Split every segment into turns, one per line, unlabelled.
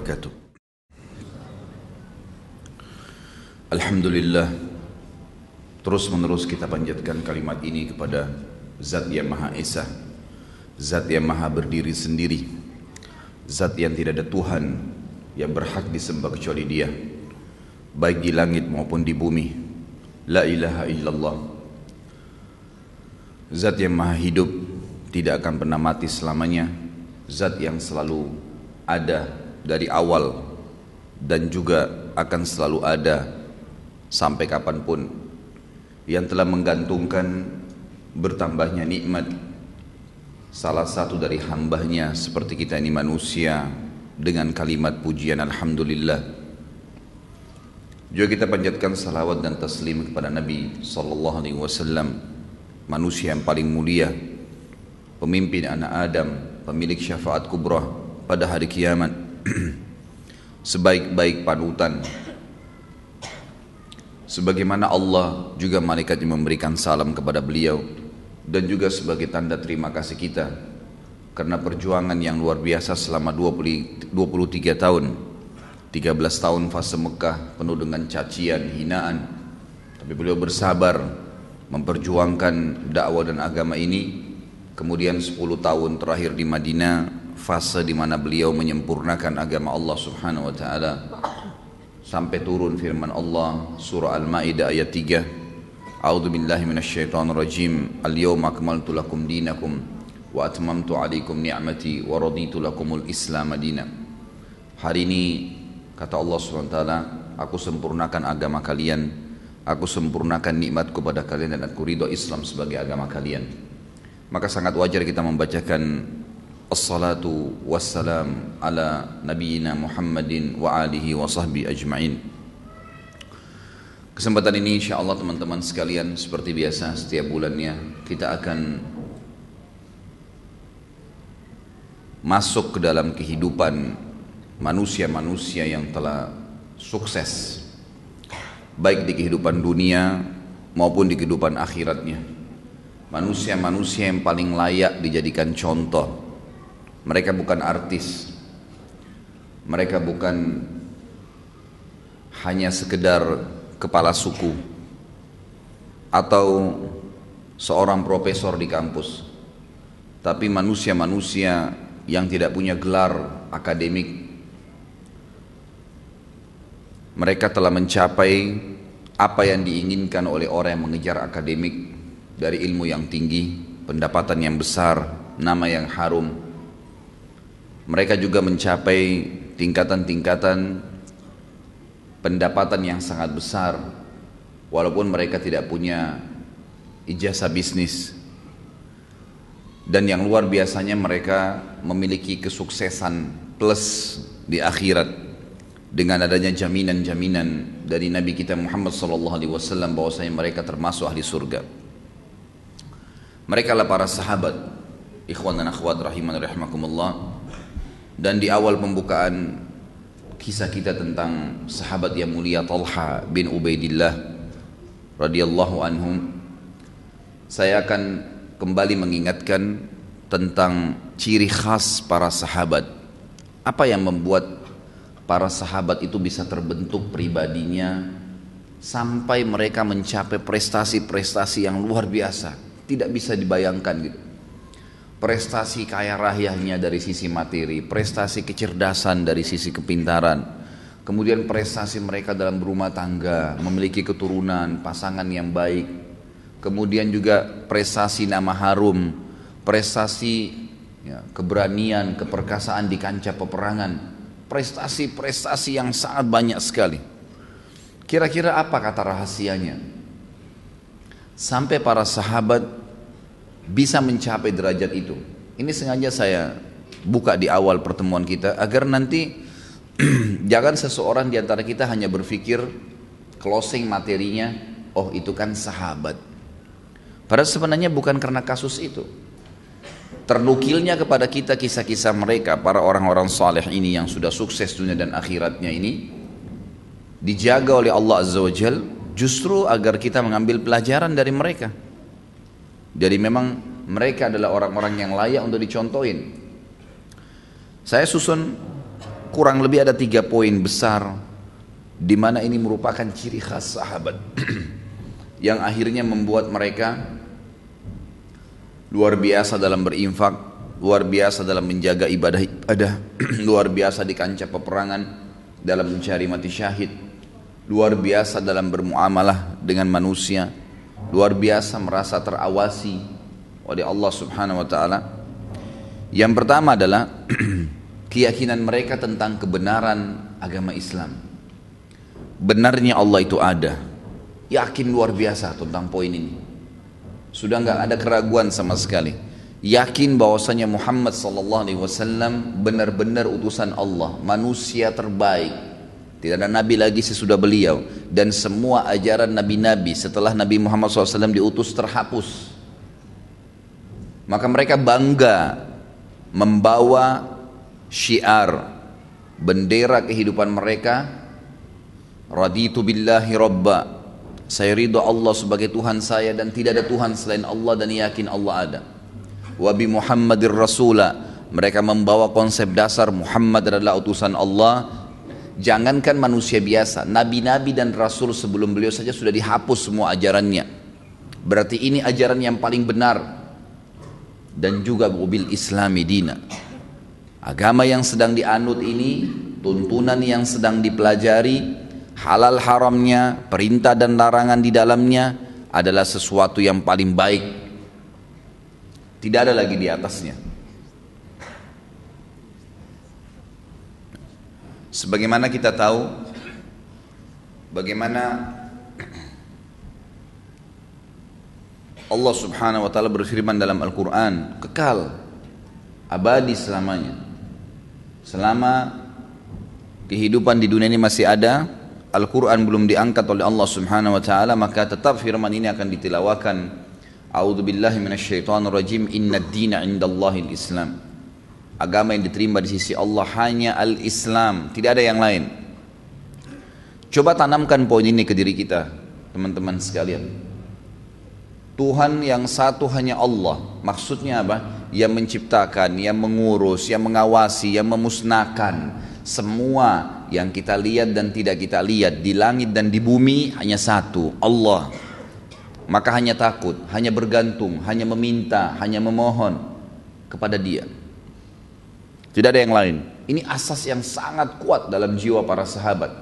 wabarakatuh. Alhamdulillah, terus menerus kita panjatkan kalimat ini kepada Zat yang Maha Esa, Zat yang Maha berdiri sendiri, Zat yang tidak ada Tuhan yang berhak disembah kecuali Dia, baik di langit maupun di bumi. La ilaha illallah. Zat yang Maha hidup, tidak akan pernah mati selamanya. Zat yang selalu ada dari awal dan juga akan selalu ada sampai kapanpun, yang telah menggantungkan bertambahnya nikmat salah satu dari hambanya seperti kita ini manusia dengan kalimat pujian Alhamdulillah. Juga kita panjatkan salawat dan taslim kepada Nabi SAW, manusia yang paling mulia, pemimpin anak Adam, pemilik syafaat kubra pada hari kiamat, sebaik-baik panutan. Sebagaimana Allah juga malaikatnya memberikan salam kepada beliau, dan juga sebagai tanda terima kasih kita karena perjuangan yang luar biasa selama 23 tahun, 13 tahun fase Mekah penuh dengan cacian, hinaan, tapi beliau bersabar memperjuangkan dakwah dan agama ini. Kemudian 10 tahun terakhir di Madinah, fase di mana beliau menyempurnakan agama Allah Subhanahu wa taala, sampai turun firman Allah surah Al-Maidah ayat 3, A'udzu billahi minasyaitonir rajim, al-yawma akmaltu lakum dinakum wa atmamtu 'alaikum ni'mati wa raditu lakumul Islam madina. Hari ini kata Allah Subhanahu wa taala, aku sempurnakan agama kalian, aku sempurnakan nikmatku pada kalian, dan aku ridho Islam sebagai agama kalian. Maka sangat wajar kita membacakan Assalatu wassalam ala nabiyina Muhammadin wa alihi wa sahbihi ajma'in. Kesempatan ini insyaAllah teman-teman sekalian, seperti biasa setiap bulannya kita akan masuk ke dalam kehidupan manusia-manusia yang telah sukses, baik di kehidupan dunia maupun di kehidupan akhiratnya. Manusia-manusia yang paling layak dijadikan contoh. Mereka bukan artis, mereka bukan hanya sekedar kepala suku atau seorang profesor di kampus, tapi manusia-manusia yang tidak punya gelar akademik. Mereka telah mencapai apa yang diinginkan oleh orang yang mengejar akademik, dari ilmu yang tinggi, pendapatan yang besar, nama yang harum. Mereka juga mencapai tingkatan-tingkatan pendapatan yang sangat besar, walaupun mereka tidak punya ijazah bisnis. Dan yang luar biasanya, mereka memiliki kesuksesan plus di akhirat dengan adanya jaminan-jaminan dari Nabi kita Muhammad SAW bahwasanya mereka termasuk ahli surga. Mereka adalah para sahabat, ikhwan dan akhwat rahiman rahimakumullah. Dan di awal pembukaan kisah kita tentang sahabat yang mulia Talha bin Ubaidillah radhiyallahu anhum, saya akan kembali mengingatkan tentang ciri khas para sahabat. Apa yang membuat para sahabat itu bisa terbentuk pribadinya sampai mereka mencapai prestasi-prestasi yang luar biasa, tidak bisa dibayangkan gitu. Prestasi kaya rayanya dari sisi materi, prestasi kecerdasan dari sisi kepintaran, kemudian prestasi mereka dalam berumah tangga, memiliki keturunan, pasangan yang baik, kemudian juga prestasi nama harum, prestasi keberanian, keperkasaan di kancah peperangan, prestasi-prestasi yang sangat banyak sekali. Kira-kira apa kata rahasianya sampai para sahabat bisa mencapai derajat itu? Ini sengaja saya buka di awal pertemuan kita agar nanti jangan seseorang di antara kita hanya berpikir closing materinya, oh itu kan sahabat. Padahal sebenarnya bukan karena kasus itu. Ternukilnya kepada kita kisah-kisah mereka, para orang-orang saleh ini yang sudah sukses dunia dan akhiratnya ini, dijaga oleh Allah Azza wa Jal justru agar kita mengambil pelajaran dari mereka. Jadi memang mereka adalah orang-orang yang layak untuk dicontohin. Saya susun kurang lebih ada 3 poin besar di mana ini merupakan ciri khas sahabat yang akhirnya membuat mereka luar biasa dalam berinfak, luar biasa dalam menjaga ibadah, luar biasa di kancah peperangan dalam mencari mati syahid, luar biasa dalam bermuamalah dengan manusia, luar biasa merasa terawasi oleh Allah Subhanahu wa taala. Yang pertama adalah keyakinan mereka tentang kebenaran agama Islam. Benarnya Allah itu ada. Yakin luar biasa tentang poin ini. Sudah enggak ada keraguan sama sekali. Yakin bahwasanya Muhammad sallallahu alaihi wasallam benar-benar utusan Allah, manusia terbaik. Tidak ada nabi lagi sesudah beliau, dan semua ajaran nabi-nabi setelah Nabi Muhammad SAW diutus terhapus. Maka mereka bangga membawa syiar bendera kehidupan mereka, raditu billahi rabba, saya ridho Allah sebagai Tuhan saya dan tidak ada Tuhan selain Allah dan yakin Allah ada. Wa bi Muhammadir Rasula, mereka membawa konsep dasar Muhammad adalah utusan Allah. Jangankan manusia biasa, nabi-nabi dan rasul sebelum beliau saja sudah dihapus semua ajarannya. Berarti ini ajaran yang paling benar. Dan juga bil islami dina, agama yang sedang dianut ini, tuntunan yang sedang dipelajari, halal haramnya, perintah dan larangan di dalamnya adalah sesuatu yang paling baik. Tidak ada lagi di atasnya. Sebagaimana kita tahu bagaimana Allah Subhanahu wa taala berfirman dalam Al-Qur'an, kekal abadi selamanya. Selama kehidupan di dunia ini masih ada, Al-Qur'an belum diangkat oleh Allah Subhanahu wa taala, maka tetap firman ini akan ditilawakan. A'udzubillahi minasyaitonirrajim. Innad dina 'indallahil Islam. Agama yang diterima di sisi Allah hanya al-Islam, tidak ada yang lain. Coba tanamkan poin ini ke diri kita, teman-teman sekalian. Tuhan yang satu hanya Allah. Maksudnya apa? Yang menciptakan, yang mengurus, yang mengawasi, yang memusnahkan. Semua yang kita lihat dan tidak kita lihat di langit dan di bumi hanya satu, Allah. Maka hanya takut, hanya bergantung, hanya meminta, hanya memohon kepada Dia. Tidak ada yang lain. Ini asas yang sangat kuat dalam jiwa para sahabat.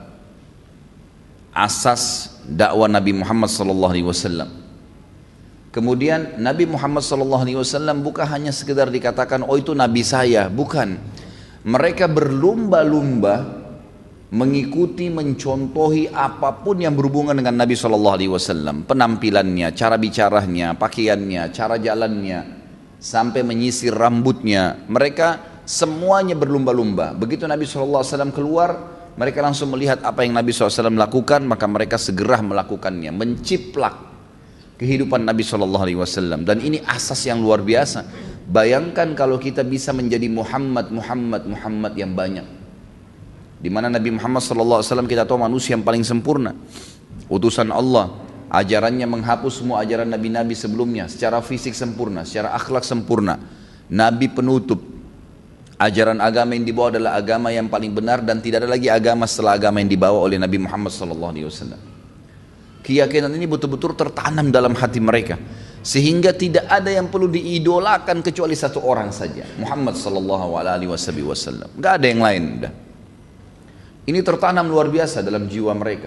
Asas dakwah Nabi Muhammad SAW. Kemudian Nabi Muhammad SAW bukan hanya sekedar dikatakan, oh itu Nabi saya, bukan. Mereka berlumba-lumba mengikuti, mencontohi apapun yang berhubungan dengan Nabi SAW. Penampilannya, cara bicaranya, pakaiannya, cara jalannya, sampai menyisir rambutnya. Mereka semuanya berlumba-lumba. Begitu Nabi SAW keluar, mereka langsung melihat apa yang Nabi SAW lakukan, maka mereka segera melakukannya, menciplak kehidupan Nabi SAW. Dan ini asas yang luar biasa. Bayangkan kalau kita bisa menjadi Muhammad yang banyak, di mana Nabi Muhammad SAW kita tahu manusia yang paling sempurna, utusan Allah, ajarannya menghapus semua ajaran nabi-nabi sebelumnya, secara fisik sempurna, secara akhlak sempurna, Nabi penutup. Ajaran agama yang dibawa adalah agama yang paling benar, dan tidak ada lagi agama setelah agama yang dibawa oleh Nabi Muhammad SAW. Keyakinan ini betul-betul tertanam dalam hati mereka, sehingga tidak ada yang perlu diidolakan kecuali satu orang saja, Muhammad SAW. Gak ada yang lain. Ini tertanam luar biasa dalam jiwa mereka.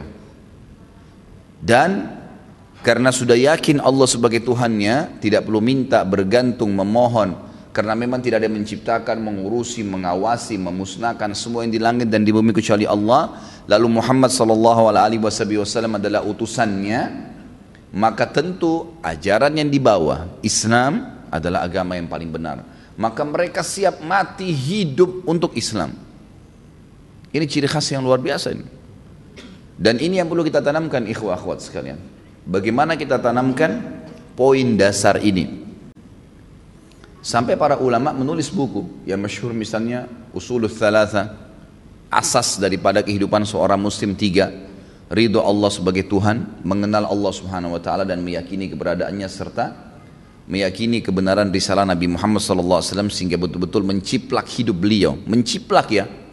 Dan karena sudah yakin Allah sebagai Tuhannya, tidak perlu minta, bergantung, memohon, karena memang tidak ada yang menciptakan, mengurusi, mengawasi, memusnahkan semua yang di langit dan di bumi kecuali Allah. Lalu Muhammad SAW adalah utusannya, maka tentu ajaran yang dibawa, Islam, adalah agama yang paling benar. Maka mereka siap mati hidup untuk Islam. Ini ciri khas yang luar biasa ini. Dan ini yang perlu kita tanamkan, ikhwah akhwat sekalian. Bagaimana kita tanamkan poin dasar ini? Sampai para ulama menulis buku yang masyhur, misalnya Ushulul Thalatha, asas daripada kehidupan seorang muslim 3, ridho Allah sebagai Tuhan, mengenal Allah Subhanahu wa taala dan meyakini keberadaannya, serta meyakini kebenaran risalah Nabi Muhammad SAW, sehingga betul-betul menciplak hidup beliau. Menciplak ya,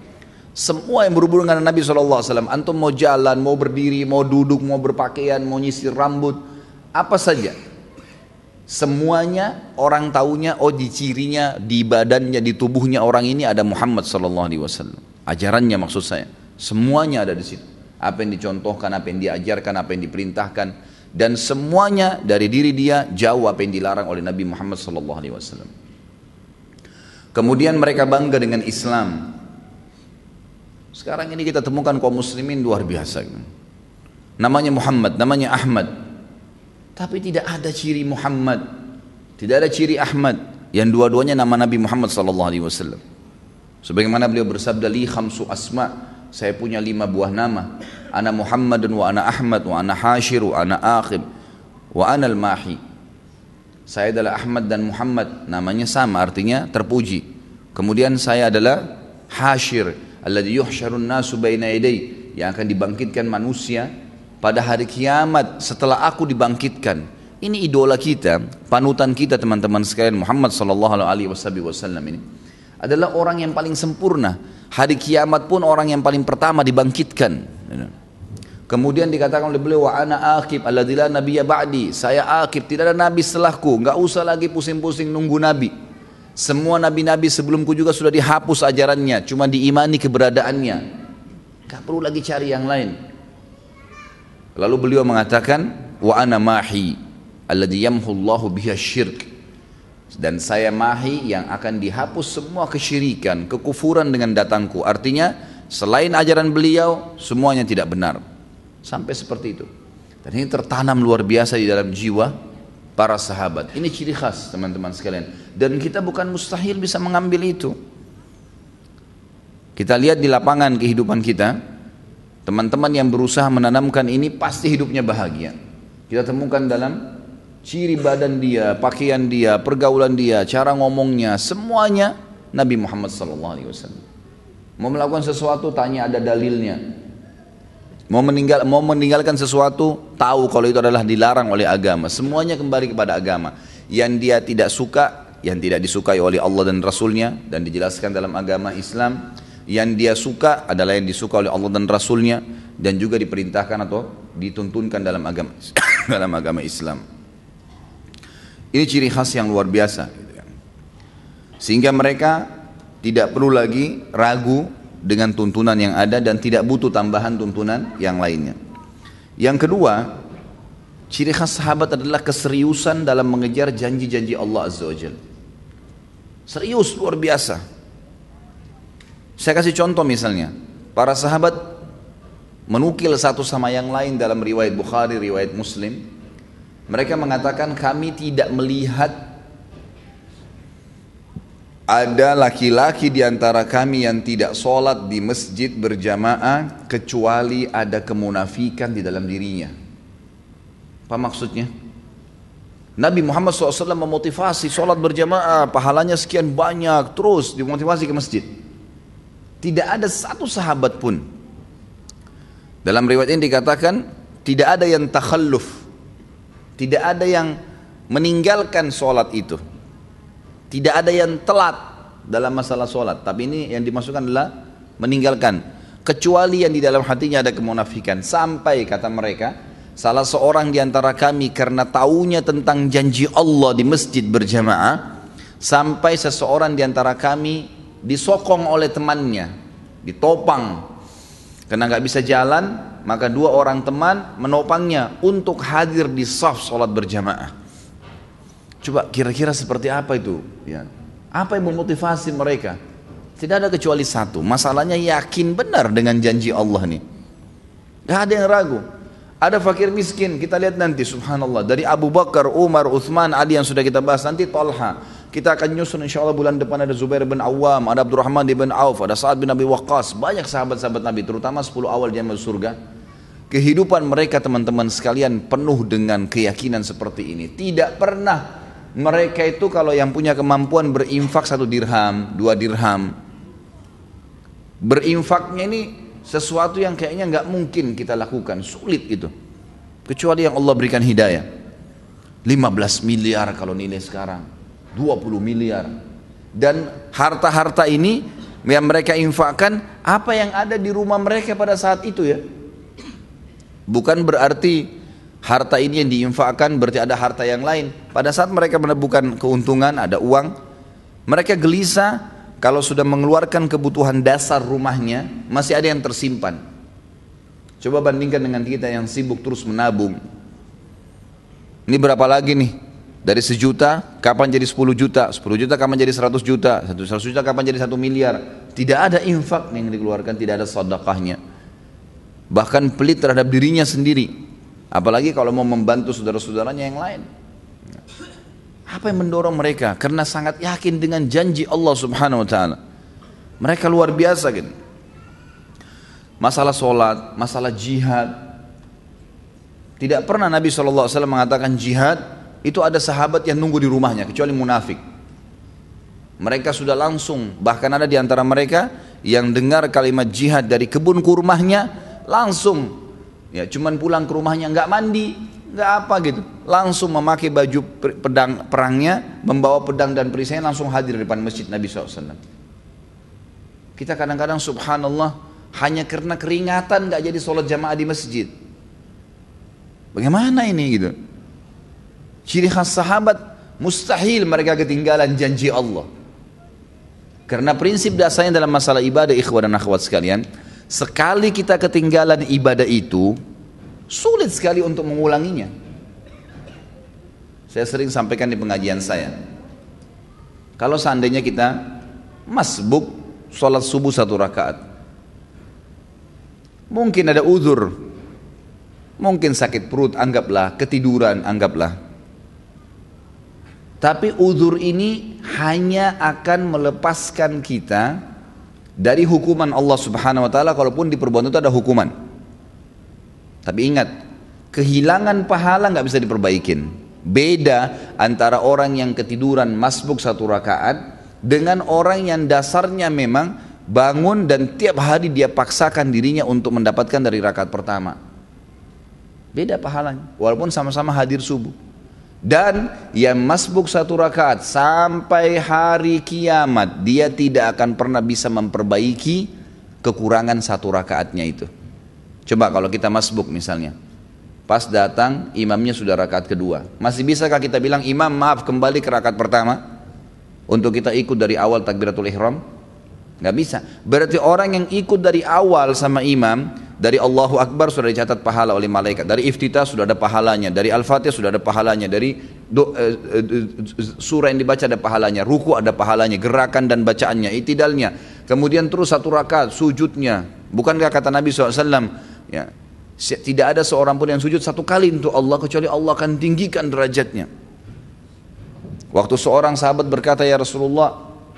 Semua yang berhubungan dengan Nabi SAW, antum mau jalan, mau berdiri, mau duduk, mau berpakaian, mau nyisir rambut, apa saja, semuanya orang taunya, oh di cirinya, di badannya, di tubuhnya orang ini ada Muhammad SAW. Ajarannya maksud saya, semuanya ada di situ. Apa yang dicontohkan, apa yang diajarkan, apa yang diperintahkan, dan semuanya dari diri dia jauh apa yang dilarang oleh Nabi Muhammad SAW. Kemudian mereka bangga dengan Islam. Sekarang ini kita temukan kaum muslimin luar biasa. Namanya Muhammad, namanya Ahmad. Tapi tidak ada ciri Muhammad, tidak ada ciri Ahmad, yang dua-duanya nama Nabi Muhammad SAW. Sebagaimana beliau bersabda, li khamsu asma, saya punya 5 buah nama. Ana Muhammadun wa ana Ahmad wa ana Hashir wa ana Aqib wa ana al-Mahi. Saya adalah Ahmad dan Muhammad, namanya sama, artinya terpuji. Kemudian saya adalah Hashir, alladhi yuhsyarun nasu baina yaday, yang akan dibangkitkan manusia pada hari kiamat setelah aku dibangkitkan. Ini idola kita, panutan kita teman-teman sekalian. Muhammad SAW ini adalah orang yang paling sempurna. Hari kiamat pun orang yang paling pertama dibangkitkan. Kemudian dikatakan oleh beliau, wa ana aqib alladzi la nabiyya ba'di, saya aqib, tidak ada nabi setelahku, enggak usah lagi pusing-pusing nunggu nabi. Semua nabi-nabi sebelumku juga sudah dihapus ajarannya, cuma diimani keberadaannya, gak perlu lagi cari yang lain. Lalu beliau mengatakan, wa ana mahi alladhi yamhullahu biha syirk, dan saya mahi yang akan dihapus semua kesyirikan, kekufuran dengan datangku. Artinya selain ajaran beliau semuanya tidak benar. Sampai seperti itu. Dan ini tertanam luar biasa di dalam jiwa para sahabat. Ini ciri khas teman-teman sekalian, dan kita bukan mustahil bisa mengambil itu. Kita lihat di lapangan kehidupan kita, teman-teman yang berusaha menanamkan ini pasti hidupnya bahagia. Kita temukan dalam ciri badan dia, pakaian dia, pergaulan dia, cara ngomongnya, semuanya Nabi Muhammad SAW. Mau melakukan sesuatu tanya ada dalilnya. Mau meninggalkan sesuatu, tahu kalau itu adalah dilarang oleh agama. Semuanya kembali kepada agama. Yang dia tidak suka, yang tidak disukai oleh Allah dan Rasulnya, dan dijelaskan dalam agama Islam. Yang dia suka adalah yang disuka oleh Allah dan Rasulnya, dan juga diperintahkan atau dituntunkan dalam agama dalam agama Islam. Ini ciri khas yang luar biasa. Sehingga mereka tidak perlu lagi ragu dengan tuntunan yang ada dan tidak butuh tambahan tuntunan yang lainnya. Yang kedua, ciri khas sahabat adalah keseriusan dalam mengejar janji-janji Allah Azza wa Jalla. Serius luar biasa. Saya kasih contoh misalnya, para sahabat menukil satu sama yang lain dalam riwayat Bukhari, riwayat Muslim. Mereka mengatakan kami tidak melihat ada laki-laki di antara kami yang tidak sholat di masjid berjamaah kecuali ada kemunafikan di dalam dirinya. Apa maksudnya? Nabi Muhammad SAW memotivasi sholat berjamaah, pahalanya sekian banyak, terus dimotivasi ke masjid. Tidak ada satu sahabat pun. Dalam riwayat ini dikatakan tidak ada yang takhalluf, tidak ada yang meninggalkan sholat itu. Tidak ada yang telat dalam masalah sholat, tapi ini yang dimasukkan adalah meninggalkan, kecuali yang di dalam hatinya ada kemunafikan. Sampai kata mereka, salah seorang di antara kami karena taunya tentang janji Allah di masjid berjamaah, sampai seseorang di antara kami disokong oleh temannya, ditopang, karena nggak bisa jalan, maka 2 orang teman menopangnya untuk hadir di shaf sholat berjamaah. Coba kira-kira seperti apa itu? Ya. Apa yang memotivasi mereka? Tidak ada kecuali satu. Masalahnya yakin benar dengan janji Allah nih. Gak ada yang ragu. Ada fakir miskin, kita lihat nanti subhanallah. Dari Abu Bakar, Umar, Uthman, Ali yang sudah kita bahas. Nanti Talha. Kita akan nyusun insya Allah bulan depan ada Zubair bin Awam, ada Abdurrahman bin Auf, ada Sa'ad bin Abi Waqqas. Banyak sahabat-sahabat Nabi, terutama 10 awal dia masuk surga. Kehidupan mereka teman-teman sekalian penuh dengan keyakinan seperti ini. Tidak pernah mereka itu kalau yang punya kemampuan berinfak 1 dirham, 2 dirham, berinfaknya ini sesuatu yang kayaknya nggak mungkin kita lakukan, sulit itu, kecuali yang Allah berikan hidayah. 15 miliar kalau nilai sekarang, 20 miliar, dan harta-harta ini yang mereka infakkan apa yang ada di rumah mereka pada saat itu ya. Bukan berarti harta ini yang diinfakkan berarti ada harta yang lain. Pada saat mereka menemukan keuntungan, ada uang, mereka gelisah kalau sudah mengeluarkan kebutuhan dasar rumahnya, masih ada yang tersimpan. Coba bandingkan dengan kita yang sibuk terus menabung. Ini berapa lagi nih? Dari 1 juta, kapan jadi 10 juta? 10 juta kapan jadi 100 juta? 100 juta kapan jadi 1 miliar? Tidak ada infak yang dikeluarkan, tidak ada sedekahnya. Bahkan pelit terhadap dirinya sendiri. Apalagi kalau mau membantu saudara-saudaranya yang lain. Apa yang mendorong mereka? Karena sangat yakin dengan janji Allah Subhanahu wa ta'ala. Mereka luar biasa gitu. Masalah sholat, masalah jihad. Tidak pernah Nabi SAW mengatakan jihad, itu ada sahabat yang nunggu di rumahnya, kecuali munafik. Mereka sudah langsung, bahkan ada di antara mereka yang dengar kalimat jihad dari kebun kurmahnya, langsung ya cuman pulang ke rumahnya, nggak mandi, nggak apa gitu, langsung memakai baju pedang perangnya, membawa pedang dan perisainya, langsung hadir di depan masjid Nabi SAW. Kita kadang-kadang subhanallah hanya karena keringatan nggak jadi sholat jamaah di masjid. Bagaimana ini gitu? Ciri khas sahabat, mustahil mereka ketinggalan janji Allah. Karena prinsip dasarnya dalam masalah ibadah, ikhwan dan akhwat sekalian, sekali kita ketinggalan ibadah itu, sulit sekali untuk mengulanginya. Saya sering sampaikan di pengajian saya, kalau seandainya kita masbuk sholat subuh 1 rakaat, mungkin ada uzur, mungkin sakit perut, anggaplah, ketiduran, anggaplah. Tapi uzur ini hanya akan melepaskan kita dari hukuman Allah Subhanahu wa ta'ala, kalaupun di perbuatan itu ada hukuman. Tapi ingat, kehilangan pahala nggak bisa diperbaikin. Beda antara orang yang ketiduran masbuk 1 rakaat dengan orang yang dasarnya memang bangun dan tiap hari dia paksakan dirinya untuk mendapatkan dari rakaat pertama. Beda pahalanya, walaupun sama-sama hadir subuh. Dan yang masbuk 1 rakaat sampai hari kiamat, dia tidak akan pernah bisa memperbaiki kekurangan 1 rakaatnya itu. Coba kalau kita masbuk misalnya, pas datang imamnya sudah rakaat kedua, masih bisakah kita bilang imam maaf kembali ke rakaat pertama untuk kita ikut dari awal takbiratul ihram? Nggak bisa. Berarti orang yang ikut dari awal sama imam, dari Allahu Akbar sudah dicatat pahala oleh malaikat, dari iftitah sudah ada pahalanya, dari Al-Fatihah sudah ada pahalanya, dari surah yang dibaca ada pahalanya, ruku ada pahalanya, gerakan dan bacaannya, itidalnya, kemudian terus 1 rakaat sujudnya. Bukankah kata Nabi SAW, ya, tidak ada seorang pun yang sujud 1 kali untuk Allah kecuali Allah akan tinggikan derajatnya. Waktu seorang sahabat berkata, ya Rasulullah,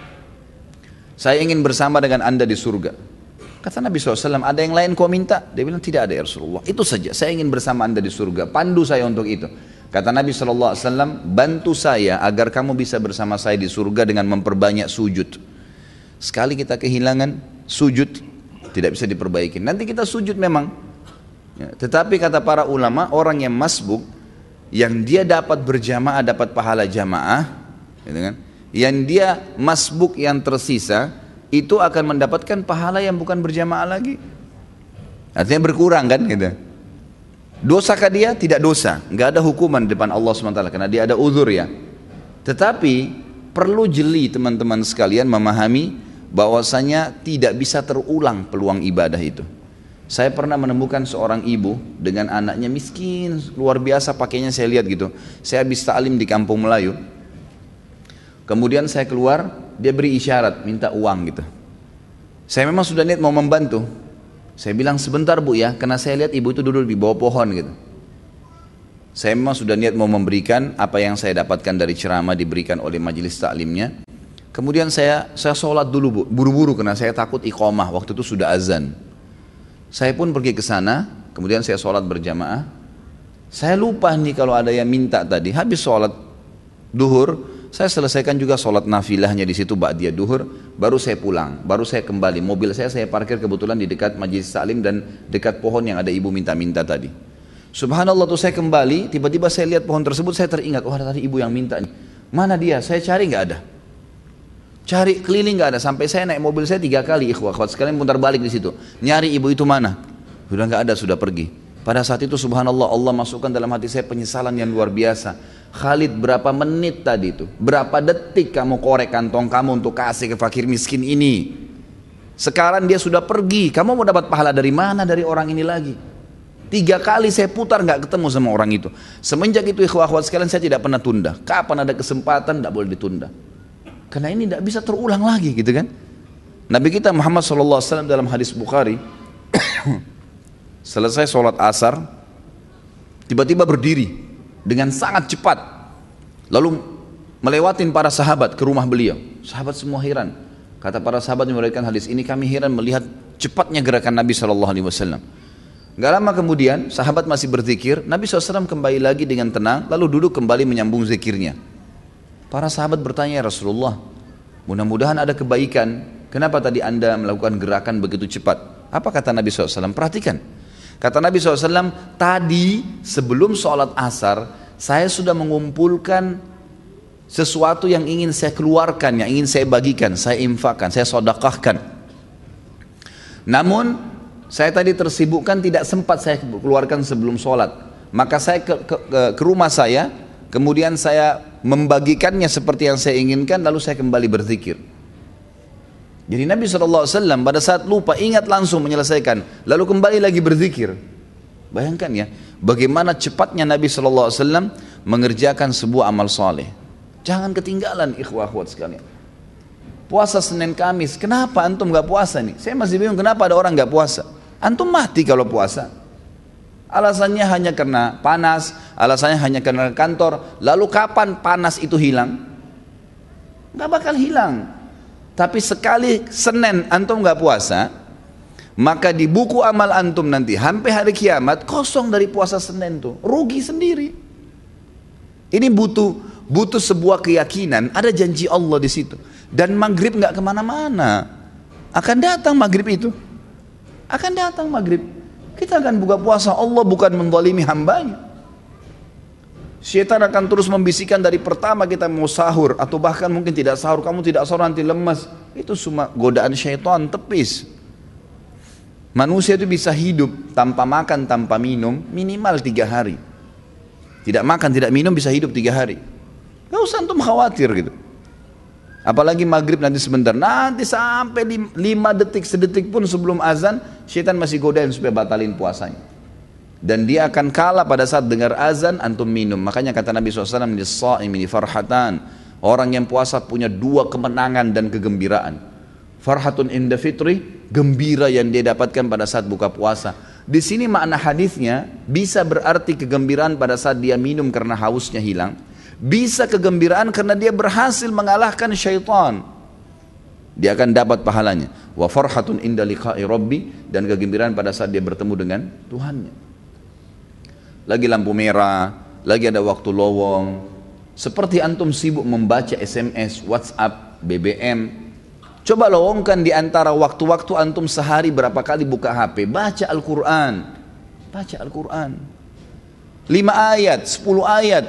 saya ingin bersama dengan anda di surga. Kata Nabi SAW, ada yang lain kau minta? Dia bilang, tidak ada ya Rasulullah, itu saja, saya ingin bersama anda di surga, pandu saya untuk itu. Kata Nabi SAW, bantu saya agar kamu bisa bersama saya di surga dengan memperbanyak sujud. Sekali kita kehilangan sujud, tidak bisa diperbaiki. Nanti kita sujud memang ya, tetapi kata para ulama, orang yang masbuk, yang dia dapat berjamaah, dapat pahala jamaah gitu kan? Yang dia masbuk yang tersisa, itu akan mendapatkan pahala yang bukan berjamaah lagi. Artinya berkurang kan gitu. Dosakah dia? Tidak dosa, nggak ada hukuman di depan Allah SWT karena dia ada uzur ya. Tetapi perlu jeli teman-teman sekalian memahami bahwasanya tidak bisa terulang peluang ibadah itu. Saya pernah menemukan seorang ibu dengan anaknya miskin luar biasa, pakainya saya lihat gitu. Saya habis ta'lim di kampung Melayu. Kemudian saya keluar, dia beri isyarat minta uang gitu. Saya memang sudah niat mau membantu. Saya bilang sebentar bu ya, karena saya lihat ibu itu duduk di bawah pohon gitu. Saya memang sudah niat mau memberikan apa yang saya dapatkan dari ceramah diberikan oleh majelis taklimnya. Kemudian saya sholat dulu bu, buru-buru karena saya takut iqamah, waktu itu sudah azan. Saya pun pergi ke sana, kemudian saya sholat berjamaah. Saya lupa nih kalau ada yang minta tadi, habis sholat duhur, saya selesaikan juga sholat nafilahnya di situ ba'diyah duhur, baru saya pulang, baru saya kembali. Mobil saya parkir kebetulan di dekat majelis taklim dan dekat pohon yang ada ibu minta-minta tadi. Subhanallah tuh saya kembali, tiba-tiba saya lihat pohon tersebut, saya teringat, wah tadi ibu yang minta nih. Mana dia? Saya cari nggak ada. Cari keliling nggak ada, sampai saya naik mobil saya 3 kali, ikhwah sekalian putar balik di situ, nyari ibu itu mana, sudah nggak ada, sudah pergi. Pada saat itu subhanallah, Allah masukkan dalam hati saya penyesalan yang luar biasa. Khalid, berapa menit tadi itu, berapa detik kamu korek kantong kamu untuk kasih ke fakir miskin ini, sekarang dia sudah pergi, kamu mau dapat pahala dari mana dari orang ini lagi? 3 kali saya putar nggak ketemu sama orang itu. Semenjak itu ikhwah sekalian saya tidak pernah tunda, kapan ada kesempatan tidak boleh ditunda. Karena ini tidak bisa terulang lagi gitu kan. Nabi kita Muhammad SAW dalam hadis Bukhari selesai sholat asar tiba-tiba berdiri dengan sangat cepat, lalu melewatin para sahabat ke rumah beliau. Sahabat semua heran. Kata para sahabat yang meriwayatkan hadis ini, kami heran melihat cepatnya gerakan Nabi SAW. Gak lama kemudian sahabat masih berzikir, Nabi SAW kembali lagi dengan tenang, lalu duduk kembali menyambung zikirnya. Para sahabat bertanya, ya Rasulullah, mudah-mudahan ada kebaikan, kenapa tadi anda melakukan gerakan begitu cepat? Apa kata Nabi SAW? Perhatikan. Kata Nabi SAW, tadi sebelum sholat asar, saya sudah mengumpulkan sesuatu yang ingin saya keluarkan, yang ingin saya bagikan, saya infakkan, saya sedekahkan. Namun, saya tadi tersibukkan, tidak sempat saya keluarkan sebelum sholat. Maka saya ke rumah saya, kemudian saya membagikannya seperti yang saya inginkan, lalu saya kembali berzikir. Jadi Nabi SAW pada saat lupa ingat langsung menyelesaikan, lalu kembali lagi berzikir. Bayangkan ya, bagaimana cepatnya Nabi SAW mengerjakan sebuah amal soleh. Jangan ketinggalan ikhwah sekalian. Puasa Senin Kamis, kenapa antum gak puasa nih? Saya masih bingung kenapa ada orang gak puasa. Antum mati kalau puasa. Alasannya hanya karena panas, alasannya hanya karena kantor. Lalu kapan panas itu hilang? Gak bakal hilang. Tapi sekali Senin antum gak puasa, maka di buku amal antum nanti sampai hari kiamat kosong dari puasa Senin tuh, rugi sendiri. Ini butuh sebuah keyakinan, ada janji Allah di situ. Dan maghrib gak kemana-mana, akan datang maghrib itu, akan datang maghrib. Kita akan buka puasa, Allah bukan menzalimi hambanya. Syaitan akan terus membisikkan dari pertama kita mau sahur, atau bahkan mungkin tidak sahur, kamu tidak sahur nanti lemas. Itu semua godaan syaitan, tepis. Manusia itu bisa hidup tanpa makan, tanpa minum minimal 3 hari. Tidak makan, tidak minum bisa hidup 3 hari. Gak usah antum khawatir gitu. Apalagi maghrib nanti sebentar, nanti sampai 5 detik, sedetik pun sebelum azan, syaitan masih godain supaya batalin puasanya. Dan dia akan kalah pada saat dengar azan, antum minum. Makanya kata Nabi SAW, lis-shaimi farhatan. Orang yang puasa punya 2 kemenangan dan kegembiraan. Farhatun inda fitri, gembira yang dia dapatkan pada saat buka puasa. Di sini makna hadisnya bisa berarti kegembiraan pada saat dia minum karena hausnya hilang. Bisa kegembiraan karena dia berhasil mengalahkan syaitan. Dia akan dapat pahalanya. Wa farhatun inda liqa'i rabbi, dan kegembiraan pada saat dia bertemu dengan Tuhannya. Lagi lampu merah, lagi ada waktu lowong. Seperti antum sibuk membaca SMS, WhatsApp, BBM. Coba lowongkan di antara waktu-waktu antum sehari berapa kali buka HP, baca Al-Quran. Baca Al-Quran. 5 ayat, 10 ayat.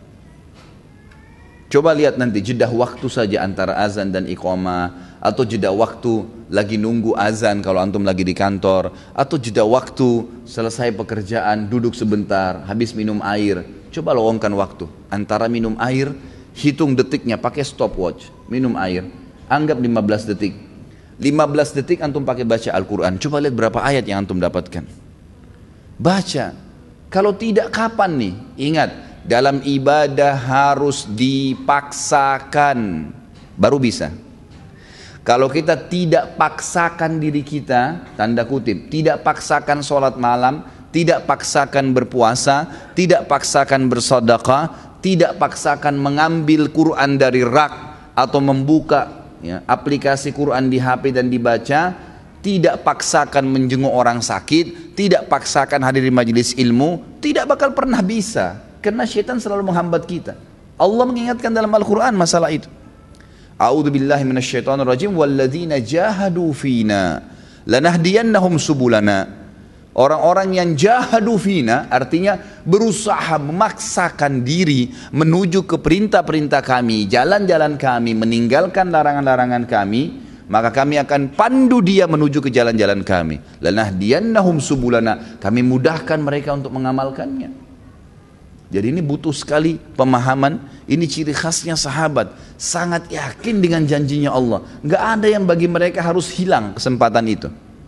Coba lihat nanti jeda waktu saja antara azan dan iqamah, atau jeda waktu lagi nunggu azan kalau antum lagi di kantor, atau jeda waktu selesai pekerjaan duduk sebentar habis minum air. Coba lowongkan waktu antara minum air, hitung detiknya pakai stopwatch, minum air, anggap 15 detik. 15 detik antum pakai baca Al-Quran. Coba lihat berapa ayat yang antum dapatkan. Baca. Kalau tidak kapan nih? Ingat, dalam ibadah harus dipaksakan baru bisa. Kalau kita tidak paksakan diri kita, tanda kutip, tidak paksakan sholat malam, tidak paksakan berpuasa, tidak paksakan bersedekah, tidak paksakan mengambil Quran dari rak atau membuka ya, aplikasi Quran di HP dan dibaca, tidak paksakan menjenguk orang sakit, tidak paksakan hadir di majelis ilmu, tidak bakal pernah bisa. Karena syaitan selalu menghambat kita. Allah mengingatkan dalam Al-Quran masalah itu. A'udzu billahi minasyaitonir rajim, walladzina jahadu fina lanahdiyannahum subulana. Orang-orang yang jahadu fina artinya berusaha memaksakan diri menuju ke perintah-perintah kami, jalan-jalan kami, meninggalkan larangan-larangan kami, maka kami akan pandu dia menuju ke jalan-jalan kami. Lanahdiyannahum subulana, kami mudahkan mereka untuk mengamalkannya. Jadi ini butuh sekali pemahaman, ini ciri khasnya sahabat, sangat yakin dengan janjinya Allah. Nggak ada yang bagi mereka harus hilang kesempatan itu.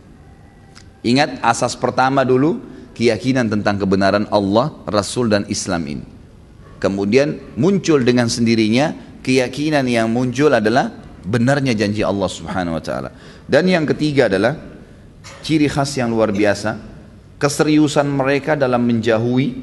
Ingat asas pertama dulu, keyakinan tentang kebenaran Allah, Rasul dan Islam ini. Kemudian muncul dengan sendirinya, keyakinan yang muncul adalah benarnya janji Allah Subhanahu wa ta'ala. Dan yang ketiga adalah ciri khas yang luar biasa, keseriusan mereka dalam menjauhi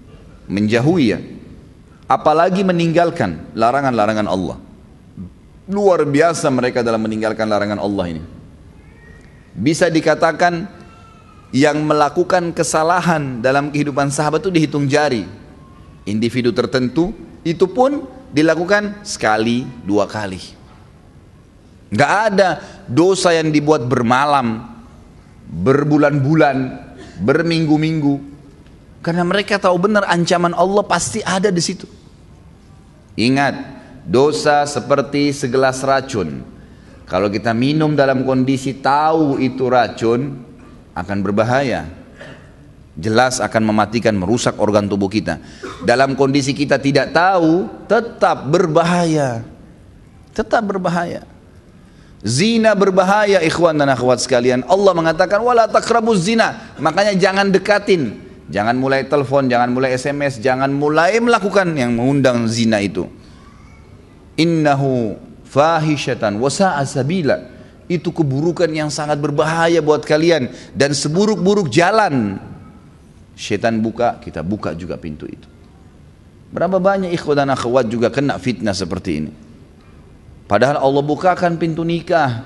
ya, apalagi meninggalkan larangan-larangan Allah. Luar biasa mereka dalam meninggalkan larangan Allah ini. Bisa dikatakan yang melakukan kesalahan dalam kehidupan sahabat itu dihitung jari. Individu tertentu itu pun dilakukan sekali, dua kali. Nggak ada dosa yang dibuat bermalam, berbulan-bulan, berminggu-minggu. Karena mereka tahu benar ancaman Allah pasti ada di situ. Ingat, dosa seperti segelas racun. Kalau kita minum dalam kondisi tahu itu racun, akan berbahaya, jelas akan mematikan, merusak organ tubuh kita. Dalam kondisi kita tidak tahu, tetap berbahaya, tetap berbahaya. Zina berbahaya ikhwan dan akhwat sekalian. Allah mengatakan wala taqrabuz zina, makanya jangan dekatin, jangan mulai telepon, jangan mulai SMS, jangan mulai melakukan yang mengundang zina itu. Innahu fahishatan wa sa'a sabila, itu keburukan yang sangat berbahaya buat kalian dan seburuk-buruk jalan. Syaitan buka, kita buka juga pintu itu. Berapa banyak ikhwan dan akhwat juga kena fitnah seperti ini. Padahal Allah bukakan pintu nikah.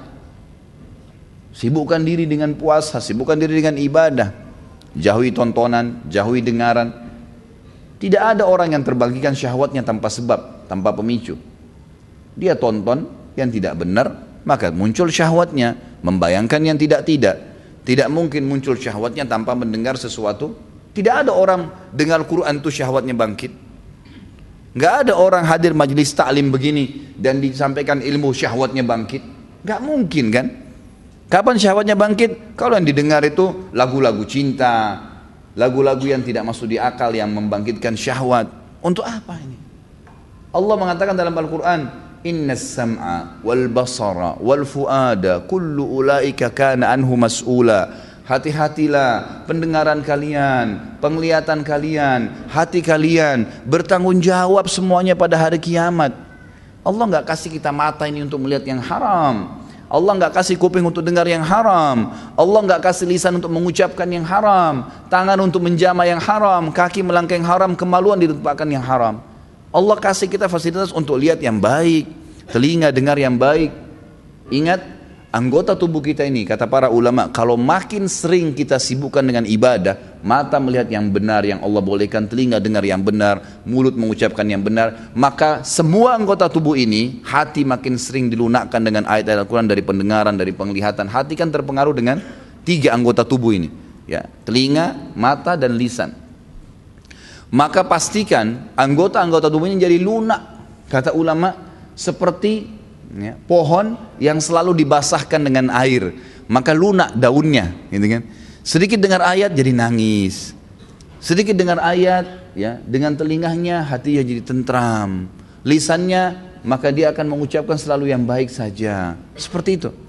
Sibukkan diri dengan puasa, sibukkan diri dengan ibadah. Jauhi tontonan, jauhi dengaran. Tidak ada orang yang terbagikan syahwatnya tanpa sebab, tanpa pemicu. Dia tonton yang tidak benar, maka muncul syahwatnya, membayangkan yang tidak-tidak. Tidak mungkin muncul syahwatnya tanpa mendengar sesuatu. Tidak ada orang dengar Quran itu syahwatnya bangkit. Nggak ada orang hadir majelis taklim begini dan disampaikan ilmu syahwatnya bangkit. Nggak mungkin kan? Kapan syahwatnya bangkit? Kalau yang didengar itu lagu-lagu cinta, lagu-lagu yang tidak masuk di akal yang membangkitkan syahwat. Untuk apa ini? Allah mengatakan dalam Al-Quran, Inna sam'a wal basara wal fuada kullu ulaika kana anhu mas'ula. Hati-hatilah pendengaran kalian, penglihatan kalian, hati kalian bertanggung jawab semuanya pada hari kiamat. Allah nggak kasih kita mata ini untuk melihat yang haram. Allah nggak kasih kuping untuk dengar yang haram. Allah nggak kasih lisan untuk mengucapkan yang haram, tangan untuk menjama yang haram, kaki melangkah yang haram, kemaluan ditumpahkan yang haram. Allah kasih kita fasilitas untuk lihat yang baik, telinga dengar yang baik. Ingat, anggota tubuh kita ini, kata para ulama, kalau makin sering kita sibukkan dengan ibadah, mata melihat yang benar, yang Allah bolehkan, telinga dengar yang benar, mulut mengucapkan yang benar, maka semua anggota tubuh ini, hati makin sering dilunakkan dengan ayat-ayat Al-Quran dari pendengaran, dari penglihatan. Hati kan terpengaruh dengan 3 anggota tubuh ini, ya, telinga, mata, dan lisan. Maka pastikan anggota-anggota tubuhnya jadi lunak, kata ulama, seperti ya, pohon yang selalu dibasahkan dengan air, maka lunak daunnya, gitu kan. Sedikit dengar ayat jadi nangis, sedikit dengar ayat, ya, dengan telinganya hatinya jadi tentram, lisannya maka dia akan mengucapkan selalu yang baik saja, seperti itu.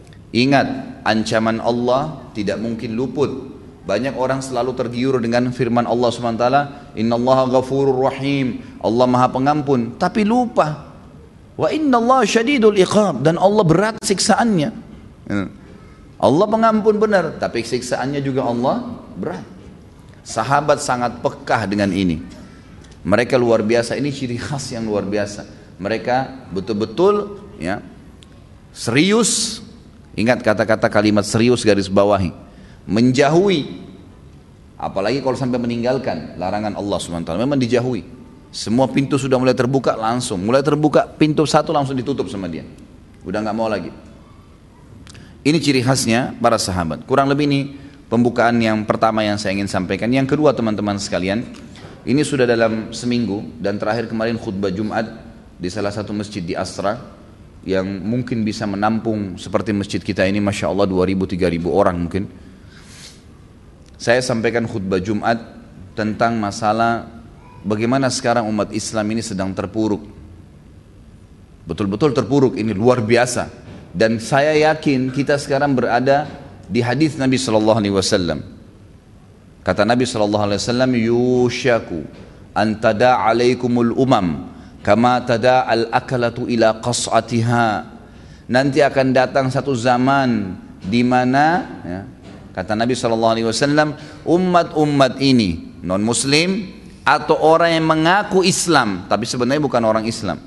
Ingat, ancaman Allah tidak mungkin luput. Banyak orang selalu tergiur dengan firman Allah SWT, Innallaha ghafurur rahim, Allah maha pengampun, tapi lupa, wa innallaha syadidul iqab, dan Allah berat siksaannya. Allah pengampun benar, tapi siksaannya juga Allah berat. Sahabat sangat pekah dengan ini. Mereka luar biasa, ini ciri khas yang luar biasa. Mereka betul-betul ya, serius. Ingat kata-kata kalimat serius, garis bawahi. Menjauhi, apalagi kalau sampai meninggalkan larangan Allah SWT, memang dijauhi. Semua pintu sudah mulai terbuka, langsung mulai terbuka pintu satu langsung ditutup sama dia, udah nggak mau lagi. Ini ciri khasnya para sahabat. Kurang lebih ini pembukaan yang pertama yang saya ingin sampaikan. Yang kedua teman-teman sekalian, ini sudah dalam seminggu dan terakhir kemarin khutbah Jumat di salah satu masjid di Astra yang mungkin bisa menampung seperti masjid kita ini, Masya Allah 2.000-3.000 orang mungkin. Saya sampaikan khutbah Jumat tentang masalah bagaimana sekarang umat Islam ini sedang terpuruk. Betul-betul terpuruk, ini luar biasa. Dan saya yakin kita sekarang berada di hadis Nabi SAW. Kata Nabi SAW, yushaku an tada alaikumul umam kama tada al-akalatu ila qas'atiha. Nanti akan datang satu zaman di mana, ya, kata Nabi SAW, umat-umat ini non muslim atau orang yang mengaku Islam tapi sebenarnya bukan orang Islam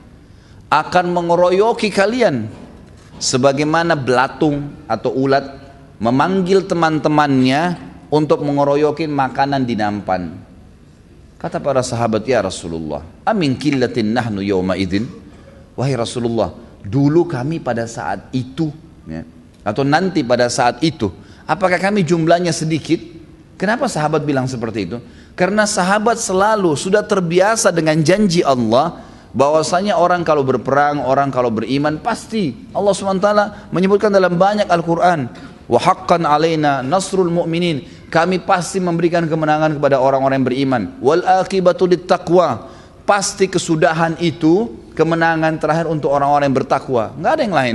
akan mengeroyoki kalian sebagaimana belatung atau ulat memanggil teman-temannya untuk mengeroyokin makanan di nampan. Kata para sahabat, ya Rasulullah, amin qillatin nahnu yawma idzin. Wahai Rasulullah, dulu kami pada saat itu, ya, atau nanti pada saat itu, apakah kami jumlahnya sedikit? Kenapa sahabat bilang seperti itu? Karena sahabat selalu sudah terbiasa dengan janji Allah bahwasanya orang kalau berperang, orang kalau beriman, pasti Allah SWT menyebutkan dalam banyak Al-Quran, wa haqqan alaina nasrul mu'minin, kami pasti memberikan kemenangan kepada orang-orang yang beriman, wal aqibatu littaqwa, pasti kesudahan itu kemenangan terakhir untuk orang-orang yang bertakwa, nggak ada yang lain.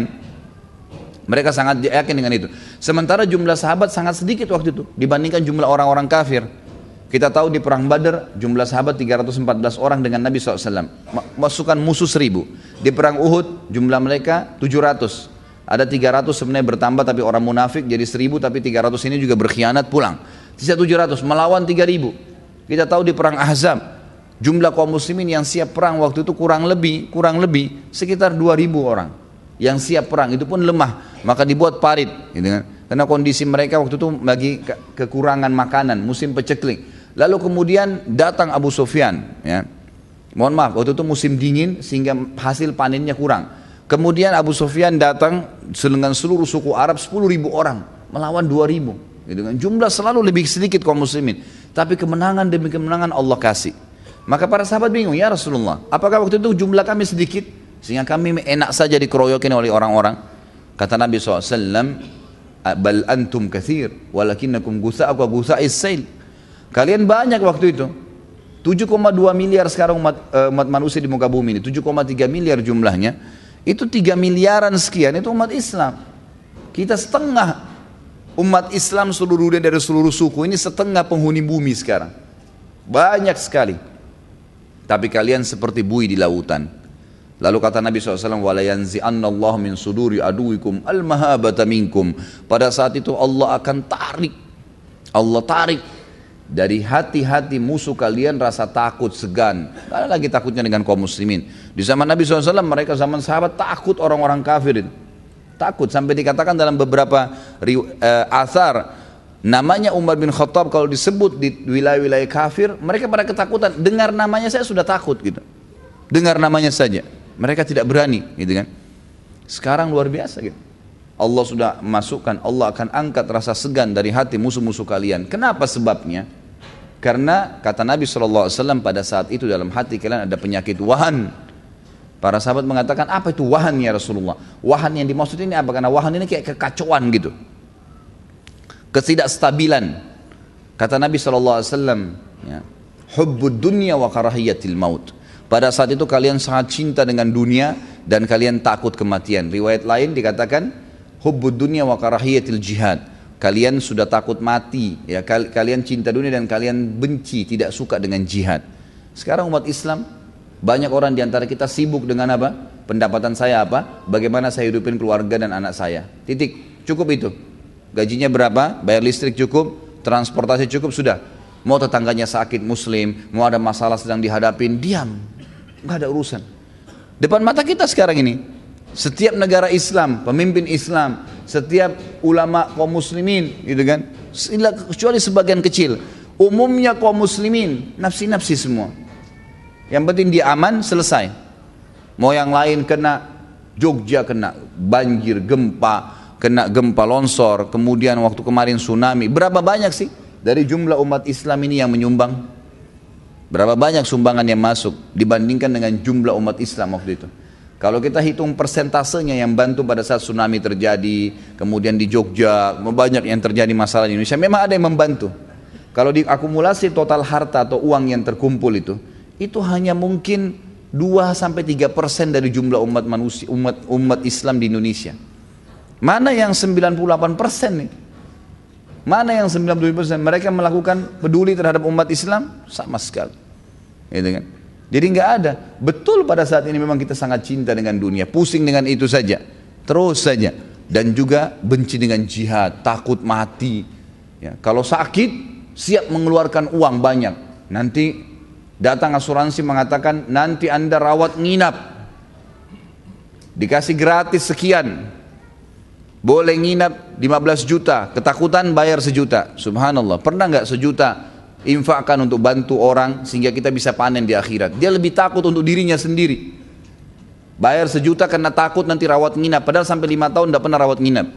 Mereka sangat yakin dengan itu. Sementara jumlah sahabat sangat sedikit waktu itu dibandingkan jumlah orang-orang kafir. Kita tahu di perang Badar jumlah sahabat 314 orang dengan Nabi SAW, masukan musuh 1000. Di perang Uhud jumlah mereka 700. Ada 300 sebenarnya bertambah tapi orang munafik jadi 1000, tapi 300 ini juga berkhianat pulang. Sisa 700 melawan 3000. Kita tahu di perang Ahzab jumlah kaum muslimin yang siap perang waktu itu kurang lebih sekitar 2000 orang. Yang siap perang itu pun lemah, maka dibuat parit, gitu kan? Karena kondisi mereka waktu itu lagi kekurangan makanan, musim peceklik. Lalu kemudian datang Abu Sufyan, ya. Mohon maaf, waktu itu musim dingin sehingga hasil panennya kurang. Kemudian Abu Sufyan datang dengan seluruh suku Arab 10.000 orang melawan 2.000, gitu kan? Jumlah selalu lebih sedikit kaum muslimin, tapi kemenangan demi kemenangan Allah kasih. Maka para sahabat bingung, ya Rasulullah, apakah waktu itu jumlah kami sedikit sehingga kami enak saja dikeroyokin oleh orang-orang? Kata Nabi SAW, bal antum kathir walakinnakum gutha'u gutha'is sail. Kalian banyak waktu itu. 7,2 miliar sekarang umat manusia di muka bumi ini, 7,3 miliar jumlahnya. Itu 3 miliaran sekian itu umat Islam. Kita setengah umat Islam seluruh dunia dari seluruh suku, ini setengah penghuni bumi sekarang. Banyak sekali. Tapi kalian seperti buih di lautan. Lalu kata Nabi SAW, wala yanzi'annallahu min suduri aduwikum al-mahabata minkum. Pada saat itu Allah akan tarik dari hati-hati musuh kalian rasa takut, segan. Tidak ada lagi takutnya dengan kaum muslimin. Di zaman Nabi SAW, mereka zaman sahabat takut orang-orang kafirin. Takut, sampai dikatakan dalam beberapa athar, namanya Umar bin Khattab kalau disebut di wilayah-wilayah kafir, mereka pada ketakutan. Dengar namanya saya sudah takut gitu. Dengar namanya saja, mereka tidak berani gitu kan. Sekarang luar biasa gitu. Allah sudah masukkan, Allah akan angkat rasa segan dari hati musuh-musuh kalian. Kenapa sebabnya? Karena kata Nabi SAW pada saat itu dalam hati kalian ada penyakit wahan. Para sahabat mengatakan, apa itu wahan ya Rasulullah? Wahan yang dimaksud ini apa? Karena wahan ini kayak kekacauan gitu, ketidakstabilan. Kata Nabi SAW, ya, hubbud dunya wa karahiyatil maut. Pada saat itu kalian sangat cinta dengan dunia dan kalian takut kematian. Riwayat lain dikatakan hubbud dunya wa karahiyatil jihad. Kalian sudah takut mati, ya, kalian cinta dunia dan kalian benci, tidak suka dengan jihad. Sekarang umat Islam, banyak orang diantara kita sibuk dengan apa? Pendapatan saya apa? Bagaimana saya hidupin keluarga dan anak saya. Titik, cukup itu. Gajinya berapa? Bayar listrik cukup, transportasi cukup, sudah. Mau tetangganya sakit muslim, mau ada masalah sedang dihadapin, diam, nggak ada urusan. Depan mata kita sekarang ini, setiap negara Islam, pemimpin Islam, setiap ulama kaum muslimin, gitu kan, kecuali sebagian kecil, umumnya kaum muslimin nafsi-nafsi semua. Yang penting dia aman, selesai. Mau yang lain kena, Jogja kena banjir, gempa, kena gempa longsor, kemudian waktu kemarin tsunami. Berapa banyak sih dari jumlah umat Islam ini yang menyumbang? Berapa banyak sumbangan yang masuk dibandingkan dengan jumlah umat Islam waktu itu? Kalau kita hitung persentasenya yang bantu pada saat tsunami terjadi, kemudian di Jogja, banyak yang terjadi masalah di Indonesia, memang ada yang membantu. Kalau diakumulasi total harta atau uang yang terkumpul itu hanya mungkin 2-3% dari jumlah umat manusia, umat Islam di Indonesia. Mana yang 98% nih? Mana yang 97%? Mereka melakukan peduli terhadap umat Islam? Sama sekali. Gitu kan? Jadi nggak ada. Betul pada saat ini memang kita sangat cinta dengan dunia, pusing dengan itu saja, terus saja, dan juga benci dengan jihad, takut mati. Ya, kalau sakit siap mengeluarkan uang banyak. Nanti datang asuransi mengatakan nanti Anda rawat nginap, dikasih gratis sekian, boleh nginap 15 juta, ketakutan bayar 1 juta. Subhanallah, pernah nggak 1 juta infakkan untuk bantu orang sehingga kita bisa panen di akhirat? Dia lebih takut untuk dirinya sendiri, bayar 1 juta karena takut nanti rawat nginap, padahal sampai 5 tahun tidak pernah rawat nginap.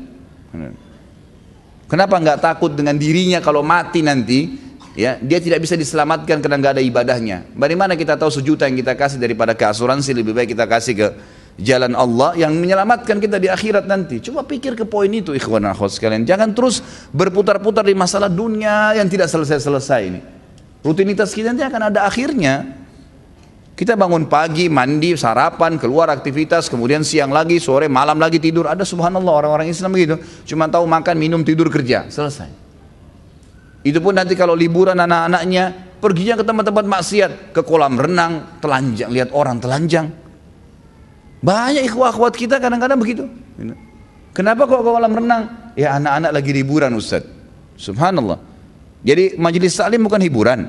Kenapa nggak takut dengan dirinya kalau mati nanti, ya dia tidak bisa diselamatkan karena nggak ada ibadahnya? Bagaimana kita tahu 1 juta yang kita kasih daripada ke asuransi, lebih baik kita kasih ke jalan Allah yang menyelamatkan kita di akhirat nanti. Coba pikir ke poin itu, ikhwan akhwat sekalian. Jangan terus berputar-putar di masalah dunia yang tidak selesai-selesai ini. Rutinitas kita nanti akan ada akhirnya. Kita bangun pagi, mandi, sarapan, keluar aktivitas, kemudian siang lagi, sore, malam lagi tidur. Ada subhanallah orang-orang Islam begitu. Cuma tahu makan, minum, tidur, kerja. Selesai. Itu pun nanti kalau liburan anak-anaknya, perginya ke tempat-tempat maksiat, ke kolam renang, telanjang, lihat orang telanjang. Banyak ikhwah-akhwat kita kadang-kadang begitu. Kenapa kok ke kolam renang? Ya anak-anak lagi liburan Ustaz. Subhanallah. Jadi majelis taklim bukan hiburan.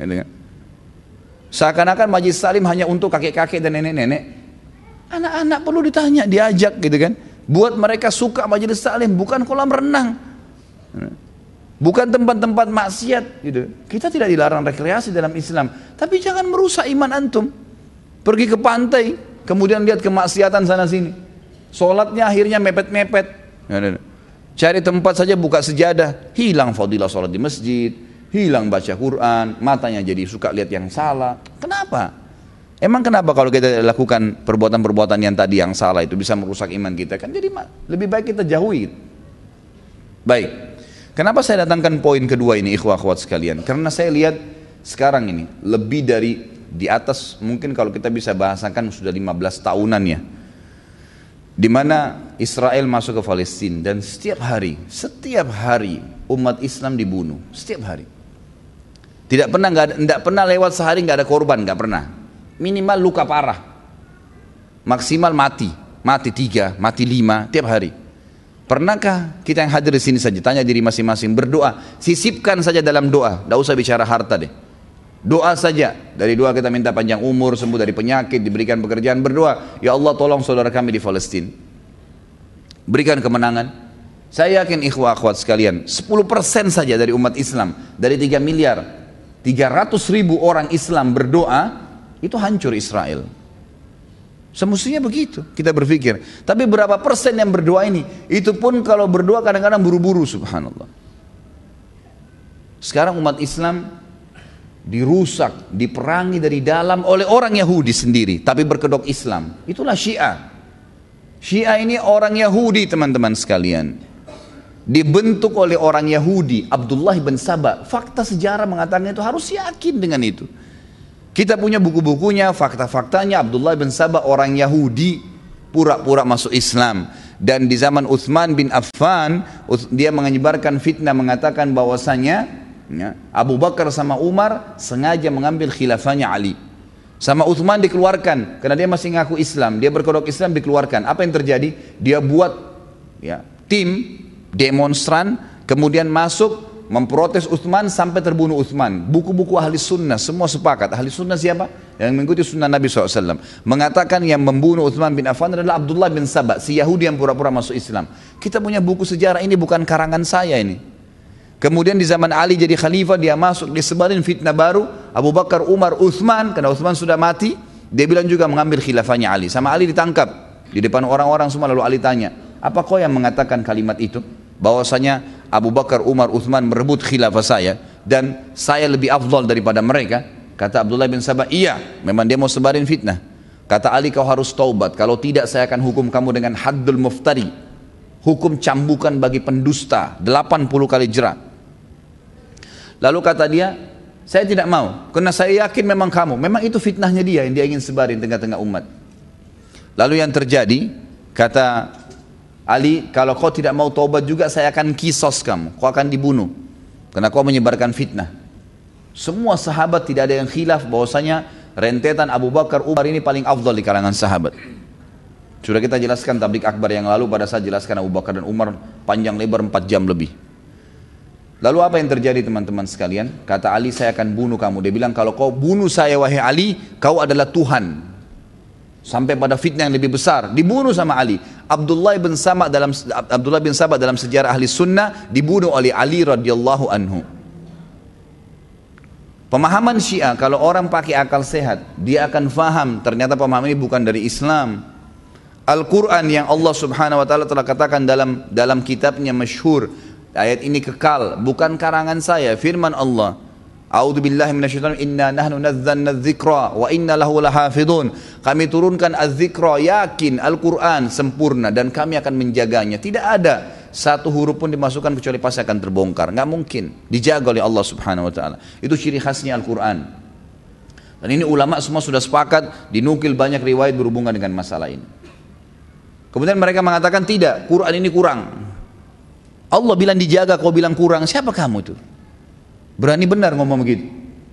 Seakan-akan majelis taklim hanya untuk kakek-kakek dan nenek-nenek. Anak-anak perlu ditanya, diajak gitu kan. Buat mereka suka majelis taklim, bukan kolam renang, bukan tempat-tempat maksiat gitu. Kita tidak dilarang rekreasi dalam Islam, tapi jangan merusak iman antum. Pergi ke pantai, kemudian lihat kemaksiatan sana sini. Sholatnya akhirnya mepet-mepet. Cari tempat saja buka sejadah, hilang fadilah sholat di masjid, hilang baca Quran, matanya jadi suka lihat yang salah. Kenapa? Emang kenapa kalau kita lakukan perbuatan-perbuatan yang tadi yang salah itu bisa merusak iman kita? Kan jadi lebih baik kita jauhi. Baik. Kenapa saya datangkan poin kedua ini ikhwah akhwat sekalian? Karena saya lihat sekarang ini lebih dari di atas, mungkin kalau kita bisa bahasakan sudah 15 tahunan ya, di mana Israel masuk ke Palestina dan setiap hari umat Islam dibunuh setiap hari. Tidak pernah lewat sehari nggak ada korban, nggak pernah. Minimal luka parah, maksimal mati 3, mati 5 tiap hari. Pernahkah kita yang hadir di sini saja tanya diri masing-masing, berdoa, sisipkan saja dalam doa, tidak usah bicara harta deh. Doa saja, dari doa kita minta panjang umur, sembuh dari penyakit, diberikan pekerjaan, berdoa, ya Allah tolong saudara kami di Palestina, berikan kemenangan. Saya yakin ikhwah akhwat sekalian, 10% saja dari umat Islam, dari 3 miliar 300.000 orang Islam berdoa, itu hancur Israel. Semestinya begitu kita berpikir. Tapi berapa persen yang berdoa ini? Itu pun kalau berdoa kadang-kadang buru-buru, subhanallah. Sekarang umat Islam dirusak, diperangi dari dalam oleh orang Yahudi sendiri, tapi berkedok Islam. Itulah Syiah. Syiah ini orang Yahudi teman-teman sekalian. Dibentuk oleh orang Yahudi, Abdullah bin Saba. Fakta sejarah mengatakan itu, harus yakin dengan itu. Kita punya buku-bukunya, fakta-faktanya. Abdullah bin Saba orang Yahudi, pura-pura masuk Islam. Dan di zaman Uthman bin Affan, dia menyebarkan fitnah mengatakan bahwasanya ya, Abu Bakar sama Umar sengaja mengambil khilafahnya Ali. Sama Uthman dikeluarkan karena dia masih ngaku Islam, dia berkedok Islam, dikeluarkan. Apa yang terjadi? Dia buat ya, tim demonstran, kemudian masuk memprotes Uthman sampai terbunuh Uthman. Buku-buku ahli sunnah semua sepakat. Ahli sunnah siapa? Yang mengikuti sunnah Nabi SAW, mengatakan yang membunuh Uthman bin Affan adalah Abdullah bin Saba, si Yahudi yang pura-pura masuk Islam. Kita punya buku sejarah, ini bukan karangan saya ini. Kemudian di zaman Ali jadi khalifah, dia masuk, disebarin fitnah baru. Abu Bakar, Umar, Uthman, karena Uthman sudah mati, dia bilang juga mengambil khilafahnya Ali. Sama Ali ditangkap di depan orang-orang semua, lalu Ali tanya, Apa kau yang mengatakan kalimat itu? Bahwasanya Abu Bakar, Umar, Uthman merebut khilafah saya dan saya lebih afdal daripada mereka. Kata Abdullah bin Sabah, iya, memang dia mau sebarin fitnah. Kata Ali, kau harus taubat, kalau tidak saya akan hukum kamu dengan haddul muftari, hukum cambukan bagi pendusta, 80 kali jerat. Lalu kata dia, saya tidak mau, karena saya yakin memang itu fitnahnya dia yang dia ingin sebarin tengah-tengah umat. Lalu yang terjadi, kata Ali, kalau kau tidak mau taubat juga saya akan kisos kamu, kau akan dibunuh karena kau menyebarkan fitnah. Semua sahabat tidak ada yang khilaf bahwasanya rentetan Abu Bakar, Umar ini paling afdal di kalangan sahabat. Sudah kita jelaskan tablik akbar yang lalu pada saat jelaskan Abu Bakar dan Umar panjang lebar 4 jam lebih. Lalu apa yang terjadi teman-teman sekalian? Kata Ali, saya akan bunuh kamu. Dia bilang, kalau kau bunuh saya wahai Ali, kau adalah Tuhan. Sampai pada fitnah yang lebih besar, dibunuh sama Ali. Abdullah bin Sabah dalam sejarah ahli sunnah dibunuh oleh Ali radhiyallahu anhu. Pemahaman Syiah, kalau orang pakai akal sehat, dia akan faham ternyata pemahaman ini bukan dari Islam. Al-Quran yang Allah subhanahu wa ta'ala telah katakan dalam kitabnya masyhur, ayat ini kekal, bukan karangan saya, firman Allah. A'udzubillahi minasyaitonir rajim. Inna nahnu nazzalna dzikra wa inna lahu lahafidun. Kami turunkan az-dzikra, yakin Al-Quran sempurna dan kami akan menjaganya. Tidak ada satu huruf pun dimasukkan kecuali pasti akan terbongkar. Nggak mungkin, dijaga oleh Allah subhanahu wa ta'ala. Itu ciri khasnya Al-Quran. Dan ini ulama semua sudah sepakat, dinukil banyak riwayat berhubungan dengan masalah ini. Kemudian mereka mengatakan tidak, Quran ini kurang. Allah bilang dijaga, kau bilang kurang, siapa kamu itu? Berani benar ngomong begitu.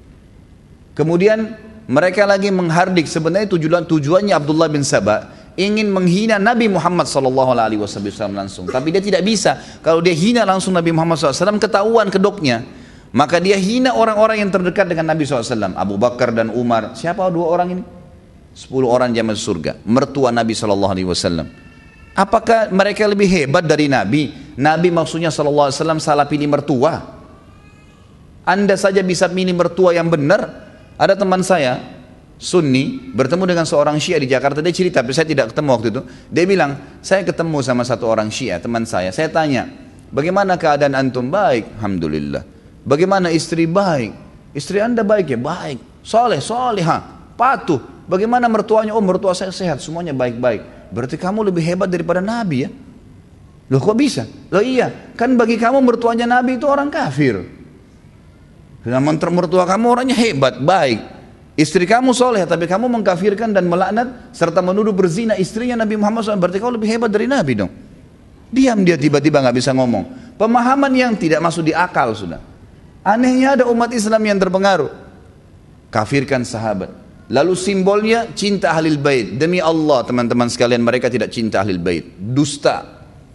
Kemudian mereka lagi menghardik, sebenarnya tujuannya Abdullah bin Sabah ingin menghina Nabi Muhammad SAW langsung. Tapi dia tidak bisa. Kalau dia hina langsung Nabi Muhammad SAW, ketahuan kedoknya. Maka dia hina orang-orang yang terdekat dengan Nabi SAW. Abu Bakar dan Umar. Siapa 2 orang ini? 10 orang jamaah surga. Mertua Nabi SAW. Apakah mereka lebih hebat dari Nabi? Nabi maksudnya SAW salah pilih mertua. Anda saja bisa pilih mertua yang benar. Ada teman saya Sunni bertemu dengan seorang Syiah di Jakarta. Dia cerita, tapi saya tidak ketemu waktu itu. Dia bilang, saya ketemu sama satu orang Syiah, teman saya. Saya tanya, bagaimana keadaan antum? Baik, alhamdulillah. Bagaimana istri? Baik. Istri anda baik ya? Baik. Soleh, soleha, patuh. Bagaimana mertuanya? Oh, mertua saya sehat, semuanya baik-baik. Berarti kamu lebih hebat daripada Nabi ya? Loh, kok bisa? Loh iya, kan bagi kamu mertuanya Nabi itu orang kafir. Dan mertua kamu orangnya hebat, baik. Istri kamu soleh, tapi kamu mengkafirkan dan melaknat serta menuduh berzina istrinya Nabi Muhammad SAW. Berarti kau lebih hebat dari Nabi dong. Diam dia, tiba-tiba nggak bisa ngomong. Pemahaman yang tidak masuk di akal sudah. Anehnya ada umat Islam yang terpengaruh, kafirkan sahabat. Lalu simbolnya cinta ahlul bait. Demi Allah teman-teman sekalian, mereka tidak cinta ahlul bait, dusta.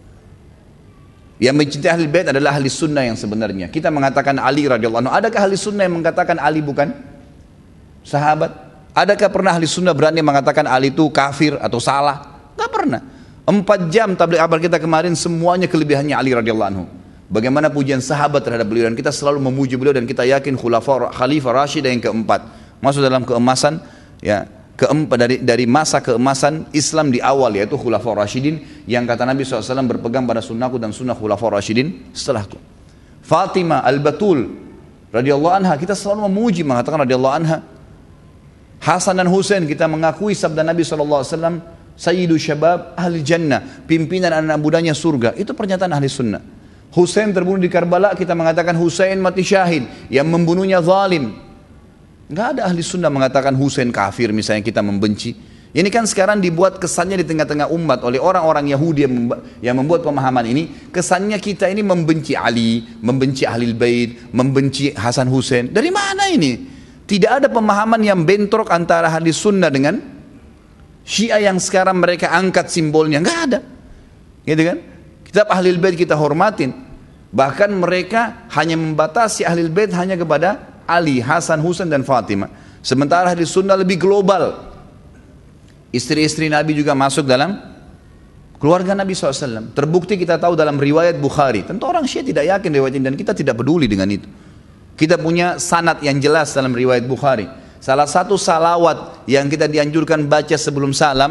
Yang mencintai ahli bait adalah ahli sunnah yang sebenarnya. Kita mengatakan Ali radhiyallahu anhu. Adakah ahli sunnah yang mengatakan Ali bukan sahabat? Adakah pernah ahli sunnah berani mengatakan Ali itu kafir atau salah? Gak pernah. 4 jam tabligh akbar kita kemarin semuanya kelebihannya Ali radhiyallahu anhu. Bagaimana pujian sahabat terhadap beliau, dan kita selalu memuji beliau, dan kita yakin khalifah Rasyid yang keempat masuk dalam keemasan ya. Dari masa keemasan Islam di awal, yaitu Khulafaur Rasyidin, yang kata Nabi SAW berpegang pada sunnahku dan sunnah Khulafaur Rasyidin setelahku. Fatimah Al-Batul radhiyallahu anha, kita selalu memuji, mengatakan radhiyallahu anha. Hasan dan Husain, kita mengakui sabda Nabi SAW, Sayyidu Syabab Ahli Jannah, pimpinan anak mudanya surga. Itu pernyataan ahli sunnah. Husain terbunuh di Karbala, kita mengatakan Husain mati syahid, yang membunuhnya zalim. Nggak ada ahli sunnah mengatakan Husain kafir misalnya, kita membenci. Ini kan sekarang dibuat kesannya di tengah-tengah umat oleh orang-orang Yahudi yang membuat pemahaman ini. Kesannya kita ini membenci Ali, membenci Ahlul Bait, membenci Hasan Husain. Dari mana ini? Tidak ada pemahaman yang bentrok antara ahli sunnah dengan Syiah yang sekarang mereka angkat simbolnya. Nggak ada, gitu kan? Kitab Ahlul Bait kita hormatin. Bahkan mereka hanya membatasi Ahlul Bait hanya kepada Ali, Hasan, Husain dan Fatimah. Sementara ahli sunnah lebih global. Istri-istri Nabi juga masuk dalam keluarga Nabi SAW. Terbukti kita tahu dalam riwayat Bukhari. Tentu orang Syiah tidak yakin riwayat ini, dan kita tidak peduli dengan itu. Kita punya sanad yang jelas dalam riwayat Bukhari. Salah satu salawat yang kita dianjurkan baca sebelum salam,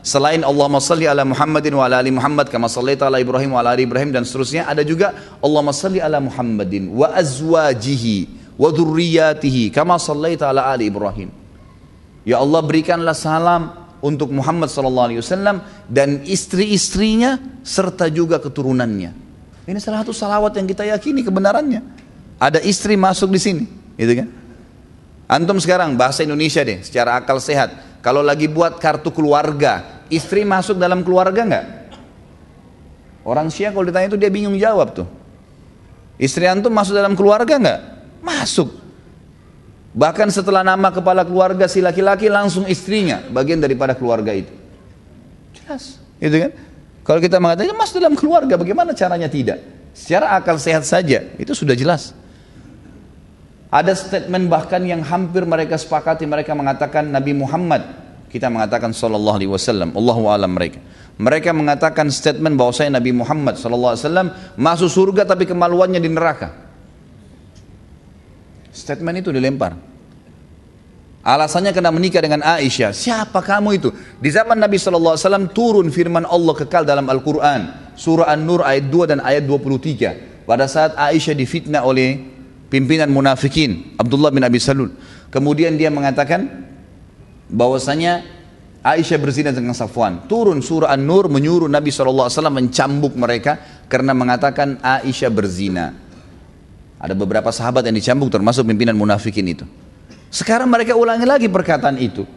Selain Allahumma salli ala Muhammadin wa ala ali Muhammad kama sallaita ala Ibrahim wa ala ali Ibrahim dan seterusnya, ada juga Allahumma salli ala Muhammadin wa azwajihi wa dhurriyyatihi kama sallaita ala ali Ibrahim. Ya Allah, berikanlah salam untuk Muhammad SAW dan istri-istrinya serta juga keturunannya. Ini salah satu salawat yang kita yakini kebenarannya. Ada istri masuk di sini, gitu kan? Antum sekarang bahasa Indonesia deh, secara akal sehat. Kalau lagi buat kartu keluarga, istri masuk dalam keluarga nggak? Orang Syiah kalau ditanya itu dia bingung jawab tuh. Istri antum masuk dalam keluarga nggak? Masuk. Bahkan setelah nama kepala keluarga si laki-laki langsung istrinya bagian daripada keluarga itu. Jelas, itu kan? Kalau kita mengatakan masuk dalam keluarga, bagaimana caranya tidak? Secara akal sehat saja, itu sudah jelas. Ada statement bahkan yang hampir mereka sepakati, mereka mengatakan Nabi Muhammad, kita mengatakan sallallahu alaihi wasallam, Allahu a'lam mereka. Mereka mengatakan statement bahwasanya Nabi Muhammad sallallahu alaihi wasallam masuk surga tapi kemaluannya di neraka. Statement itu dilempar. Alasannya karena menikah dengan Aisyah. Siapa kamu itu? Di zaman Nabi sallallahu alaihi wasallam turun firman Allah kekal dalam Al-Qur'an, surah An-Nur ayat 2 dan ayat 23. Pada saat Aisyah difitnah oleh pimpinan munafikin Abdullah bin Abi Salul, kemudian dia mengatakan bahwasanya Aisyah berzina dengan Safwan. Turun surah An-Nur menyuruh Nabi SAW mencambuk mereka karena mengatakan Aisyah berzina. Ada beberapa sahabat yang dicambuk termasuk pimpinan munafikin itu. Sekarang mereka ulangi lagi perkataan itu.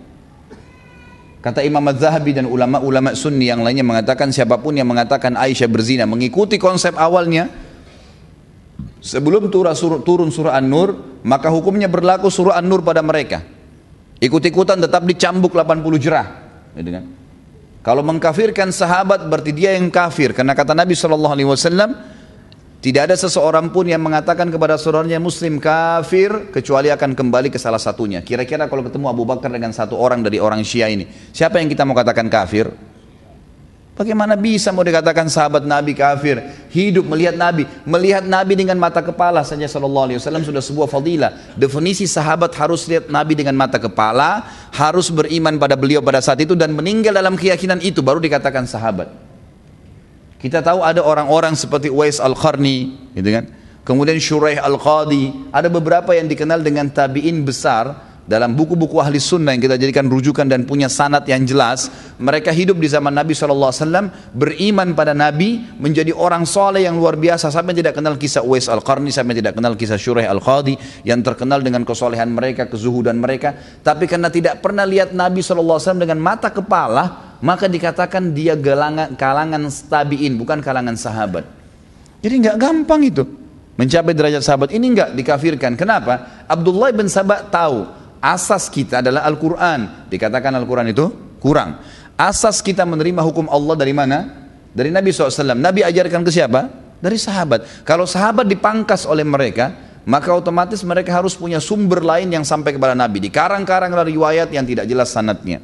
Kata Imam Az-Zahabi dan ulama-ulama sunni yang lainnya mengatakan siapapun yang mengatakan Aisyah berzina mengikuti konsep awalnya sebelum turun surah An-Nur, maka hukumnya berlaku surah An-Nur pada mereka. Ikut-ikutan tetap dicambuk 80 jerah. Gitu kan? Kalau mengkafirkan sahabat berarti dia yang kafir. Karena kata Nabi SAW, tidak ada seseorang pun yang mengatakan kepada saudaranya muslim kafir kecuali akan kembali ke salah satunya. Kira-kira kalau ketemu Abu Bakar dengan satu orang dari orang Syiah ini, siapa yang kita mau katakan kafir? Bagaimana bisa mau dikatakan sahabat Nabi kafir? Hidup melihat Nabi dengan mata kepala saja sallallahu alaihi wasallam sudah sebuah fadilah. Definisi sahabat harus lihat Nabi dengan mata kepala, harus beriman pada beliau pada saat itu dan meninggal dalam keyakinan itu baru dikatakan sahabat. Kita tahu ada orang-orang seperti Uwais Al-Qarni, gitu kan? Kemudian Shuraih Al-Qadi, ada beberapa yang dikenal dengan tabi'in besar. Dalam buku-buku ahli sunnah yang kita jadikan rujukan dan punya sanad yang jelas, mereka hidup di zaman Nabi SAW, beriman pada Nabi, menjadi orang soleh yang luar biasa, sampai tidak kenal kisah Uwais Al-Qarni, sampai tidak kenal kisah Shuraih Al-Qadi yang terkenal dengan kesolehan mereka, kezuhudan mereka. Tapi karena tidak pernah lihat Nabi SAW dengan mata kepala, maka dikatakan dia kalangan tabi'in, bukan kalangan sahabat. Jadi nggak gampang itu mencapai derajat sahabat. Ini nggak dikafirkan. Kenapa? Abdullah bin Sabah tahu asas kita adalah Al-Quran. Dikatakan Al-Quran itu kurang. Asas kita menerima hukum Allah dari mana? Dari Nabi SAW. Nabi ajarkan ke siapa? Dari sahabat. Kalau sahabat dipangkas oleh mereka, maka otomatis mereka harus punya sumber lain yang sampai kepada Nabi. Dikarang-karang riwayat yang tidak jelas sanadnya.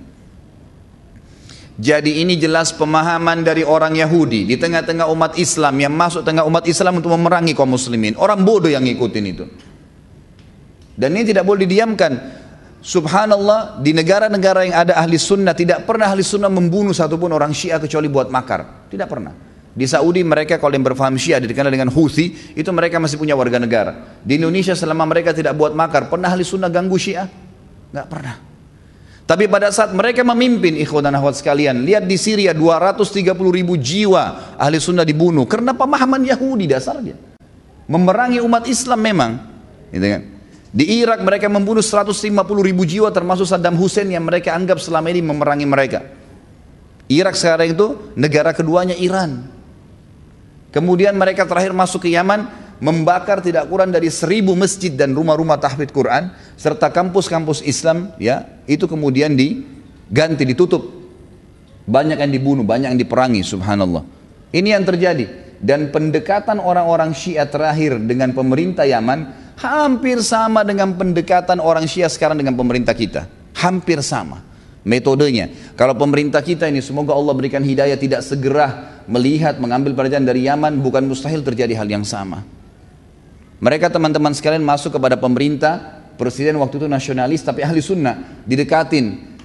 Jadi ini jelas pemahaman dari orang Yahudi di tengah-tengah umat Islam yang masuk tengah umat Islam untuk memerangi kaum muslimin. Orang bodoh yang ngikutin itu. Dan ini tidak boleh didiamkan. Subhanallah, di negara-negara yang ada ahli sunnah, tidak pernah ahli sunnah membunuh satupun orang Syiah kecuali buat makar. Tidak pernah. Di Saudi mereka kalau yang berfaham Syiah dikenal dengan Houthi, itu mereka masih punya warga negara. Di Indonesia selama mereka tidak buat makar, pernah ahli sunnah ganggu Syiah? Nggak pernah. Tapi pada saat mereka memimpin, ikhwan dan akhwat sekalian, lihat di Syria 230.000 jiwa ahli sunnah dibunuh karena pemahaman Yahudi dasarnya. Memerangi umat Islam memang, gitu kan? Di Irak mereka membunuh 150.000 jiwa termasuk Saddam Hussein yang mereka anggap selama ini memerangi mereka. Irak sekarang itu negara keduanya Iran. Kemudian mereka terakhir masuk ke Yaman, membakar tidak kurang dari 1.000 masjid dan rumah-rumah tahfidz Quran serta kampus-kampus Islam, ya, itu kemudian diganti, ditutup. Banyak yang dibunuh, banyak yang diperangi, subhanallah. Ini yang terjadi. Dan pendekatan orang-orang Syiah terakhir dengan pemerintah Yaman hampir sama dengan pendekatan orang Syiah sekarang dengan pemerintah kita. Hampir sama metodenya. Kalau pemerintah kita ini, semoga Allah berikan hidayah, tidak segera melihat, mengambil pelajaran dari Yaman, bukan mustahil terjadi hal yang sama. Mereka teman-teman sekalian masuk kepada pemerintah, presiden waktu itu nasionalis tapi ahli sunnah, didekatin.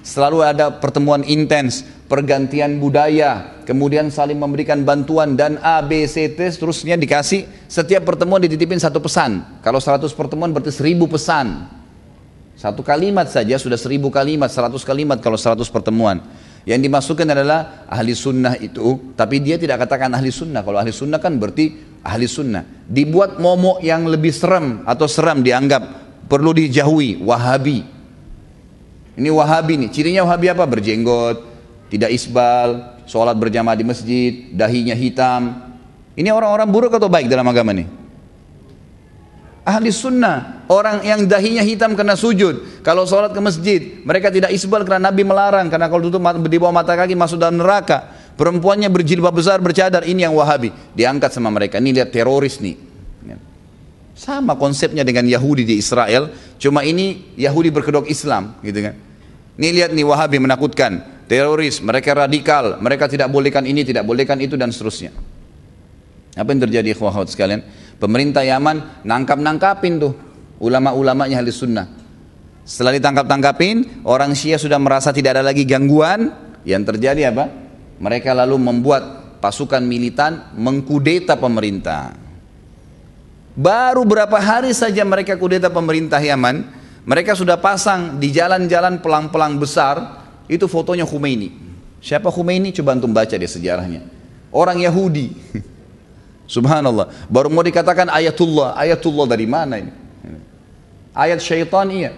selalu ada pertemuan intens, pergantian budaya, kemudian saling memberikan bantuan dan A, B, C, T, seterusnya dikasih. Setiap pertemuan dititipin satu pesan. Kalau 100 pertemuan berarti 1000 pesan. Satu kalimat saja sudah 1000 kalimat, 100 kalimat kalau 100 pertemuan. Yang dimasukkan adalah ahli sunnah itu, tapi dia tidak katakan ahli sunnah. Kalau ahli sunnah kan berarti ahli sunnah. Dibuat momok yang lebih serem atau seram dianggap perlu dijauhi, Wahabi. Ini Wahabi nih, cirinya Wahabi apa? Berjenggot, tidak isbal, sholat berjamaah di masjid, dahinya hitam. Ini orang-orang buruk atau baik dalam agama nih? Ahli sunnah, orang yang dahinya hitam karena sujud. Kalau sholat ke masjid, mereka tidak isbal karena Nabi melarang. Karena kalau tutup di bawah mata kaki masuk dalam neraka. Perempuannya berjilbab besar, bercadar, ini yang Wahabi. Diangkat sama mereka, ini lihat teroris nih. Sama konsepnya dengan Yahudi di Israel, cuma ini Yahudi berkedok Islam, gitu kan. Ini lihat nih Wahabi menakutkan, teroris, mereka radikal, mereka tidak bolehkan ini, tidak bolehkan itu dan seterusnya. Apa yang terjadi ikhwah sekalian? Pemerintah Yaman nangkapin tuh ulama-ulamanya ahli sunnah. Setelah ditangkap-tangkapin, orang Syiah sudah merasa tidak ada lagi gangguan. Yang terjadi apa? Mereka lalu membuat pasukan militan mengkudeta pemerintah. Baru berapa hari saja mereka kudeta pemerintah Yaman, mereka sudah pasang di jalan-jalan pelang-pelang besar, itu fotonya Khomeini. Siapa Khomeini? Coba antum baca di sejarahnya. Orang Yahudi. Subhanallah. Baru mau dikatakan ayatullah. Ayatullah dari mana ini? Ayat syaitan iya.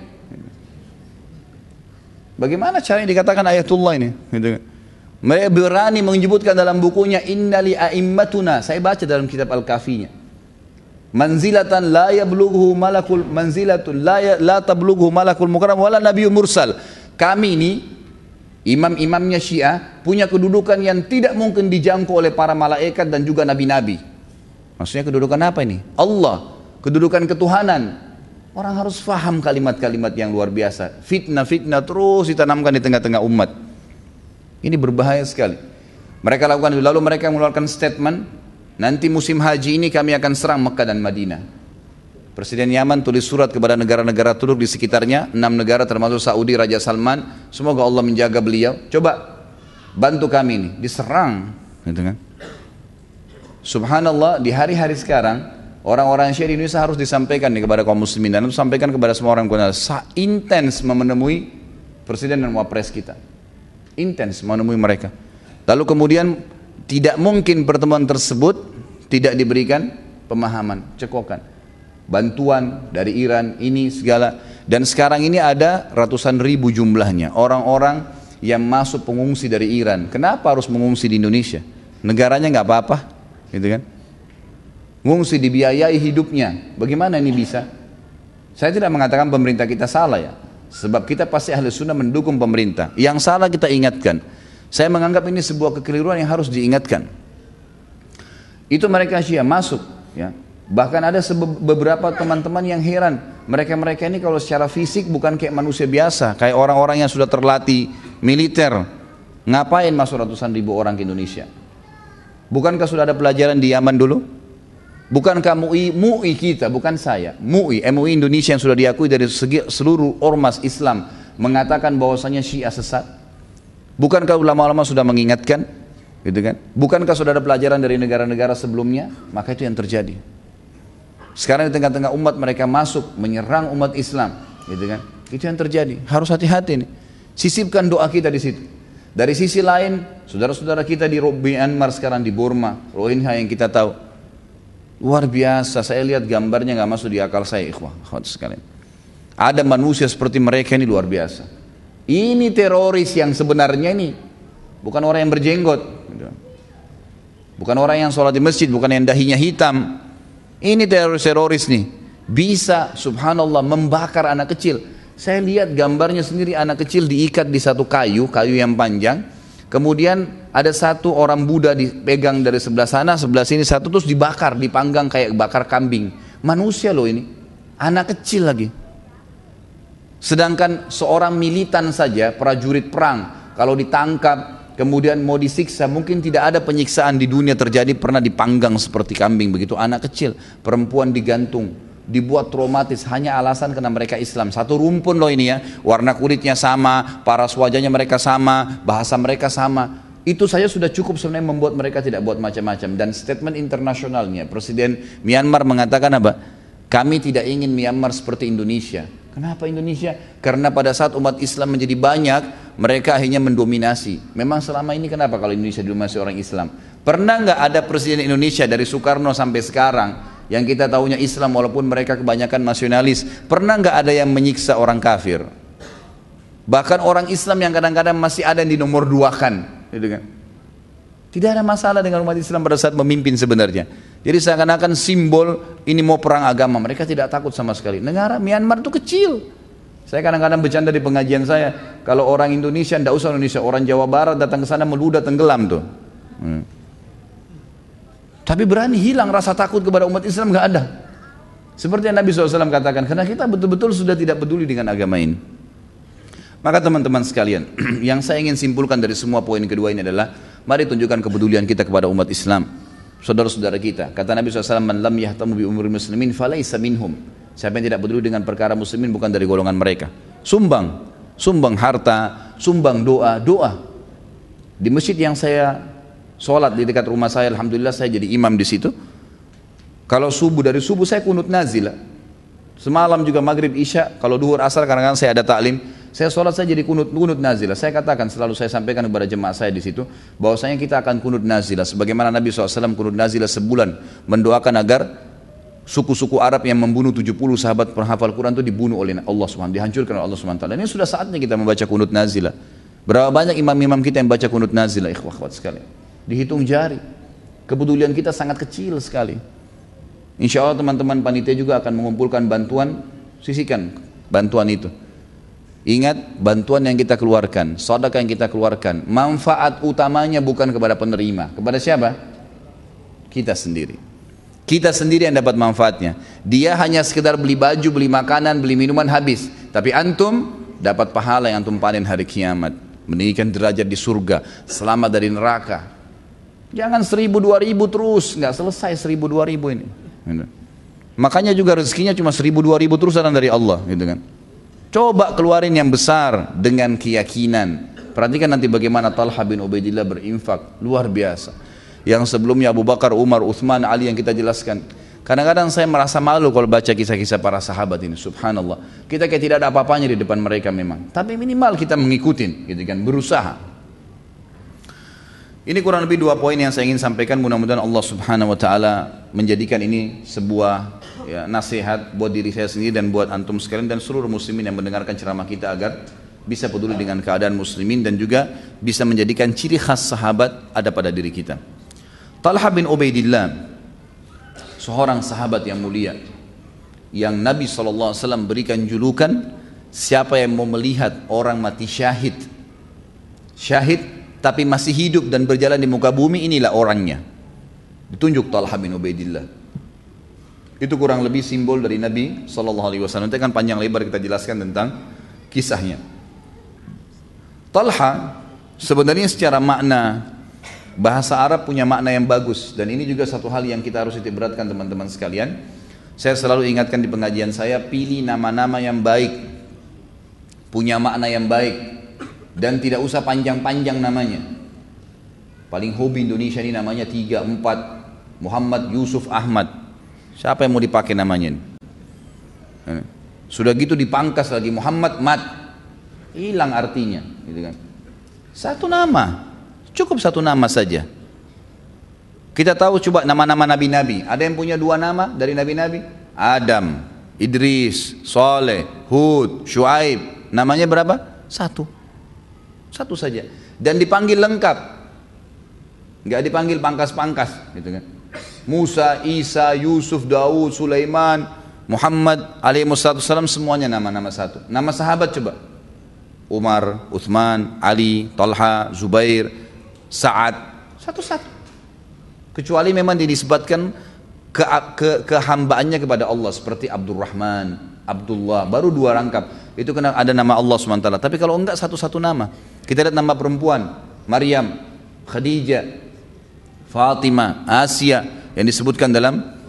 Bagaimana caranya dikatakan ayatullah ini? Mereka berani menyebutkan dalam bukunya Innali a'immatuna. Saya baca dalam kitab Al-Kafinya. Manzilatan la yablughu malakul manzilatun la tablughu malakul mukarram wala nabiyyun mursal. Kami ini imam-imamnya Syiah punya kedudukan yang tidak mungkin dijangkau oleh para malaikat dan juga nabi-nabi. Maksudnya kedudukan apa ini? Allah, kedudukan ketuhanan. Orang harus faham kalimat-kalimat yang luar biasa. Fitnah-fitnah terus ditanamkan di tengah-tengah umat. Ini berbahaya sekali. Mereka lakukan, lalu mereka mengeluarkan statement, nanti musim haji ini kami akan serang Mekah dan Madinah. Presiden Yaman tulis surat kepada negara-negara Turk di sekitarnya, 6 negara termasuk Saudi, Raja Salman, semoga Allah menjaga beliau. Coba bantu kami ini, diserang, gitu kan? Subhanallah, di hari-hari sekarang orang-orang Syiah di Indonesia harus disampaikan nih kepada kaum muslimin dan harus disampaikan kepada semua orang intens menemui presiden dan wapres kita. Intens menemui mereka. Lalu kemudian tidak mungkin pertemuan tersebut tidak diberikan pemahaman, cekokan, bantuan dari Iran, ini segala. Dan sekarang ini ada ratusan ribu jumlahnya orang-orang yang masuk pengungsi dari Iran. Kenapa harus mengungsi di Indonesia? Negaranya nggak apa-apa, gitu kan? Mengungsi dibiayai hidupnya. Bagaimana ini bisa? Saya tidak mengatakan pemerintah kita salah ya, sebab kita pasti ahli sunnah mendukung pemerintah. Yang salah kita ingatkan. Saya menganggap ini sebuah kekeliruan yang harus diingatkan. Itu mereka Syiah masuk, ya. Bahkan ada beberapa teman-teman yang heran. Mereka ini kalau secara fisik bukan kayak manusia biasa, kayak orang-orang yang sudah terlatih militer. Ngapain masuk ratusan ribu orang ke Indonesia? Bukankah sudah ada pelajaran di Yaman dulu? Bukankah MUI kita, bukan saya, MUI Indonesia yang sudah diakui dari seluruh ormas Islam mengatakan bahwasanya Syiah sesat? Bukankah ulama-ulama sudah mengingatkan, gitu kan? Bukankah sudah ada pelajaran dari negara-negara sebelumnya? Maka itu yang terjadi. Sekarang di tengah-tengah umat mereka masuk menyerang umat Islam, gitu kan? Itu yang terjadi. Harus hati-hati nih. Sisipkan doa kita di situ. Dari sisi lain, saudara-saudara kita di Myanmar sekarang, di Burma, Rohingya yang kita tahu, luar biasa. Saya lihat gambarnya nggak masuk di akal saya, ikhwah sekalian. Ada manusia seperti mereka ini luar biasa. Ini teroris yang sebenarnya ini, bukan orang yang berjenggot, bukan orang yang sholat di masjid, bukan yang dahinya hitam. Ini teroris nih, bisa subhanallah membakar anak kecil. Saya lihat gambarnya sendiri, anak kecil diikat di satu kayu yang panjang. Kemudian ada satu orang Buddha dipegang dari sebelah sana, sebelah sini satu, terus dibakar, dipanggang kayak bakar kambing. Manusia loh ini, anak kecil lagi. Sedangkan seorang militan saja, prajurit perang, kalau ditangkap, kemudian mau disiksa, mungkin tidak ada penyiksaan di dunia terjadi pernah dipanggang seperti kambing begitu. Anak kecil, perempuan digantung, dibuat traumatis hanya alasan karena mereka Islam. Satu rumpun loh ini ya, warna kulitnya sama, paras wajahnya mereka sama, bahasa mereka sama. Itu saja sudah cukup sebenarnya membuat mereka tidak buat macam-macam. Dan statement internasionalnya, Presiden Myanmar mengatakan apa? Kami tidak ingin Myanmar seperti Indonesia. Kenapa Indonesia? Karena pada saat umat Islam menjadi banyak, mereka akhirnya mendominasi. Memang selama ini kenapa kalau Indonesia didominasi orang Islam? Pernah nggak ada Presiden Indonesia dari Soekarno sampai sekarang yang kita tahunya Islam walaupun mereka kebanyakan nasionalis, pernah nggak ada yang menyiksa orang kafir? Bahkan orang Islam yang kadang-kadang masih ada yang di nomor 2 kan, gitu kan? Tidak ada masalah dengan umat Islam pada saat memimpin sebenarnya. Jadi seakan-akan simbol ini mau perang agama, mereka tidak takut sama sekali. Negara Myanmar itu kecil. Saya kadang-kadang bercanda di pengajian saya, kalau orang Indonesia, tidak usah Indonesia, orang Jawa Barat datang ke sana meludah tenggelam tuh. Tapi berani hilang rasa takut kepada umat Islam, nggak ada. Seperti yang Nabi SAW katakan, karena kita betul-betul sudah tidak peduli dengan agama ini. Maka teman-teman sekalian, yang saya ingin simpulkan dari semua poin kedua ini adalah, mari tunjukkan kepedulian kita kepada umat Islam, saudara-saudara kita. Kata Nabi SAW, man lam yahtamu bi umuri muslimin falaysa minhum. Siapa yang tidak peduli dengan perkara muslimin bukan dari golongan mereka. Sumbang harta, sumbang doa. Di masjid yang saya sholat di dekat rumah saya, alhamdulillah saya jadi imam di situ. Kalau dari subuh saya kunut nazilah. Semalam juga maghrib isya, kalau duhur asar kadang-kadang saya ada taklim, saya sholat saya jadi kunut nazilah. Saya katakan, selalu saya sampaikan kepada jemaah saya di situ, bahwasanya kita akan kunut nazilah sebagaimana Nabi SAW kunut nazilah sebulan, mendoakan agar suku-suku Arab yang membunuh 70 sahabat penghafal Quran itu dibunuh oleh Allah SWT, dihancurkan oleh Allah SWT. Ini sudah saatnya kita membaca kunut nazilah. Berapa banyak imam-imam kita yang baca kunut nazilah, ikhwah-ikhwat sekalian. Dihitung jari. Kepedulian kita sangat kecil sekali. Insya Allah teman-teman panitia juga akan mengumpulkan bantuan, sisihkan bantuan itu. Ingat, bantuan yang kita keluarkan, sedekah yang kita keluarkan, manfaat utamanya bukan kepada penerima. Kepada siapa? Kita sendiri. Kita sendiri yang dapat manfaatnya. Dia hanya sekedar beli baju, beli makanan, beli minuman habis. Tapi antum dapat pahala yang antum panen hari kiamat. Meninggikan derajat di surga, selamat dari neraka. Jangan 1000-2000 terus, nggak selesai 1000-2000 ini. Makanya juga rezekinya cuma 1000-2000 terus datang dari Allah, gitu kan. Coba keluarin yang besar dengan keyakinan. Perhatikan nanti bagaimana Talha bin Ubaidillah berinfak, luar biasa. Yang sebelumnya Abu Bakar, Umar, Uthman, Ali yang kita jelaskan. Kadang-kadang saya merasa malu kalau baca kisah-kisah para sahabat ini, subhanallah. Kita kayak tidak ada apa-apanya di depan mereka memang. Tapi minimal kita mengikutin, gitu kan, berusaha. Ini kurang lebih 2 poin yang saya ingin sampaikan. Mudah-mudahan Allah Subhanahu wa taala menjadikan ini sebuah nasihat buat diri saya sendiri dan buat antum sekalian dan seluruh muslimin yang mendengarkan ceramah kita agar bisa peduli dengan keadaan muslimin dan juga bisa menjadikan ciri khas sahabat ada pada diri kita. Talha bin Ubaidillah, seorang sahabat yang mulia yang Nabi SAW berikan julukan, siapa yang mau melihat orang mati syahid tapi masih hidup dan berjalan di muka bumi, inilah orangnya. Ditunjuk Talha bin Ubaidillah. Itu kurang lebih simbol dari Nabi SAW. Nanti akan panjang lebar kita jelaskan tentang kisahnya. Talha sebenarnya secara makna bahasa Arab punya makna yang bagus, dan ini juga satu hal yang kita harus titik beratkan teman-teman sekalian. Saya selalu ingatkan di pengajian saya, pilih nama-nama yang baik, punya makna yang baik, dan tidak usah panjang-panjang namanya. Paling hobi Indonesia ini namanya 3, 4, Muhammad, Yusuf, Ahmad. Siapa yang mau dipakai namanya ini? Sudah gitu dipangkas lagi Muhammad, Mat, hilang artinya, gitu kan. Satu nama, cukup satu nama saja. Kita tahu coba nama-nama nabi-nabi. Ada yang punya 2 nama dari nabi-nabi? Adam, Idris, Saleh, Hud, Syuaib. Namanya berapa? 1. Satu saja, dan dipanggil lengkap, nggak dipanggil pangkas-pangkas, gitu kan. Musa, Isa, Yusuf, Daud, Sulaiman, Muhammad alaihissalam, semuanya nama-nama satu. Nama sahabat coba, Umar, Uthman, Ali, Talha, Zubair, Sa'ad, satu-satu. Kecuali memang dinisbatkan kehambaannya kepada Allah, seperti Abdurrahman, Abdullah, baru 2 rangkap. Itu kena ada nama Allah SWT. Tapi kalau enggak satu-satu nama. Kita lihat nama perempuan, Maryam, Khadijah, Fatimah, Asia yang disebutkan dalam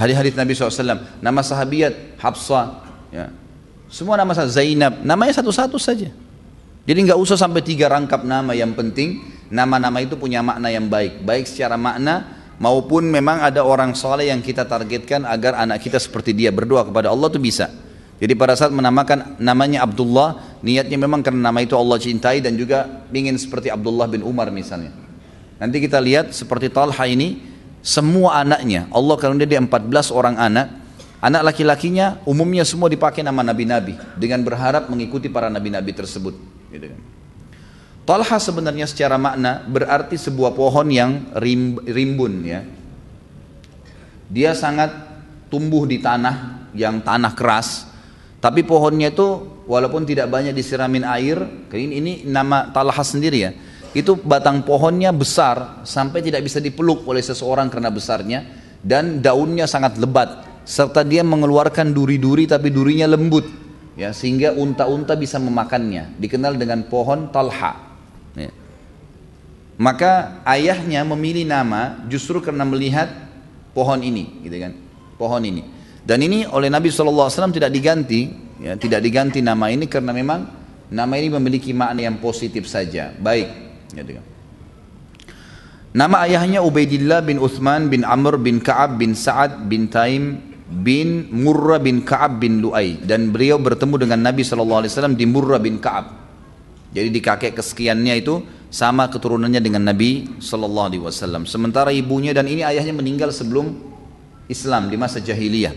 Hadis-hadis Nabi SAW, nama sahabiat Hafsah, ya. Semua nama Zainab, namanya satu-satu saja. Jadi nggak usah sampai 3 rangkap nama. Yang penting nama-nama itu punya makna yang baik, baik secara makna maupun memang ada orang soleh yang kita targetkan agar anak kita seperti dia, berdoa kepada Allah tuh bisa. Jadi pada saat menamakan namanya Abdullah, niatnya memang karena nama itu Allah cintai dan juga ingin seperti Abdullah bin Umar misalnya. Nanti kita lihat seperti Talha ini, semua anaknya Allah karuniai dia 14 orang anak. Anak laki-lakinya umumnya semua dipakai nama nabi-nabi dengan berharap mengikuti para nabi-nabi tersebut. Gitu kan. Talha sebenarnya secara makna berarti sebuah pohon yang rimbun, ya. Dia sangat tumbuh di tanah yang tanah keras, tapi pohonnya itu walaupun tidak banyak disiramin air, ini nama Talha sendiri ya. Itu batang pohonnya besar sampai tidak bisa dipeluk oleh seseorang karena besarnya, dan daunnya sangat lebat. Serta dia mengeluarkan duri-duri tapi durinya lembut, ya, sehingga unta-unta bisa memakannya. Dikenal dengan pohon Talha, ya. Maka ayahnya memilih nama justru karena melihat pohon ini, gitu kan, pohon ini. Dan ini oleh Nabi SAW tidak diganti, ya, tidak diganti nama ini karena memang nama ini memiliki makna yang positif saja, baik, gitu kan. Nama ayahnya Ubaidillah bin Uthman bin Amr bin Ka'ab bin Sa'ad bin Taim bin Murrah bin Ka'ab bin Lu'ay, dan beliau bertemu dengan Nabi SAW di Murrah bin Ka'ab. Jadi di kakek kesekiannya itu sama keturunannya dengan Nabi SAW. Sementara ibunya dan ini ayahnya meninggal sebelum Islam di masa jahiliyah.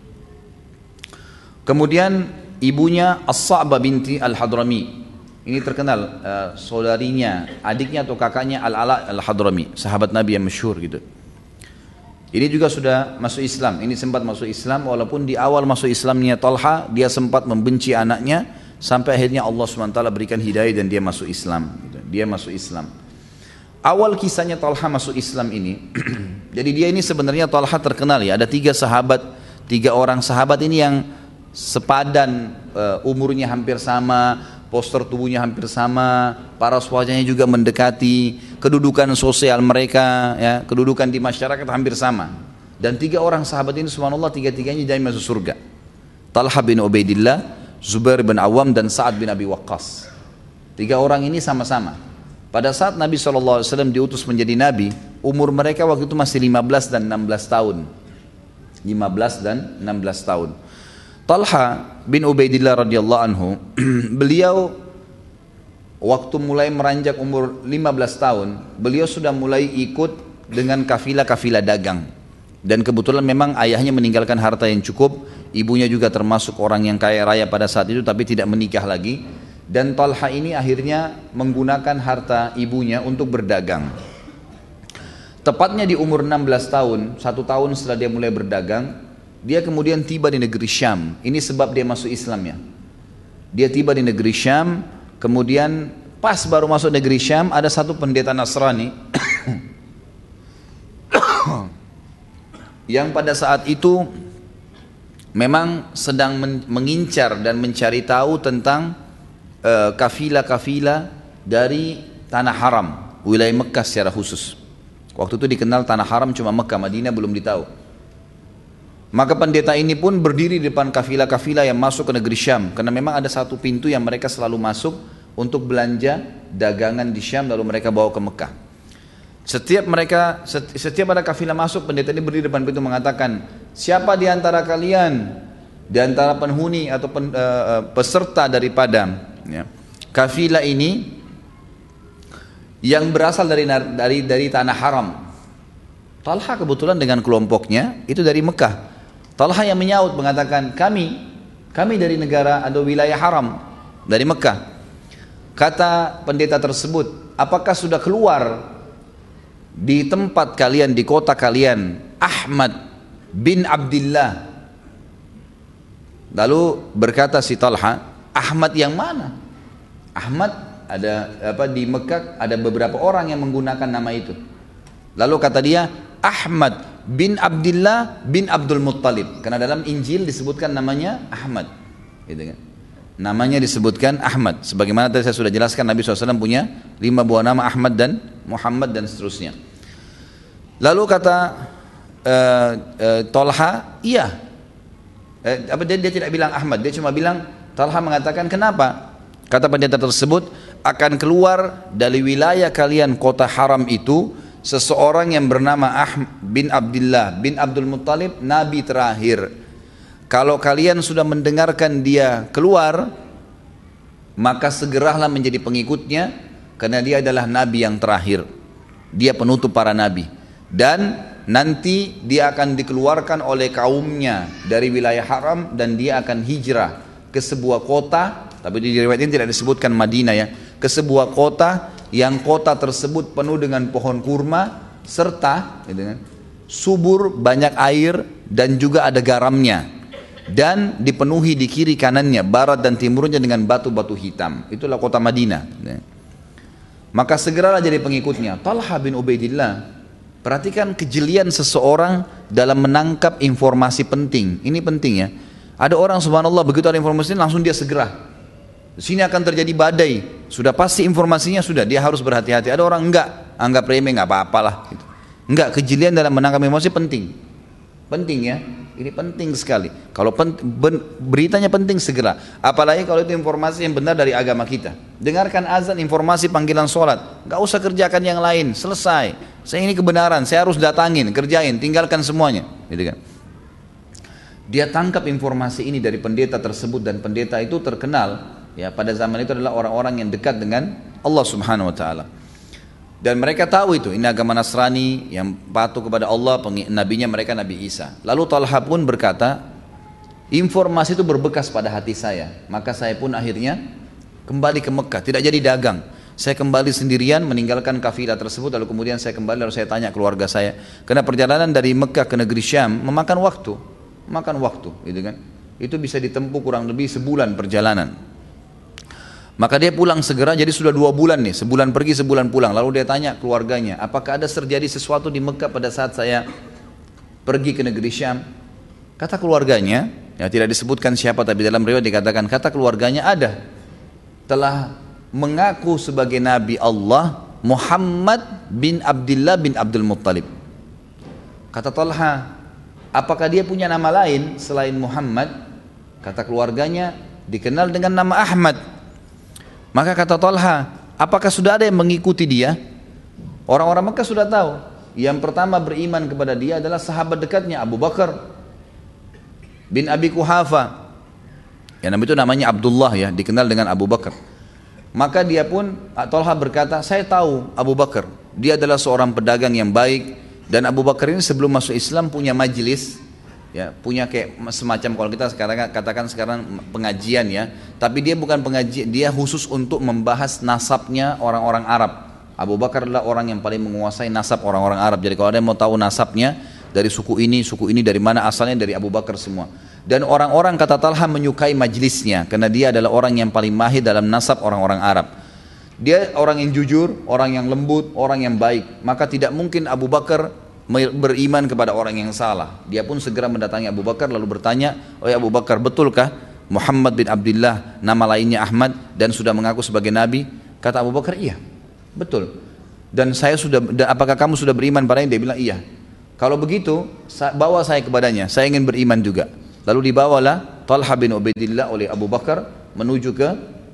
Kemudian ibunya As-Sa'bah binti Al-Hadrami. Ini terkenal, saudarinya, adiknya atau kakaknya Al-Ala Al-Hadrami, sahabat Nabi yang masyhur gitu. Ini juga sudah masuk Islam, ini sempat masuk Islam, walaupun di awal masuk Islamnya Talha, dia sempat membenci anaknya, sampai akhirnya Allah SWT berikan hidayah dan dia masuk Islam. Dia masuk Islam. Awal kisahnya Talha masuk Islam ini, jadi dia ini sebenarnya Talha terkenal ya, ada 3 sahabat, 3 orang sahabat ini yang sepadan, umurnya hampir sama, postur tubuhnya hampir sama, paras wajahnya juga mendekati, kedudukan sosial mereka, ya, kedudukan di masyarakat hampir sama. Dan 3 orang sahabat ini subhanallah, 3-tiganya jadi masuk surga. Talha bin Ubaidillah, Zubair bin Awam, dan Sa'ad bin Abi Waqqas. 3 orang ini sama-sama. Pada saat Nabi SAW diutus menjadi Nabi, umur mereka waktu itu masih 15 dan 16 tahun. 15 dan 16 tahun. Talha bin Ubaidillah radhiyallahu anhu, beliau waktu mulai meranjak umur 15 tahun, beliau sudah mulai ikut dengan kafilah-kafilah dagang. Dan kebetulan memang ayahnya meninggalkan harta yang cukup, ibunya juga termasuk orang yang kaya raya pada saat itu tapi tidak menikah lagi. Dan Talha ini akhirnya menggunakan harta ibunya untuk berdagang. Tepatnya di umur 16 tahun, 1 tahun setelah dia mulai berdagang, dia kemudian tiba di negeri Syam. Ini sebab dia masuk Islam ya. Dia tiba di negeri Syam, kemudian pas baru masuk negeri Syam ada satu pendeta Nasrani yang pada saat itu memang sedang mengincar dan mencari tahu tentang kafilah-kafilah dari tanah haram, wilayah Mekah secara khusus. Waktu itu dikenal tanah haram cuma Mekah, Madinah belum ditahu. Maka pendeta ini pun berdiri di depan kafilah-kafilah yang masuk ke negeri Syam, karena memang ada satu pintu yang mereka selalu masuk untuk belanja dagangan di Syam lalu mereka bawa ke Mekah. Setiap ada kafilah masuk, pendeta ini berdiri di depan pintu mengatakan, siapa di antara kalian, di antara penghuni atau peserta daripada kafilah ini yang berasal dari tanah haram. Talha kebetulan dengan kelompoknya itu dari Mekah. Talha yang menyaut mengatakan, kami dari negara atau wilayah haram, dari Mekah. Kata pendeta tersebut, apakah sudah keluar di tempat kalian, di kota kalian, Ahmad bin Abdillah? Lalu berkata si Talha, Ahmad yang mana? Ahmad di Mekah ada beberapa orang yang menggunakan nama itu. Lalu kata dia, Ahmad bin Abdillah bin Abdul Muttalib, karena dalam Injil disebutkan namanya Ahmad, gitu kan? Namanya disebutkan Ahmad. Sebagaimana tadi saya sudah jelaskan, Nabi SAW punya 5 buah nama, Ahmad dan Muhammad dan seterusnya. Lalu kata Talha, iya. Dia tidak bilang Ahmad, dia cuma bilang Talha mengatakan kenapa? Kata pendeta tersebut, akan keluar dari wilayah kalian kota haram itu seseorang yang bernama Ahmad bin Abdullah bin Abdul Muttalib, nabi terakhir. Kalau kalian sudah mendengarkan dia keluar, maka segeralah menjadi pengikutnya, karena dia adalah nabi yang terakhir. Dia penutup para nabi. Dan nanti dia akan dikeluarkan oleh kaumnya dari wilayah haram dan dia akan hijrah ke sebuah kota, tapi di riwayat ini tidak disebutkan Madinah ya, ke sebuah kota yang kota tersebut penuh dengan pohon kurma serta gitu kan, subur, banyak air dan juga ada garamnya, dan dipenuhi di kiri kanannya, barat dan timurnya dengan batu-batu hitam. Itulah kota Madinah. Maka segeralah jadi pengikutnya. Talha bin Ubaidillah, perhatikan kejelian seseorang dalam menangkap informasi penting. Ini penting ya. Ada orang subhanallah begitu ada informasi ini langsung dia segera. Di sini akan terjadi badai. Sudah pasti informasinya sudah, dia harus berhati-hati. Ada orang enggak, anggap remeh, enggak apa-apalah gitu. Enggak, kejelian dalam menangkap informasi penting. Penting ya. Ini penting sekali. Kalau beritanya penting segera. Apalagi kalau itu informasi yang benar dari agama kita. Dengarkan azan, informasi panggilan sholat. Gak usah kerjakan yang lain. Selesai. Saya ini kebenaran. Saya harus datangin, kerjain, tinggalkan semuanya. Gitu kan. Dia tangkap informasi ini dari pendeta tersebut, dan pendeta itu terkenal ya pada zaman itu adalah orang-orang yang dekat dengan Allah Subhanahu Wa Taala. Dan mereka tahu itu, ini agama Nasrani yang patuh kepada Allah, nabinya mereka Nabi Isa. Lalu Talha pun berkata, informasi itu berbekas pada hati saya, maka saya pun akhirnya kembali ke Mekah, tidak jadi dagang. Saya kembali sendirian meninggalkan kafilah tersebut, lalu kemudian saya kembali, lalu saya tanya keluarga saya. Karena perjalanan dari Mekah ke negeri Syam memakan waktu, gitu kan. Itu bisa ditempuh kurang lebih sebulan perjalanan. Maka dia pulang segera, jadi sudah 2 bulan nih, sebulan pergi sebulan pulang. Lalu dia tanya keluarganya, apakah ada terjadi sesuatu di Mekah pada saat saya pergi ke negeri Syam? Kata keluarganya, ya tidak disebutkan siapa, tapi dalam riwayat dikatakan, kata keluarganya ada, telah mengaku sebagai Nabi Allah Muhammad bin Abdullah bin Abdul Muttalib. Kata Talha, apakah dia punya nama lain selain Muhammad? Kata keluarganya, dikenal dengan nama Ahmad. Maka kata Talha, apakah sudah ada yang mengikuti dia? Orang-orang Mekah sudah tahu. Yang pertama beriman kepada dia adalah sahabat dekatnya Abu Bakar bin Abi Quhafa. Yang nama itu namanya Abdullah ya, dikenal dengan Abu Bakar. Maka dia pun, Talha berkata, saya tahu Abu Bakar. Dia adalah seorang pedagang yang baik. Dan Abu Bakar ini sebelum masuk Islam punya majelis, ya, punya kayak semacam kalau kita sekarang katakan sekarang pengajian ya, tapi dia bukan pengajian, dia khusus untuk membahas nasabnya orang-orang Arab. Abu Bakar adalah orang yang paling menguasai nasab orang-orang Arab. Jadi kalau ada yang mau tahu nasabnya dari suku ini dari mana asalnya, dari Abu Bakar semua. Dan orang-orang kata Talha menyukai majlisnya karena dia adalah orang yang paling mahir dalam nasab orang-orang Arab. Dia orang yang jujur, orang yang lembut, orang yang baik. Maka tidak mungkin Abu Bakar beriman kepada orang yang salah. Dia pun segera mendatangi Abu Bakar lalu bertanya, oh ya Abu Bakar, betulkah Muhammad bin Abdullah nama lainnya Ahmad dan sudah mengaku sebagai Nabi? Kata Abu Bakar, iya betul. Dan apakah kamu sudah beriman padanya? Dia bilang iya. Kalau begitu bawa saya kepadanya, saya ingin beriman juga. Lalu dibawalah Talha bin Ubaidillah oleh Abu Bakar menuju ke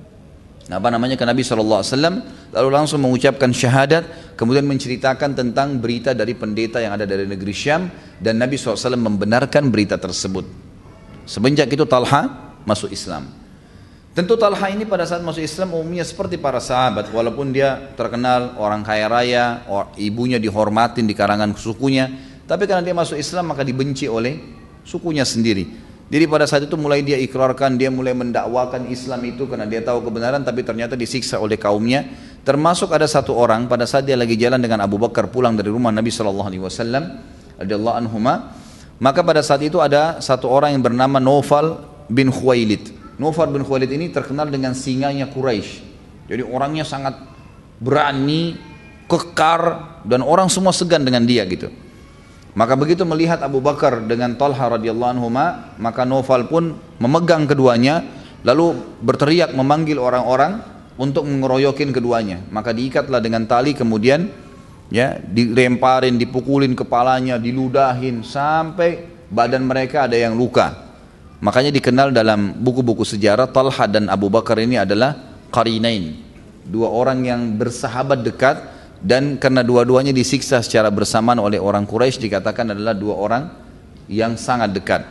ke Nabi SAW, lalu langsung mengucapkan syahadat, kemudian menceritakan tentang berita dari pendeta yang ada dari negeri Syam, dan Nabi SAW membenarkan berita tersebut. Semenjak itu Talha masuk Islam. Tentu Talha ini pada saat masuk Islam umumnya seperti para sahabat, walaupun dia terkenal orang kaya raya, ibunya dihormatin di kalangan sukunya, tapi karena dia masuk Islam maka dibenci oleh sukunya sendiri. Jadi pada saat itu mulai dia ikrarkan, dia mulai mendakwakan Islam itu karena dia tahu kebenaran, tapi ternyata disiksa oleh kaumnya. Termasuk ada satu orang pada saat dia lagi jalan dengan Abu Bakar pulang dari rumah Nabi SAW, radhiyallahu anhuma, maka pada saat itu ada satu orang yang bernama Naufal bin Khuwailid. Naufal bin Khuwailid ini terkenal dengan singanya Quraisy. Jadi orangnya sangat berani, kekar, dan orang semua segan dengan dia gitu. Maka begitu melihat Abu Bakar dengan Talha radhiyallahu anhuma, maka Naufal pun memegang keduanya, lalu berteriak memanggil orang-orang untuk mengeroyokin keduanya. Maka diikatlah dengan tali, kemudian Ya, dilemparin, dipukulin kepalanya, diludahin sampai badan mereka ada yang luka. Makanya dikenal dalam buku-buku sejarah Talha dan Abu Bakar ini adalah qarinain, dua orang yang bersahabat dekat, dan karena dua-duanya disiksa secara bersamaan oleh orang Quraisy dikatakan adalah dua orang yang sangat dekat.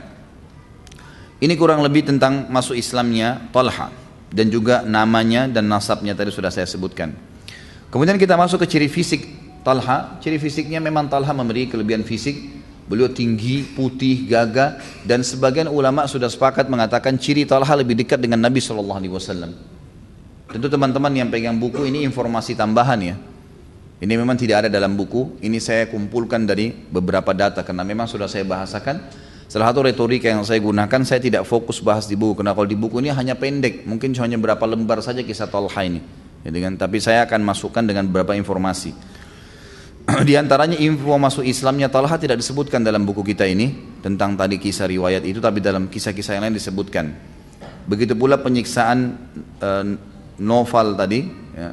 Ini kurang lebih tentang masuk Islamnya Talha dan juga namanya dan nasabnya tadi sudah saya sebutkan. Kemudian kita masuk ke ciri fisik Talha. Ciri fisiknya memang Talha memiliki kelebihan fisik. Beliau tinggi, putih, gagah, dan sebagian ulama sudah sepakat mengatakan ciri Talha lebih dekat dengan Nabi SAW. Tentu teman-teman yang pegang buku ini informasi tambahan ya. Ini memang tidak ada dalam buku. Ini saya kumpulkan dari beberapa data karena memang sudah saya bahasakan. Salah satu retorika yang saya gunakan, saya tidak fokus bahas di buku karena kalau di buku ini hanya pendek, mungkin hanya berapa lembar saja kisah Talha ini. Tapi saya akan masukkan dengan beberapa informasi. Di antaranya info masuk Islamnya Talha tidak disebutkan dalam buku kita ini tentang tadi kisah riwayat itu, tapi dalam kisah-kisah yang lain disebutkan. Begitu pula penyiksaan Naufal tadi ya,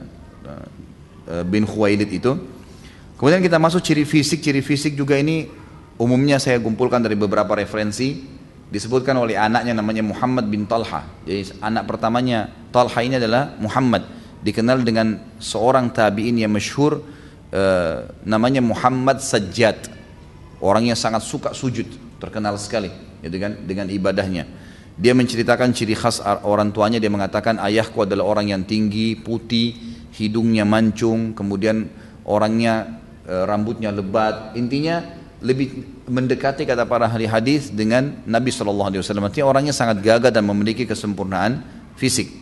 bin Khuwailid itu. Kemudian kita masuk ciri fisik juga ini umumnya saya kumpulkan dari beberapa referensi. Disebutkan oleh anaknya namanya Muhammad bin Talha. Jadi anak pertamanya Talha ini adalah Muhammad, dikenal dengan seorang tabi'in yang masyhur namanya Muhammad Sajjad, orang yang sangat suka sujud, terkenal sekali dengan ibadahnya. Dia menceritakan ciri khas orang tuanya. Dia mengatakan ayahku adalah orang yang tinggi, putih, hidungnya mancung, kemudian orangnya rambutnya lebat. Intinya lebih mendekati kata para ahli hadis dengan Nabi SAW. Artinya orangnya sangat gagah dan memiliki kesempurnaan fisik.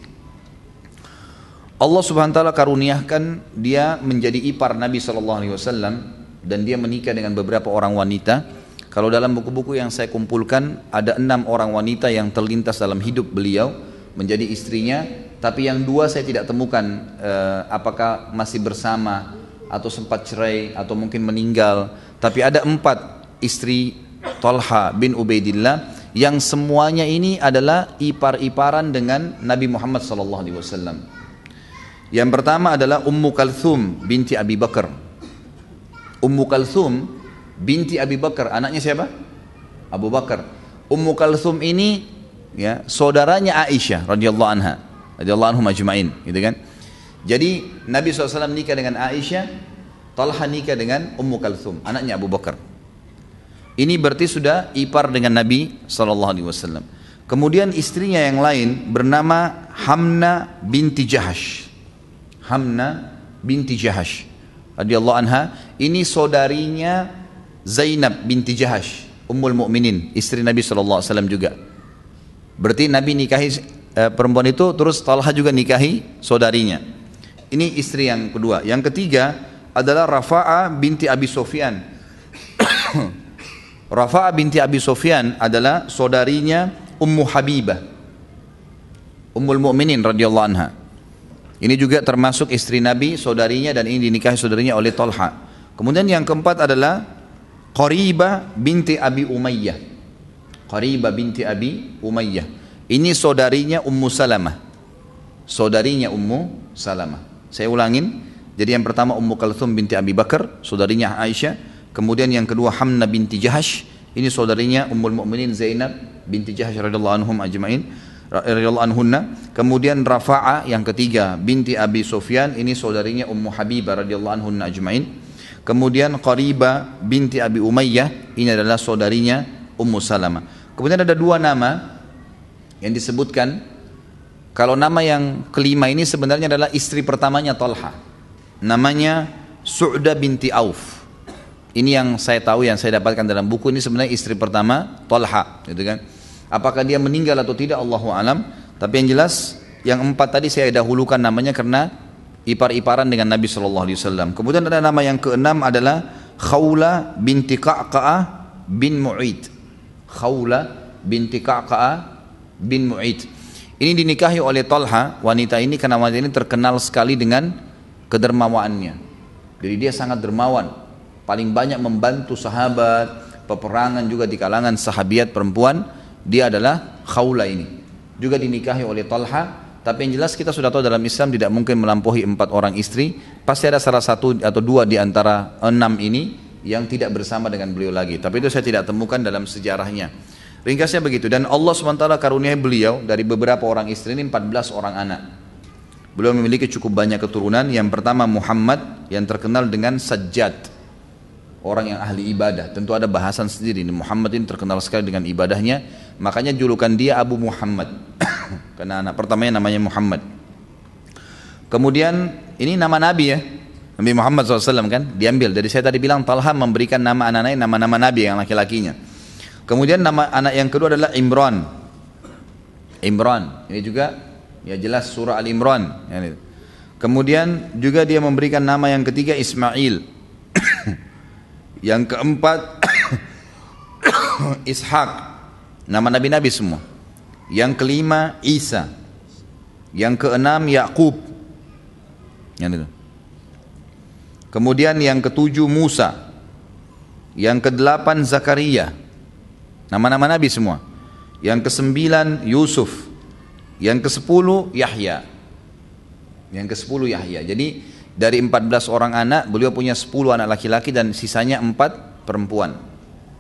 Allah Subhanahu wa taala karuniakan dia menjadi ipar Nabi SAW dan dia menikah dengan beberapa orang wanita. Kalau dalam buku-buku yang saya kumpulkan ada 6 orang wanita yang terlintas dalam hidup beliau menjadi istrinya, tapi yang 2 saya tidak temukan apakah masih bersama atau sempat cerai atau mungkin meninggal. Tapi ada 4 istri Talha bin Ubaidillah yang semuanya ini adalah ipar-iparan dengan Nabi Muhammad SAW. Yang pertama adalah Ummu Kalthum binti Abi Bakar. Ummu Kalthum binti Abi Bakar, anaknya siapa? Abu Bakar. Ummu Kalthum ini ya saudaranya Aisyah radhiyallahu anha, radhiyallahu anhum ajma'in, gitu kan. Jadi Nabi SAW nikah dengan Aisyah, Talha nikah dengan Ummu Kalthum, anaknya Abu Bakar. Ini berarti sudah ipar dengan Nabi SAW. Kemudian istrinya yang lain bernama Hamna binti Jahash. Hamna binti Jahash radhiyallahu anha, ini saudarinya Zainab binti Jahash, Ummul Mukminin, istri Nabi SAW juga. Berarti Nabi nikahi perempuan itu, terus Talha juga nikahi saudarinya. Ini istri yang kedua. Yang ketiga adalah Rafa'ah binti Abi Sufyan. Rafa'ah binti Abi Sufyan adalah saudarinya Ummu Habibah, Ummul Mukminin radhiyallahu anha. Ini juga termasuk istri Nabi, saudarinya, dan ini dinikahi saudarinya oleh Talha. Kemudian yang keempat adalah Qaribah binti Abi Umayyah. Qaribah binti Abi Umayyah. Ini saudarinya Ummu Salamah. Saudarinya Ummu Salamah. Saya ulangin. Jadi yang pertama Ummu Kalthum binti Abi Bakar, saudarinya Aisyah. Kemudian yang kedua Hamna binti Jahash. Ini saudarinya Ummul Mukminin Zainab binti Jahash radhiyallahu anhum ajma'in. Radhiyallahu anhunna. Kemudian Rafa'ah yang ketiga binti Abi Sufyan, ini saudarinya Ummu Habibah radhiyallahu anhunna ajma'in. Kemudian Qaribah binti Abi Umayyah, ini adalah saudarinya Ummu Salamah. Kemudian ada 2 nama yang disebutkan. Kalau nama yang kelima ini sebenarnya adalah istri pertamanya Talha, namanya Su'da binti Auf. Ini yang saya tahu, yang saya dapatkan dalam buku, ini sebenarnya istri pertama Talha, gitu kan. Apakah dia meninggal atau tidak Allahu alam. Tapi yang jelas yang 4 tadi saya dahulukan namanya karena ipar-iparan dengan Nabi SAW. Kemudian ada nama yang keenam adalah Khawla binti Qa'qa'ah bin Mu'id. Khawla binti Qa'qa'ah bin Mu'id. Ini dinikahi oleh Talha. Wanita ini, karena wanita ini terkenal sekali dengan kedermawaannya. Jadi dia sangat dermawan, paling banyak membantu sahabat, peperangan juga di kalangan sahabiat perempuan. Dia adalah Khawla ini. Juga dinikahi oleh Talha. Tapi yang jelas kita sudah tahu dalam Islam tidak mungkin melampaui 4 orang istri. Pasti ada salah satu atau 2 di antara 6 ini yang tidak bersama dengan beliau lagi. Tapi itu saya tidak temukan dalam sejarahnya. Ringkasnya begitu. Dan Allah SWT karuniai beliau dari beberapa orang istri ini 14 orang anak. Beliau memiliki cukup banyak keturunan. Yang pertama Muhammad yang terkenal dengan Sajjad, orang yang ahli ibadah. Tentu ada bahasan sendiri. Muhammad ini terkenal sekali dengan ibadahnya. Makanya julukan dia Abu Muhammad. Karena anak pertamanya namanya Muhammad. Kemudian ini nama Nabi ya, Nabi Muhammad SAW kan diambil. Dari saya tadi bilang Talha memberikan nama anak-anaknya nama-nama Nabi yang laki-lakinya. Kemudian nama anak yang kedua adalah Imran. Imran ini juga ya jelas surah Al-Imran. Kemudian juga dia memberikan nama yang ketiga Ismail. Yang keempat Ishak, nama nabi-nabi semua. Yang kelima Isa. Yang keenam Yakub. Kemudian yang ketujuh Musa. Yang kedelapan Zakaria. Nama-nama nabi semua. Yang kesembilan Yusuf. Yang kesepuluh Yahya. Yang kesepuluh Yahya. Jadi dari 14 orang anak, beliau punya 10 anak laki-laki dan sisanya 4 perempuan.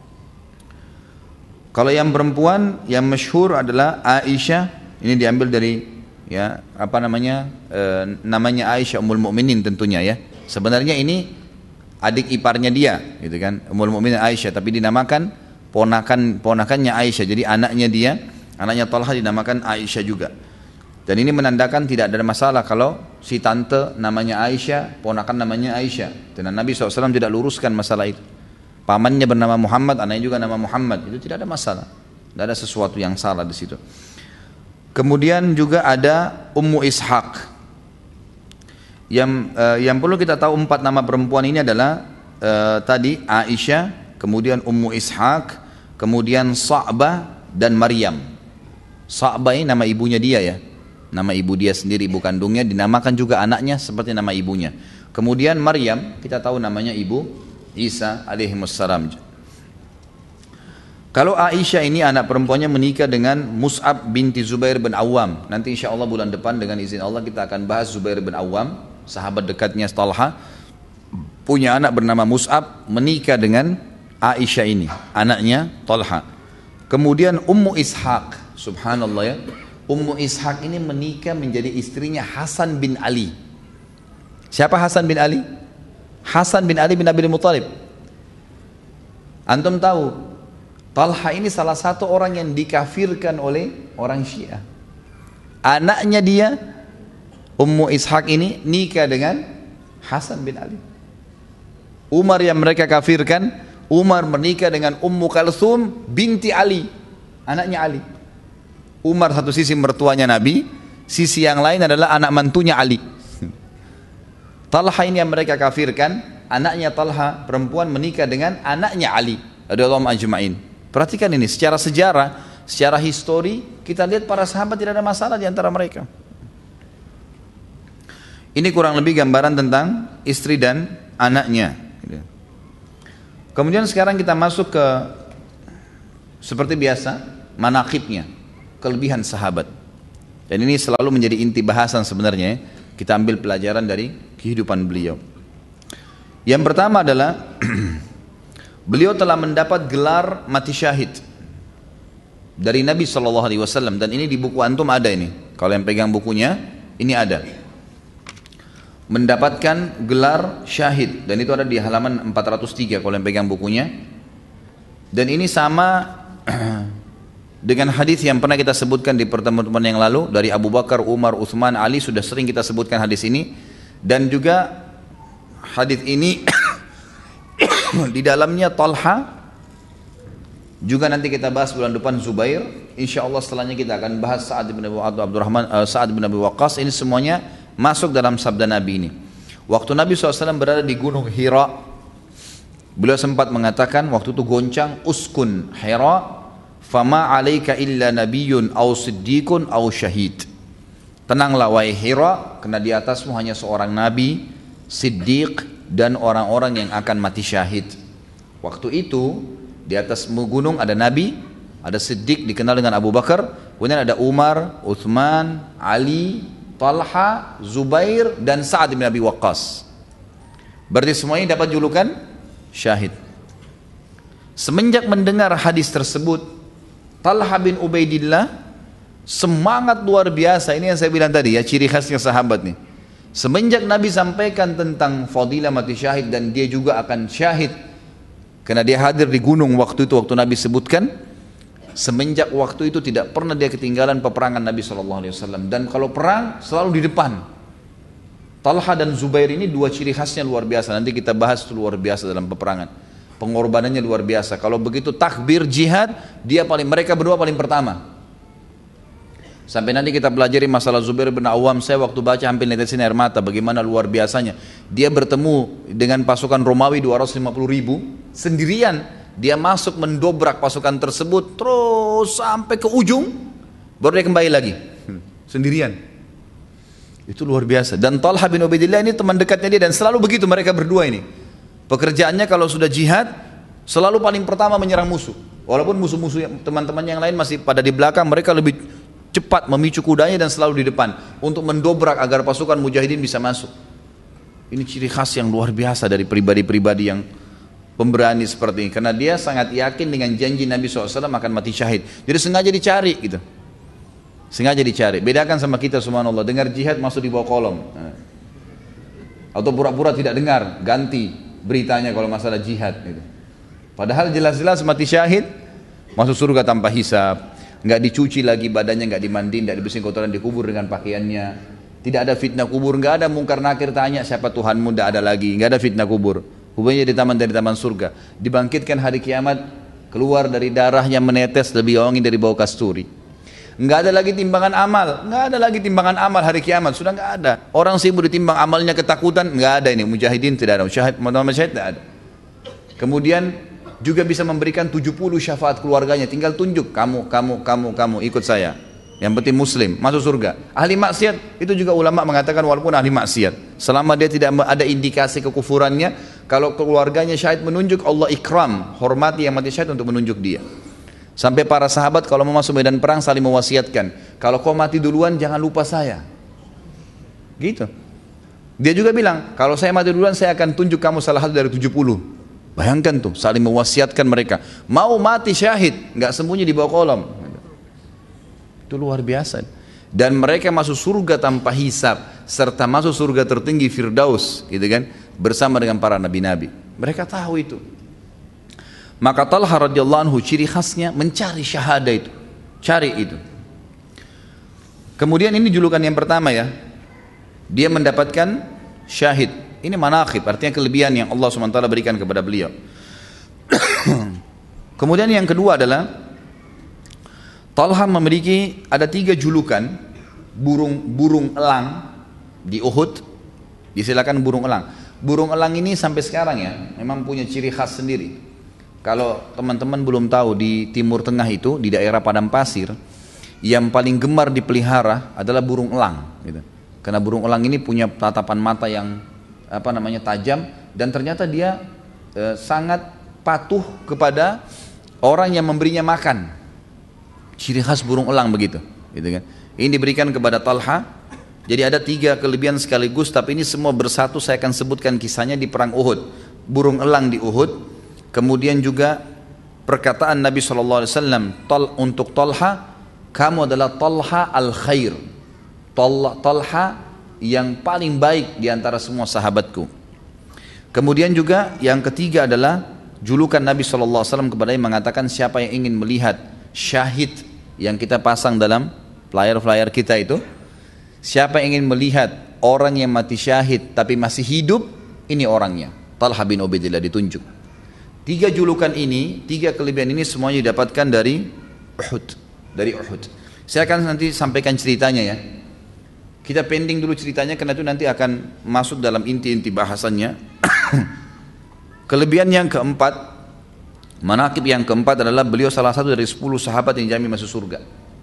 Kalau yang perempuan yang masyhur adalah Aisyah. Ini diambil dari ya namanya Aisyah Ummul Mukminin tentunya ya. Sebenarnya ini adik iparnya dia, gitu kan, Ummul Mukminin Aisyah, tapi dinamakan ponakannya Aisyah. Jadi anaknya Talha dinamakan Aisyah juga. Dan ini menandakan tidak ada masalah kalau si tante namanya Aisyah, ponakan namanya Aisyah. Dan Nabi SAW tidak luruskan masalah itu. Pamannya bernama Muhammad, anaknya juga nama Muhammad, itu tidak ada masalah. Tidak ada sesuatu yang salah di situ. Kemudian juga ada Ummu Ishaq. Yang perlu kita tahu 4 nama perempuan ini adalah tadi Aisyah, kemudian Ummu Ishaq, kemudian Sa'bah dan Maryam. Sa'bah ini nama ibunya dia ya. Nama ibu dia sendiri, ibu kandungnya, dinamakan juga anaknya seperti nama ibunya. Kemudian Maryam, kita tahu namanya ibu Isa alaihimussalam. Kalau Aisyah ini anak perempuannya menikah dengan Mus'ab binti Zubair bin Awam. Nanti insya Allah bulan depan dengan izin Allah kita akan bahas Zubair bin Awam, sahabat dekatnya Talha, punya anak bernama Mus'ab, menikah dengan Aisyah ini, anaknya Talha. Kemudian Ummu Ishaq, subhanallah ya, Ummu Ishaq ini menikah menjadi istrinya Hasan bin Ali. Siapa Hasan bin Ali? Hasan bin Ali bin Abi Thalib. Antum tahu, Talha ini salah satu orang yang dikafirkan oleh orang Syiah. Anaknya dia, Ummu Ishaq ini nikah dengan Hasan bin Ali. Umar yang mereka kafirkan, Umar menikah dengan Ummu Kalsum binti Ali, anaknya Ali. Umar satu sisi mertuanya Nabi, sisi yang lain adalah anak mantunya Ali. Talha ini yang mereka kafirkan, anaknya Talha perempuan menikah dengan anaknya Ali radhiyallahu ajma'in. Perhatikan ini secara sejarah, secara histori, kita lihat para sahabat tidak ada masalah di antara mereka. Ini kurang lebih gambaran tentang istri dan anaknya. Kemudian sekarang kita masuk ke seperti biasa manaqibnya, kelebihan sahabat. Dan ini selalu menjadi inti bahasan sebenarnya. Kita ambil pelajaran dari kehidupan beliau. Yang pertama adalah beliau telah mendapat gelar mati syahid dari Nabi SAW, dan ini di buku antum ada ini. Kalau yang pegang bukunya ini ada. Mendapatkan gelar syahid, dan itu ada di halaman 403 kalau yang pegang bukunya. Dan ini sama dengan hadis yang pernah kita sebutkan di pertemuan yang lalu dari Abu Bakar, Umar, Uthman, Ali, sudah sering kita sebutkan hadis ini. Dan juga hadis ini di dalamnya Talha, juga nanti kita bahas bulan depan Zubair. Insya Allah setelahnya kita akan bahas Sa'ad bin Abi Waqqas. Ini semuanya masuk dalam sabda Nabi ini. Waktu Nabi SAW berada di Gunung Hira, beliau sempat mengatakan waktu itu goncang, uskun Hira fama alaika illa nabiyyun aw siddiqun aw syahid. Tenanglah wahai Hira, karena di atasmu hanya seorang nabi, siddiq, dan orang-orang yang akan mati syahid. Waktu itu di atas gunung ada nabi, ada siddiq dikenal dengan Abu Bakar, Kemudian ada Umar, Uthman, Ali, Talha, Zubair, dan Sa'ad bin Abi Waqqas. Berarti semuanya dapat julukan syahid. Semenjak mendengar hadis tersebut, Talha bin Ubaidillah semangat luar biasa. Ini yang saya bilang tadi ya, ciri khasnya sahabat nih. Semenjak Nabi sampaikan tentang fadilah mati syahid dan dia juga akan syahid karena dia hadir di gunung waktu itu, waktu Nabi sebutkan, semenjak waktu itu tidak pernah dia ketinggalan peperangan Nabi SAW. Dan kalau perang selalu di depan. Talha dan Zubair ini dua ciri khasnya luar biasa. Nanti kita bahas itu luar biasa dalam peperangan. Pengorbanannya luar biasa. Kalau begitu takbir jihad, mereka berdua paling pertama. Sampai nanti kita pelajari masalah Zubair bin Awam. Saya waktu baca hampir netesin air mata bagaimana luar biasanya. Dia bertemu dengan pasukan Romawi 250 ribu sendirian. Dia masuk mendobrak pasukan tersebut terus sampai ke ujung, baru dia kembali lagi sendirian. Itu luar biasa. Dan Talha bin Ubaidillah ini teman dekatnya dia, dan selalu begitu mereka berdua ini. Pekerjaannya kalau sudah jihad selalu paling pertama menyerang musuh. Walaupun musuh-musuh teman-teman yang lain masih pada di belakang, mereka lebih cepat memicu kudanya dan selalu di depan untuk mendobrak agar pasukan mujahidin bisa masuk. Ini ciri khas yang luar biasa dari pribadi-pribadi yang pemberani seperti ini, karena dia sangat yakin dengan janji Nabi SAW akan mati syahid. Jadi sengaja dicari gitu, sengaja dicari. Bedakan sama kita, subhanallah, dengar jihad masuk di bawah kolong, atau pura-pura tidak dengar, ganti beritanya kalau masalah jihad gitu. Padahal jelas-jelas mati syahid, masuk surga tanpa hisab, nggak dicuci lagi badannya, nggak dimandiin, nggak dibersihin kotoran, dikubur dengan pakaiannya. Tidak ada fitnah kubur, nggak ada mungkar nakir tanya siapa Tuhanmu, nggak ada lagi, nggak ada fitnah kubur. Kuburnya dari taman surga. Dibangkitkan hari kiamat, keluar dari darahnya menetes lebih wangi dari bau kasturi. Nggak ada lagi timbangan amal, nggak ada lagi timbangan amal hari kiamat, sudah nggak ada. Orang sibuk ditimbang amalnya, ketakutan, nggak ada ini. Mujahidin tidak ada, syahid tidak ada. Kemudian juga bisa memberikan 70 syafaat keluarganya, tinggal tunjuk kamu ikut saya, yang penting muslim masuk surga. Ahli maksiat itu juga ulama mengatakan walaupun ahli maksiat, selama dia tidak ada indikasi kekufurannya, kalau keluarganya syahid menunjuk, Allah ikram, hormati yang mati syahid untuk menunjuk dia. Sampai para sahabat kalau mau masuk medan perang saling mewasiatkan, kalau kau mati duluan jangan lupa saya, gitu. Dia juga bilang, kalau saya mati duluan saya akan tunjuk kamu salah satu dari 70. Bayangkan tuh, saling mewasiatkan mereka. Mau mati syahid, nggak sembunyi di bawah kolom. Itu luar biasa. Dan mereka masuk surga tanpa hisab, serta masuk surga tertinggi Firdaus, gitu kan, bersama dengan para nabi-nabi. Mereka tahu itu. Maka Talha radhiyallahu anhu ciri khasnya mencari syahada itu, cari itu. Kemudian ini julukan yang pertama ya, dia mendapatkan syahid. Ini manaqib, artinya kelebihan yang Allah SWT berikan kepada beliau. Kemudian yang kedua adalah Talha memiliki ada 3 julukan burung elang di Uhud. Disilakan burung elang. Burung elang ini sampai sekarang ya memang punya ciri khas sendiri. Kalau teman-teman belum tahu, di Timur Tengah itu di daerah padang pasir yang paling gemar dipelihara adalah burung elang gitu. Karena burung elang ini punya tatapan mata yang tajam, dan ternyata dia sangat patuh kepada orang yang memberinya makan. Ciri khas burung elang begitu, gitu kan. Ini diberikan kepada Talha. Jadi ada 3 kelebihan sekaligus, tapi ini semua bersatu. Saya akan sebutkan kisahnya di perang Uhud. Burung elang di Uhud. Kemudian juga perkataan Nabi SAW untuk Talha, kamu adalah Talha al-khair, Talha yang paling baik di antara semua sahabatku. Kemudian juga yang ketiga adalah julukan Nabi SAW kepada yang mengatakan, siapa yang ingin melihat syahid yang kita pasang dalam flyer-flyer kita itu, siapa yang ingin melihat orang yang mati syahid tapi masih hidup, ini orangnya, Talha bin Ubaidillah ditunjuk. 3 julukan ini, 3 kelebihan ini semuanya didapatkan dari Uhud, Saya akan nanti sampaikan ceritanya ya. Kita pending dulu ceritanya karena itu nanti akan masuk dalam inti-inti bahasannya. Kelebihan yang keempat, manaqib yang keempat adalah beliau salah satu dari 10 sahabat yang dijamin masuk surga.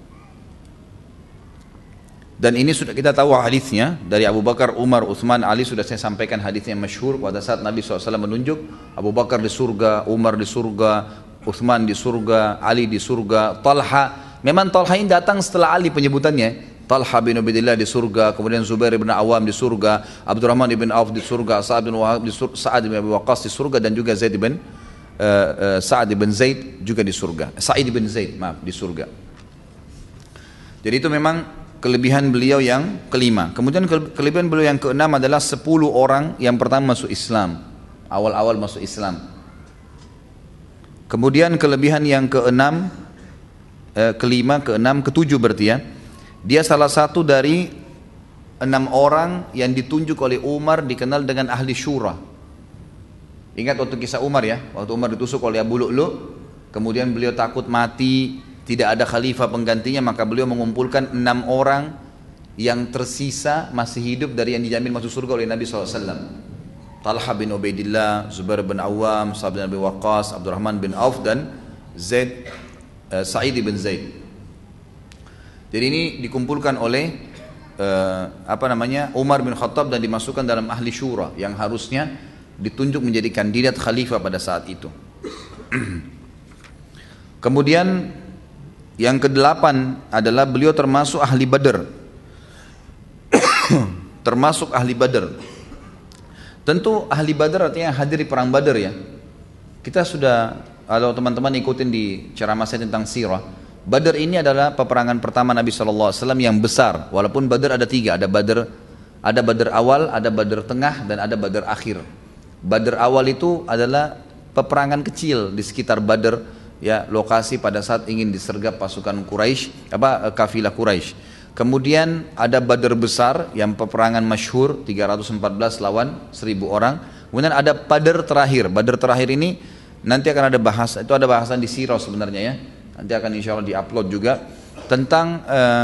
Dan ini sudah kita tahu hadisnya dari Abu Bakar, Umar, Uthman, Ali, sudah saya sampaikan hadisnya masyhur pada saat Nabi SAW menunjuk Abu Bakar di surga, Umar di surga, Uthman di surga, Ali di surga, Talha Memang Talha ini datang setelah Ali penyebutannya. Talha bin Ubaidillah di surga, kemudian Zubair bin Awam di surga, Abdurrahman bin Auf di surga, Sa'ad bin Wahab di surga, Sa'ad bin Abi Waqqas di surga, dan juga Sa'ad bin Zaid juga di surga. Sa'id bin Zaid, maaf, di surga. Jadi itu memang kelebihan beliau yang kelima. Kemudian kelebihan beliau yang keenam adalah 10 orang yang pertama masuk Islam, awal-awal masuk Islam. Kemudian kelebihan yang keenam, kelima, keenam, ketujuh berarti ya. Dia salah satu dari 6 orang yang ditunjuk oleh Umar, dikenal dengan ahli syura. Ingat waktu kisah Umar ya, waktu Umar ditusuk oleh Abu Lu'lu', kemudian beliau takut mati, tidak ada khalifah penggantinya, maka beliau mengumpulkan 6 orang yang tersisa masih hidup dari yang dijamin masuk surga oleh Nabi SAW. Talha bin Ubaidillah, Zubair bin Awam, Sa'ad bin Abi Waqqas, Abdurrahman bin Auf, dan Sa'id bin Zaid. Jadi ini dikumpulkan oleh Umar bin Khattab dan dimasukkan dalam ahli syura yang harusnya ditunjuk menjadi kandidat khalifah pada saat itu. Kemudian yang kedelapan adalah beliau termasuk ahli Badar. Termasuk ahli Badar. Tentu ahli Badar artinya hadir di perang Badar ya. Kita sudah, kalau teman-teman ikutin di ceramah saya tentang sirah, Badar ini adalah peperangan pertama Nabi SAW yang besar. Walaupun Badar ada 3, ada Badar awal, ada Badar tengah, dan ada Badar akhir. Badar awal itu adalah peperangan kecil di sekitar Badar, ya, lokasi pada saat ingin disergap pasukan Quraisy, kafilah Quraisy. Kemudian ada Badar besar yang peperangan masyhur 314 lawan 1000 orang. Kemudian ada Badar terakhir. Badar terakhir ini nanti akan ada bahas, itu ada bahasan di sirah sebenarnya ya. Nanti akan insya Allah diupload juga tentang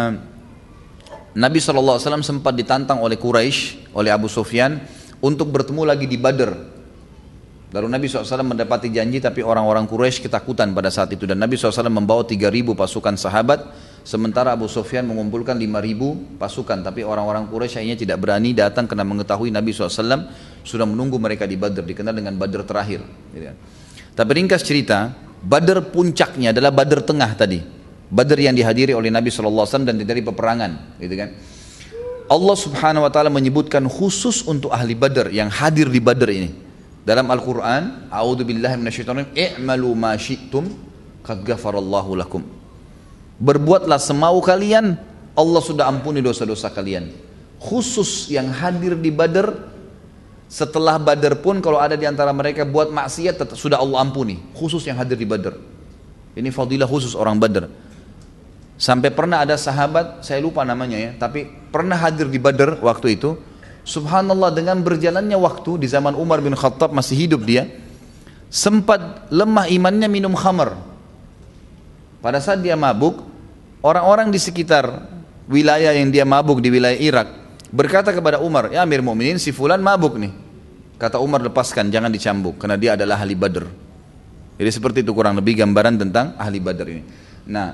Nabi SAW sempat ditantang oleh Quraisy, oleh Abu Sufyan untuk bertemu lagi di Badar. Lalu Nabi SAW mendapati janji, tapi orang-orang Quraisy ketakutan pada saat itu, dan Nabi SAW membawa 3.000 pasukan sahabat, sementara Abu Sufyan mengumpulkan 5.000 pasukan. Tapi orang-orang Quraisy akhirnya tidak berani datang karena mengetahui Nabi SAW sudah menunggu mereka di Badar, dikenal dengan Badar terakhir. Tapi ringkas cerita, Badar puncaknya adalah Badar tengah tadi, Badar yang dihadiri oleh Nabi SAW dan dari peperangan, gitu kan. Allah Subhanahu Wa Taala menyebutkan khusus untuk ahli Badar yang hadir di Badar ini dalam Al-Quran. A'udzubillahi minasyaitonir rajim. I'malu ma syi'tum qad ghafarallahu lakum. Berbuatlah semau kalian, Allah sudah ampuni dosa-dosa kalian. Khusus yang hadir di Badar. Setelah Badar pun kalau ada di antara mereka buat maksiat, tetap sudah Allah ampuni. Khusus yang hadir di Badar. Ini fadilah khusus orang Badar. Sampai pernah ada sahabat, saya lupa namanya ya, tapi pernah hadir di Badar waktu itu. Subhanallah, dengan berjalannya waktu di zaman Umar bin Khattab masih hidup dia, sempat lemah imannya minum khamar. Pada saat dia mabuk, orang-orang di sekitar wilayah yang dia mabuk di wilayah Irak berkata kepada Umar, ya Amir Mu'minin, si fulan mabuk nih. Kata Umar, lepaskan, jangan dicambuk, karena dia adalah ahli Badr. Jadi seperti itu kurang lebih gambaran tentang ahli Badr ini. Nah,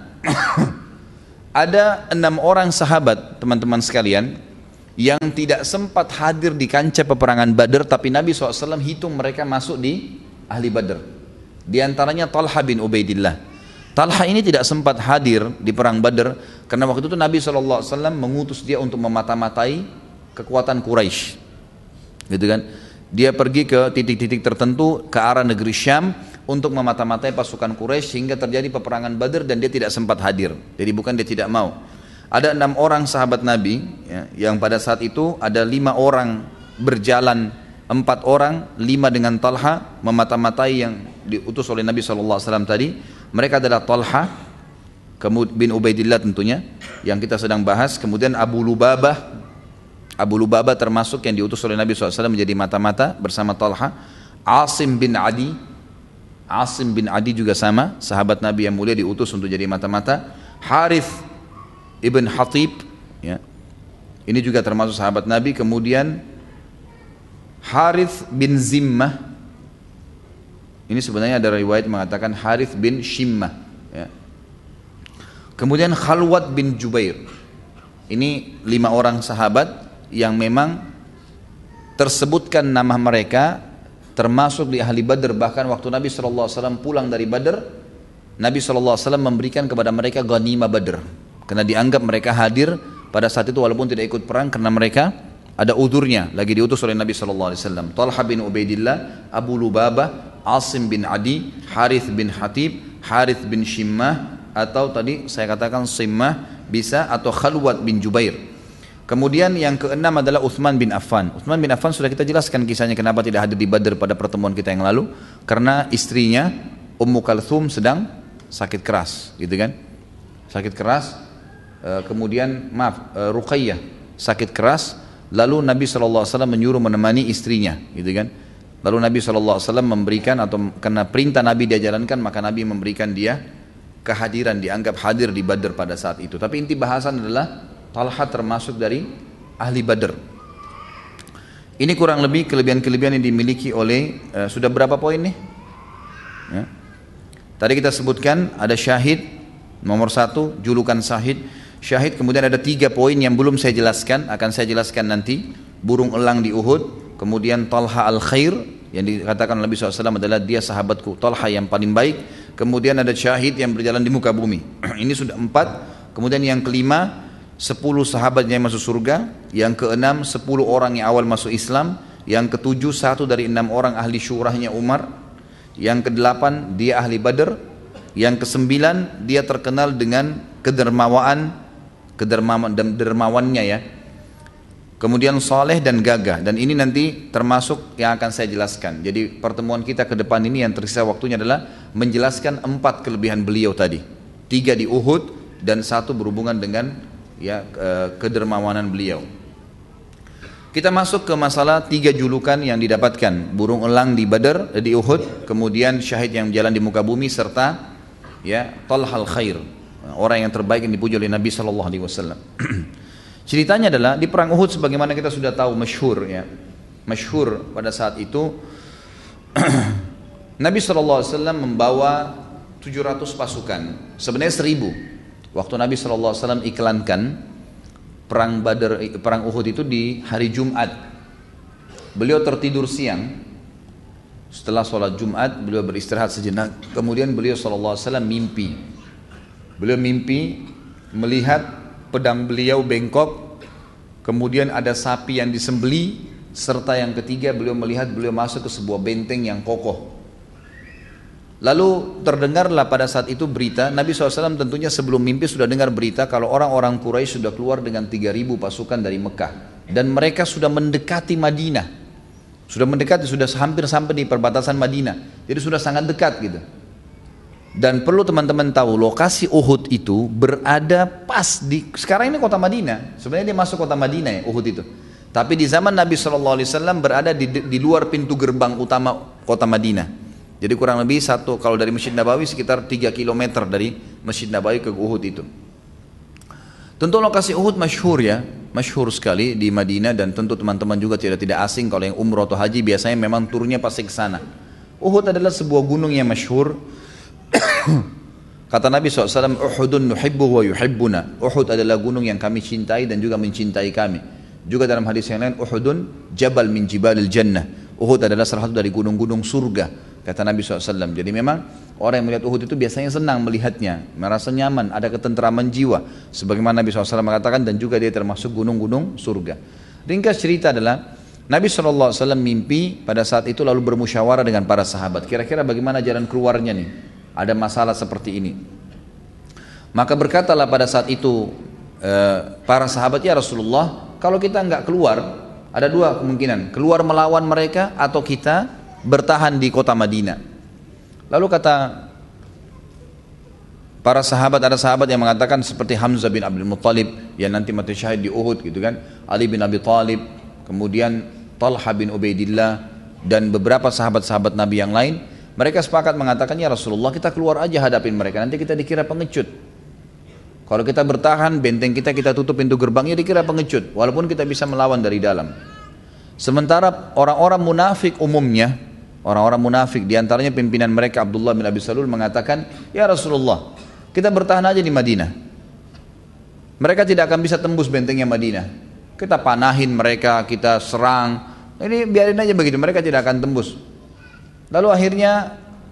ada 6 orang sahabat, teman-teman sekalian, yang tidak sempat hadir di kancah peperangan Badr, tapi Nabi SAW hitung mereka masuk di ahli Badr. Di antaranya Talha bin Ubaidillah. Talha ini tidak sempat hadir di perang Badr karena waktu itu Nabi SAW mengutus dia untuk memata-matai kekuatan Quraisy, gitu kan? Dia pergi ke titik-titik tertentu ke arah negeri Syam untuk memata-matai pasukan Quraisy sehingga terjadi peperangan Badr, dan dia tidak sempat hadir. Jadi bukan dia tidak mau. Ada 6 orang sahabat Nabi ya, yang pada saat itu ada 5 orang berjalan, 4 orang, 5 dengan Talha memata-matai yang diutus oleh Nabi SAW tadi. Mereka adalah Talha bin Ubaidillah tentunya yang kita sedang bahas. Kemudian Abu Lubabah termasuk yang diutus oleh Nabi SAW menjadi mata-mata bersama Talha. Asim bin Adi juga sama, sahabat Nabi yang mulia diutus untuk jadi mata-mata. Harith ibn Hatib ya, ini juga termasuk sahabat Nabi. Kemudian Harith bin Zimmah, ini sebenarnya ada riwayat mengatakan Harith bin Shimmah ya. Kemudian Khalwat bin Jubair. Ini 5 orang sahabat yang memang tersebutkan nama mereka termasuk di ahli Badr. Bahkan waktu Nabi SAW pulang dari Badr, Nabi SAW memberikan kepada mereka ghanimah Badr. Karena dianggap mereka hadir pada saat itu walaupun tidak ikut perang karena mereka ada udurnya, lagi diutus oleh Nabi SAW. Talha bin Ubaidillah, Abu Lubabah, Asim bin Adi, Harith bin Hatib, Harith bin Shimmah, atau tadi saya katakan Simmah bisa, atau Khalwat bin Jubair. Kemudian yang keenam adalah Uthman bin Affan. Uthman bin Affan sudah kita jelaskan kisahnya kenapa tidak hadir di Badr pada pertemuan kita yang lalu. Karena istrinya Ummu Kalthum sedang sakit keras, gitu kan? Sakit keras. Kemudian Ruqayyah sakit keras. Lalu Nabi SAW menyuruh menemani istrinya, gitu kan? Lalu Nabi SAW memberikan, atau karena perintah Nabi dia jalankan, maka Nabi memberikan dia kehadiran, dianggap hadir di Badr pada saat itu. Tapi inti bahasan adalah Talha termasuk dari ahli Badr. Ini kurang lebih kelebihan-kelebihan yang dimiliki oleh sudah berapa poin nih? Ya. Tadi kita sebutkan ada syahid, nomor 1 julukan syahid. Syahid, kemudian ada 3 poin yang belum saya jelaskan, akan saya jelaskan nanti. Burung elang di Uhud, kemudian Talha al-Khair yang dikatakan Nabi SAW adalah dia sahabatku, Talha yang paling baik. Kemudian ada syahid yang berjalan di muka bumi. Ini sudah 4. Kemudian yang kelima, 10 sahabat yang masuk surga. Yang keenam 10 orang yang awal masuk Islam. Yang ketujuh 1 dari 6 orang ahli syurahnya Umar. Yang kedelapan dia ahli Badr. Yang kesembilan dia terkenal dengan dermawannya ya. Kemudian saleh dan gagah, dan ini nanti termasuk yang akan saya jelaskan. Jadi pertemuan kita ke depan ini yang tersisa waktunya adalah menjelaskan 4 kelebihan beliau tadi. 3 di Uhud dan 1 berhubungan dengan ya kedermawanan beliau. Kita masuk ke masalah 3 julukan yang didapatkan. Burung elang di Badr, di Uhud, kemudian syahid yang jalan di muka bumi, serta ya Talha al-Khair, orang yang terbaik yang dipuji oleh Nabi SAW. Ceritanya adalah di perang Uhud, sebagaimana kita sudah tahu, masyhur ya, masyhur pada saat itu Nabi SAW membawa 700 pasukan, sebenarnya 1000. Waktu Nabi SAW iklankan perang Uhud itu di hari Jumat, beliau tertidur siang. Setelah sholat Jumat beliau beristirahat sejenak. Kemudian beliau SAW mimpi. Beliau mimpi melihat pedang beliau bengkok, kemudian ada sapi yang disembeli, serta yang ketiga beliau melihat beliau masuk ke sebuah benteng yang kokoh. Lalu terdengarlah pada saat itu berita, Nabi SAW tentunya sebelum mimpi sudah dengar berita kalau orang-orang Quraisy sudah keluar dengan 3.000 pasukan dari Mekah. Dan mereka sudah mendekati Madinah. Sudah mendekati, sudah hampir sampai di perbatasan Madinah. Jadi sudah sangat dekat gitu. Dan perlu teman-teman tahu, lokasi Uhud itu berada pas di, sekarang ini kota Madinah. Sebenarnya dia masuk kota Madinah ya, Uhud itu. Tapi di zaman Nabi SAW berada di luar pintu gerbang utama kota Madinah. Jadi kurang lebih kalau dari Masjid Nabawi sekitar 3 km dari Masjid Nabawi ke Uhud itu. Tentu lokasi Uhud masyhur ya, masyhur sekali di Madinah, dan tentu teman-teman juga tidak asing kalau yang umroh atau haji biasanya memang turunnya pasti ke sana. Uhud adalah sebuah gunung yang masyhur. Kata Nabi SAW, Uhudun nuhibbu wa yuhibbuna. Uhud adalah gunung yang kami cintai dan juga mencintai kami. Juga dalam hadis yang lain, Uhudun jabal min jibalil jannah. Uhud adalah salah satu dari gunung-gunung surga, kata Nabi SAW. Jadi memang orang yang melihat Uhud itu biasanya senang melihatnya, merasa nyaman, ada ketentraman jiwa, sebagaimana Nabi SAW mengatakan, dan juga dia termasuk gunung-gunung surga. Ringkas cerita adalah Nabi SAW mimpi pada saat itu, lalu bermusyawarah dengan para sahabat, kira-kira bagaimana jalan keluarnya nih, ada masalah seperti ini. Maka berkatalah pada saat itu para sahabat, ya Rasulullah, kalau kita nggak keluar, ada 2 kemungkinan, keluar melawan mereka atau kita bertahan di kota Madinah. Lalu kata para sahabat, ada sahabat yang mengatakan seperti Hamzah bin Abdul Muttalib yang nanti mati syahid di Uhud gitu kan, Ali bin Abi Thalib, kemudian Talha bin Ubaidillah, dan beberapa sahabat-sahabat Nabi yang lain. Mereka sepakat mengatakan, ya Rasulullah, kita keluar aja hadapin mereka, nanti kita dikira pengecut. Kalau kita bertahan, benteng kita tutup pintu gerbangnya, dikira pengecut, walaupun kita bisa melawan dari dalam. Sementara orang-orang munafik umumnya, orang-orang munafik diantaranya pimpinan mereka Abdullah bin Abi Salul mengatakan, ya Rasulullah, kita bertahan aja di Madinah. Mereka tidak akan bisa tembus bentengnya Madinah. Kita panahin mereka, kita serang, ini biarin aja begitu, mereka tidak akan tembus. Lalu akhirnya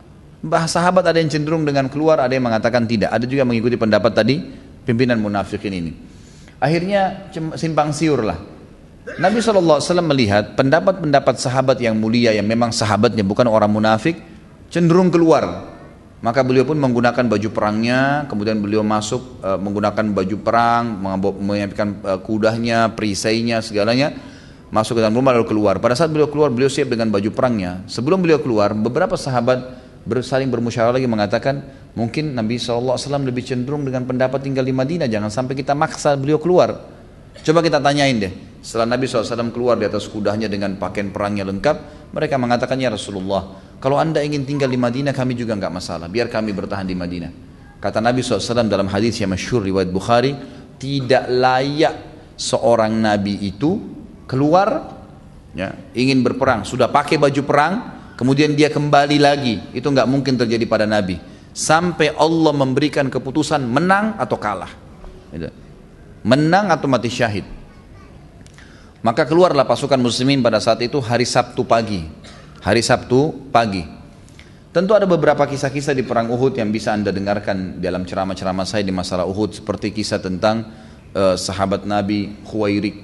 Sahabat ada yang cenderung dengan keluar, ada yang mengatakan tidak. Ada juga mengikuti pendapat tadi pimpinan munafikin ini. Akhirnya simpang siur lah. Nabi SAW melihat pendapat-pendapat sahabat yang mulia, yang memang sahabatnya bukan orang munafik, cenderung keluar. Maka beliau pun menggunakan baju perangnya, kemudian beliau masuk menggunakan baju perang, menyiapkan kudanya, perisainya, segalanya, masuk ke dalam rumah lalu keluar. Pada saat beliau keluar, beliau siap dengan baju perangnya. Sebelum beliau keluar, beberapa sahabat saling bermusyawarah lagi mengatakan, mungkin Nabi SAW lebih cenderung dengan pendapat tinggal di Madinah, jangan sampai kita maksa beliau keluar. Coba kita tanyain deh, setelah Nabi SAW keluar di atas kudanya dengan pakaian perangnya lengkap, mereka mengatakan, ya Rasulullah, kalau anda ingin tinggal di Madinah kami juga enggak masalah, biar kami bertahan di Madinah. Kata Nabi SAW dalam hadis yang masyhur riwayat Bukhari, tidak layak seorang Nabi itu keluar, ya, ingin berperang, sudah pakai baju perang, kemudian dia kembali lagi, itu enggak mungkin terjadi pada Nabi. Sampai Allah memberikan keputusan menang atau kalah. Menang atau mati syahid. Maka keluarlah pasukan muslimin pada saat itu hari Sabtu pagi. Hari Sabtu pagi. Tentu ada beberapa kisah-kisah di perang Uhud yang bisa anda dengarkan dalam ceramah-ceramah saya di masalah Uhud. Seperti kisah tentang sahabat Nabi Khuwairik.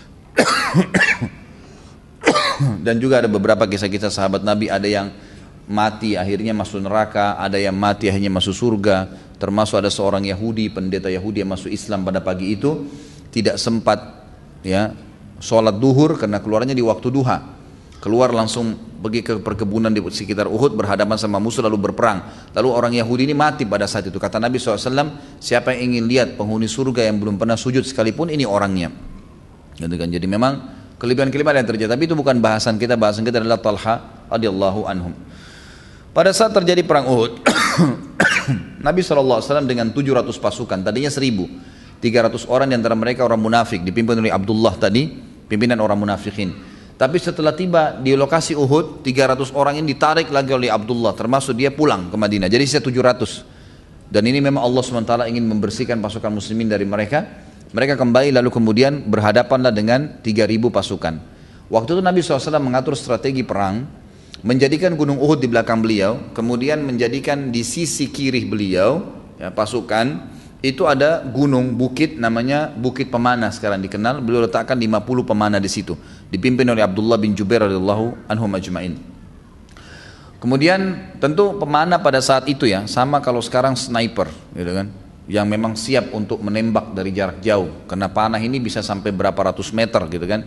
Dan juga ada beberapa kisah-kisah sahabat Nabi, ada yang mati akhirnya masuk neraka, ada yang mati akhirnya masuk surga. Termasuk ada seorang Yahudi, pendeta Yahudi yang masuk Islam pada pagi itu, tidak sempat ya sholat duhur karena keluarnya di waktu duha. Keluar langsung pergi ke perkebunan di sekitar Uhud, berhadapan sama musuh lalu berperang. Lalu orang Yahudi ini mati pada saat itu. Kata Nabi SAW, siapa yang ingin lihat penghuni surga yang belum pernah sujud sekalipun, ini orangnya. Gitu kan? Jadi memang kelebihan-kelebihan yang terjadi, tapi itu bukan bahasan kita adalah Talha radhiyallahu anhum. Pada saat terjadi perang Uhud, Nabi SAW dengan 700 pasukan, tadinya 1.000, 300 orang di antara mereka orang munafik, dipimpin oleh Abdullah tadi, pimpinan orang munafikin. Tapi setelah tiba di lokasi Uhud, 300 orang ini ditarik lagi oleh Abdullah, termasuk dia pulang ke Madinah, jadi sisa 700. Dan ini memang Allah SWT ingin membersihkan pasukan muslimin dari mereka. Mereka kembali lalu kemudian berhadapanlah dengan 3.000 pasukan. Waktu itu Nabi SAW mengatur strategi perang, menjadikan gunung Uhud di belakang beliau, kemudian menjadikan di sisi kiri beliau, ya, pasukan, itu ada gunung, bukit, namanya Bukit Pemanah sekarang dikenal, beliau letakkan 50 pemanah di situ, dipimpin oleh Abdullah bin Jubair radhiyallahu anhum ajma'in. Kemudian tentu pemanah pada saat itu ya, sama kalau sekarang sniper, gitu kan, yang memang siap untuk menembak dari jarak jauh, karena panah ini bisa sampai berapa ratus meter gitu kan.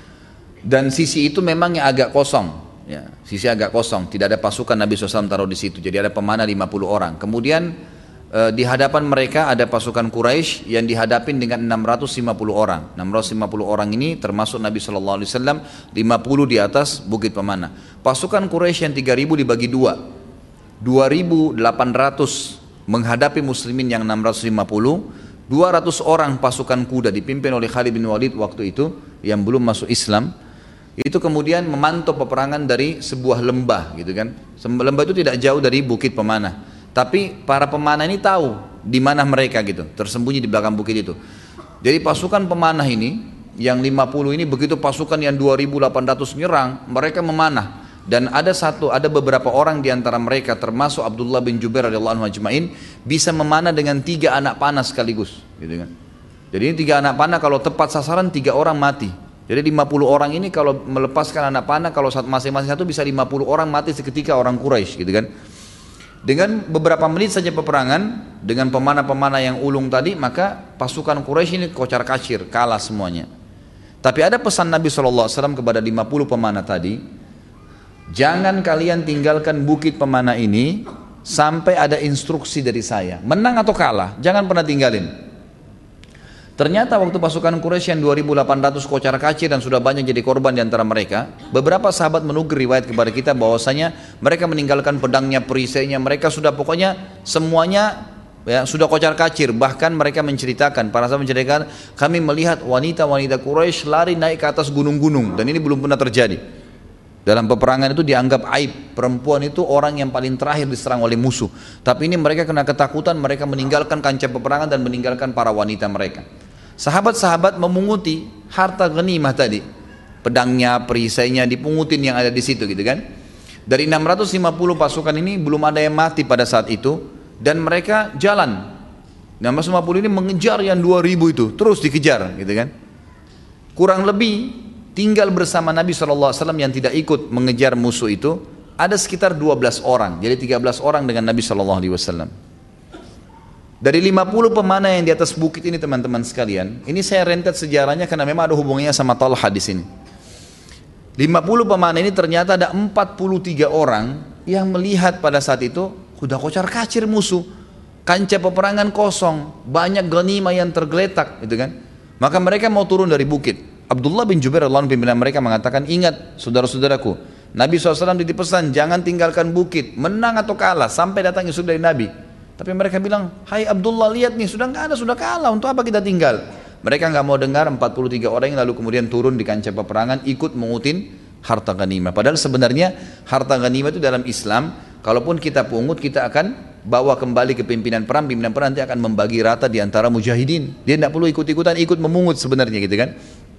Dan sisi itu memang yang agak kosong. Ya, sisi agak kosong, tidak ada pasukan Nabi SAW taruh di situ. Jadi ada pemanah 50 orang. Kemudian di hadapan mereka ada pasukan Quraisy yang dihadapin dengan 650 orang. 650 orang ini termasuk Nabi SAW, 50 di atas Bukit Pemanah. Pasukan Quraisy yang 3.000 dibagi dua, 2.800 menghadapi muslimin yang 650, 200 orang pasukan kuda dipimpin oleh Khalid bin Walid waktu itu yang belum masuk Islam. Itu kemudian memantau peperangan dari sebuah lembah gitu kan. Lembah itu tidak jauh dari Bukit Pemanah. Tapi para pemanah ini tahu di mana mereka gitu, tersembunyi di belakang bukit itu. Jadi pasukan pemanah ini yang 50 ini begitu pasukan yang 2.800 nyerang, mereka memanah. Dan ada beberapa orang di antara mereka termasuk Abdullah bin Jubair radhiyallahu anhu ajma'in bisa memanah dengan 3 anak panah sekaligus gitu kan. Jadi ini 3 anak panah kalau tepat sasaran 3 orang mati. Jadi 50 orang ini kalau melepaskan anak panah, kalau masing-masing satu bisa 50 orang mati seketika orang Quraisy gitu kan. Dengan beberapa menit saja peperangan dengan pemanah-pemanah yang ulung tadi, maka pasukan Quraisy ini kocar-kacir, kalah semuanya. Tapi ada pesan Nabi SAW kepada 50 pemanah tadi, jangan kalian tinggalkan bukit pemanah ini sampai ada instruksi dari saya, menang atau kalah, jangan pernah tinggalin. Ternyata waktu pasukan Quraisy yang 2.800 kocar-kacir dan sudah banyak jadi korban di antara mereka, beberapa sahabat menukir riwayat kepada kita bahwasanya mereka meninggalkan pedangnya, perisainya, mereka sudah pokoknya semuanya ya, sudah kocar-kacir. Bahkan mereka menceritakan, para sahabat menceritakan, kami melihat wanita-wanita Quraisy lari naik ke atas gunung-gunung, dan ini belum pernah terjadi. Dalam peperangan itu dianggap aib, perempuan itu orang yang paling terakhir diserang oleh musuh. Tapi ini mereka kena ketakutan, mereka meninggalkan kancah peperangan dan meninggalkan para wanita mereka. Sahabat-sahabat memunguti harta ghanimah tadi, pedangnya, perisainya dipungutin yang ada di situ gitu kan. Dari 650 pasukan ini belum ada yang mati pada saat itu, dan mereka jalan. 650 ini mengejar yang 2000 itu, terus dikejar gitu kan. Kurang lebih tinggal bersama Nabi SAW yang tidak ikut mengejar musuh itu ada sekitar 12 orang, jadi 13 orang dengan Nabi SAW. Dari 50 pemanah yang di atas bukit ini teman-teman sekalian, ini saya rentet sejarahnya karena memang ada hubungannya sama Talha di sini. 50 pemanah ini ternyata ada 43 orang yang melihat pada saat itu sudah kocar kacir musuh, kancah peperangan kosong, banyak ghanimah yang tergeletak gitu kan. Maka mereka mau turun dari bukit. Abdullah bin Jubair radhiyallahu anhu pimpinan mereka mengatakan, ingat saudara-saudaraku, Nabi SAW dipesan jangan tinggalkan bukit, menang atau kalah sampai datang isu dari Nabi. Tapi mereka bilang, hai Abdullah, lihat nih sudah nggak ada, sudah kalah, untuk apa kita tinggal? Mereka nggak mau dengar. 43 orang yang lalu kemudian turun di kancah peperangan ikut mengutin harta ghanimah. Padahal sebenarnya harta ghanimah itu dalam Islam, kalaupun kita pungut, kita akan bawa kembali ke pimpinan perang nanti akan membagi rata di antara mujahidin. Dia tidak perlu ikut-ikutan ikut memungut sebenarnya gitu kan.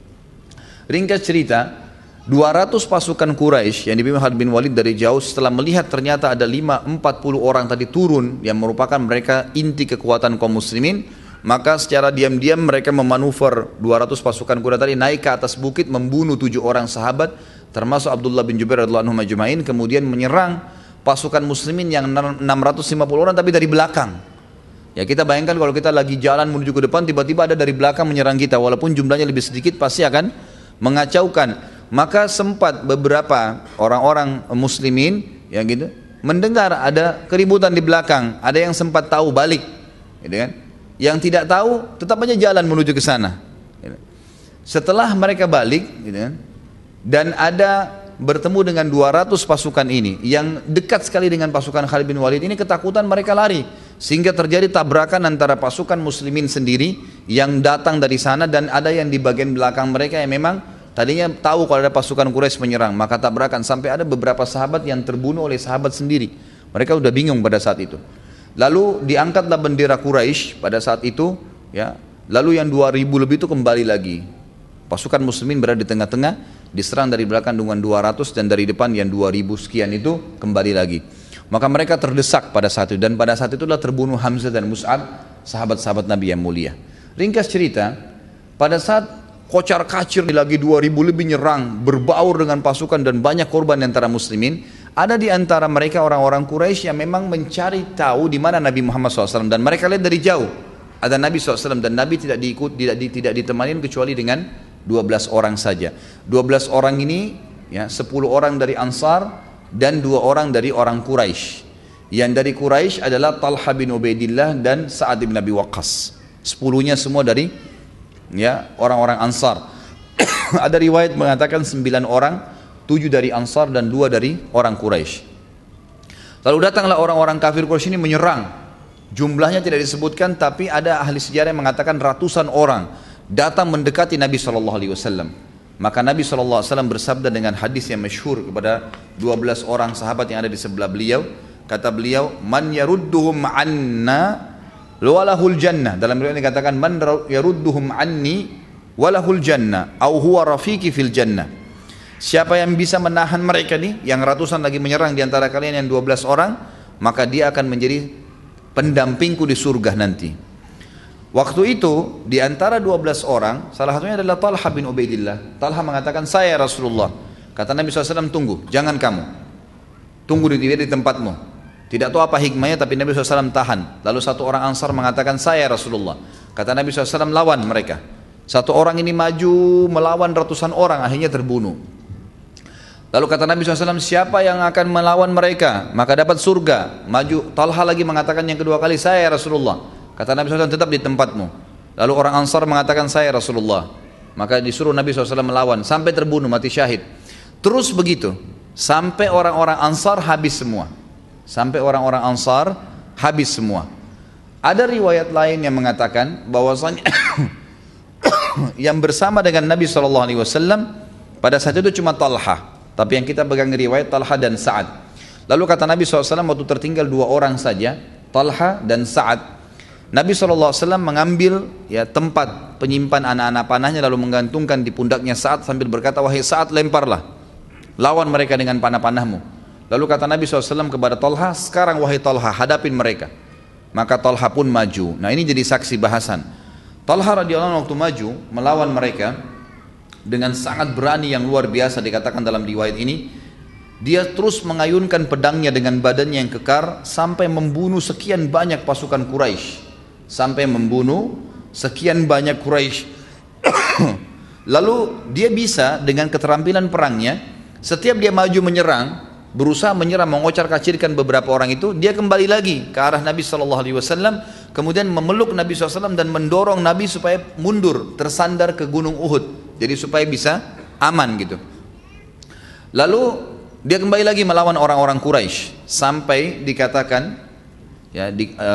Ringkas cerita, 200 pasukan Quraisy yang dipimpin Khalid bin Walid dari jauh setelah melihat ternyata ada 40 orang tadi turun yang merupakan mereka inti kekuatan kaum muslimin, maka secara diam-diam mereka memanuver 200 pasukan Quraisy tadi naik ke atas bukit, membunuh 7 orang sahabat termasuk Abdullah bin Jubair radhiyallahu anhu majma'in, kemudian menyerang pasukan muslimin yang 650 orang tapi dari belakang. Ya kita bayangkan kalau kita lagi jalan menuju ke depan, tiba-tiba ada dari belakang menyerang kita, walaupun jumlahnya lebih sedikit pasti akan mengacaukan. Maka sempat beberapa orang-orang muslimin yang gitu mendengar ada keributan di belakang, ada yang sempat tahu balik gitu kan. Yang tidak tahu tetap aja jalan menuju ke sana gitu. Setelah mereka balik gitu kan, dan ada bertemu dengan 200 pasukan ini yang dekat sekali dengan pasukan Khalid bin Walid ini, ketakutan mereka lari sehingga terjadi tabrakan antara pasukan muslimin sendiri yang datang dari sana dan ada yang di bagian belakang mereka yang memang tadinya tahu kalau ada pasukan Quraisy menyerang, maka tabrakan sampai ada beberapa sahabat yang terbunuh oleh sahabat sendiri. Mereka udah bingung pada saat itu. Lalu diangkatlah bendera Quraisy pada saat itu ya. Lalu yang 2000 lebih itu kembali lagi. Pasukan muslimin berada di tengah-tengah, diserang dari belakang dengan 200 dan dari depan yang 2000 sekian itu kembali lagi. Maka mereka terdesak pada saat itu, dan pada saat itulah terbunuh Hamzah dan Mus'ab, sahabat-sahabat Nabi yang mulia. Ringkas cerita, pada saat kocar kacir lagi 2000 lebih nyerang, berbaur dengan pasukan dan banyak korban di antara muslimin, ada di antara mereka orang-orang Quraisy yang memang mencari tahu di mana Nabi Muhammad SAW, dan mereka lihat dari jauh ada Nabi SAW, dan Nabi tidak tidak ditemani kecuali dengan 12 orang saja. 12 orang ini ya, 10 orang dari Ansar dan 2 orang dari orang Quraisy. Yang dari Quraisy adalah Talha bin Ubaidillah dan Sa'ad bin Abi Waqqas. 10-nya semua dari ya orang-orang Ansar. Ada riwayat mengatakan 9 orang, 7 dari Ansar dan 2 dari orang Quraisy. Lalu datanglah orang-orang kafir Quraisy ini menyerang. Jumlahnya tidak disebutkan, tapi ada ahli sejarah yang mengatakan ratusan orang datang mendekati Nabi SAW. Maka Nabi SAW bersabda dengan hadis yang masyhur kepada 12 orang sahabat yang ada di sebelah beliau. Kata beliau, man yarudduhum anna walahul jannah. Dalam riwayat dikatakan man yarudduhum anni walahul jannah au huwa rafiqi fil jannah. Siapa yang bisa menahan mereka nih, yang ratusan lagi menyerang di antara kalian yang 12 orang, maka dia akan menjadi pendampingku di surga nanti. Waktu itu di antara 12 orang, salah satunya adalah Talha bin Ubaidillah. Talha mengatakan, saya Rasulullah. Kata Nabi SAW, tunggu, jangan kamu. Tunggu di tempatmu. Tidak tahu apa hikmahnya, tapi Nabi SAW tahan. Lalu satu orang Ansar mengatakan, saya Rasulullah. Kata Nabi SAW, lawan mereka. Satu orang ini maju melawan ratusan orang, akhirnya terbunuh. Lalu kata Nabi SAW, siapa yang akan melawan mereka maka dapat surga. Maju. Talha lagi mengatakan yang kedua kali, saya Rasulullah. Kata Nabi SAW, tetap di tempatmu. Lalu orang Ansar mengatakan, saya Rasulullah. Maka disuruh Nabi SAW melawan sampai terbunuh, mati syahid. Terus begitu sampai orang-orang Ansar habis semua. Sampai orang-orang Ansar habis semua. Ada riwayat lain yang mengatakan bahwasanya yang bersama dengan Nabi SAW pada saat itu cuma Talha. Tapi yang kita pegang riwayat Talha dan Sa'ad. Lalu kata Nabi SAW, waktu tertinggal 2 orang saja, Talha dan Sa'ad, Nabi SAW mengambil ya tempat penyimpan anak-anak panahnya, lalu menggantungkan di pundaknya Sa'ad sambil berkata, wahai Sa'ad, lemparlah, lawan mereka dengan panah-panahmu. Lalu kata Nabi SAW kepada Talha, sekarang wahai Talha, hadapin mereka. Maka Talha pun maju. Nah ini jadi saksi bahasan. Talha radhiyallahu anhu waktu maju melawan mereka dengan sangat berani yang luar biasa, dikatakan dalam riwayat ini, dia terus mengayunkan pedangnya dengan badannya yang kekar sampai membunuh sekian banyak pasukan Quraisy. Sampai membunuh sekian banyak Quraisy. Lalu dia bisa dengan keterampilan perangnya, setiap dia maju menyerang, berusaha menyerang, mengocar-kacirkan beberapa orang itu, dia kembali lagi ke arah Nabi SAW, kemudian memeluk Nabi SAW dan mendorong Nabi supaya mundur, tersandar ke gunung Uhud, jadi supaya bisa aman gitu. Lalu dia kembali lagi melawan orang-orang Quraisy sampai dikatakan, ya,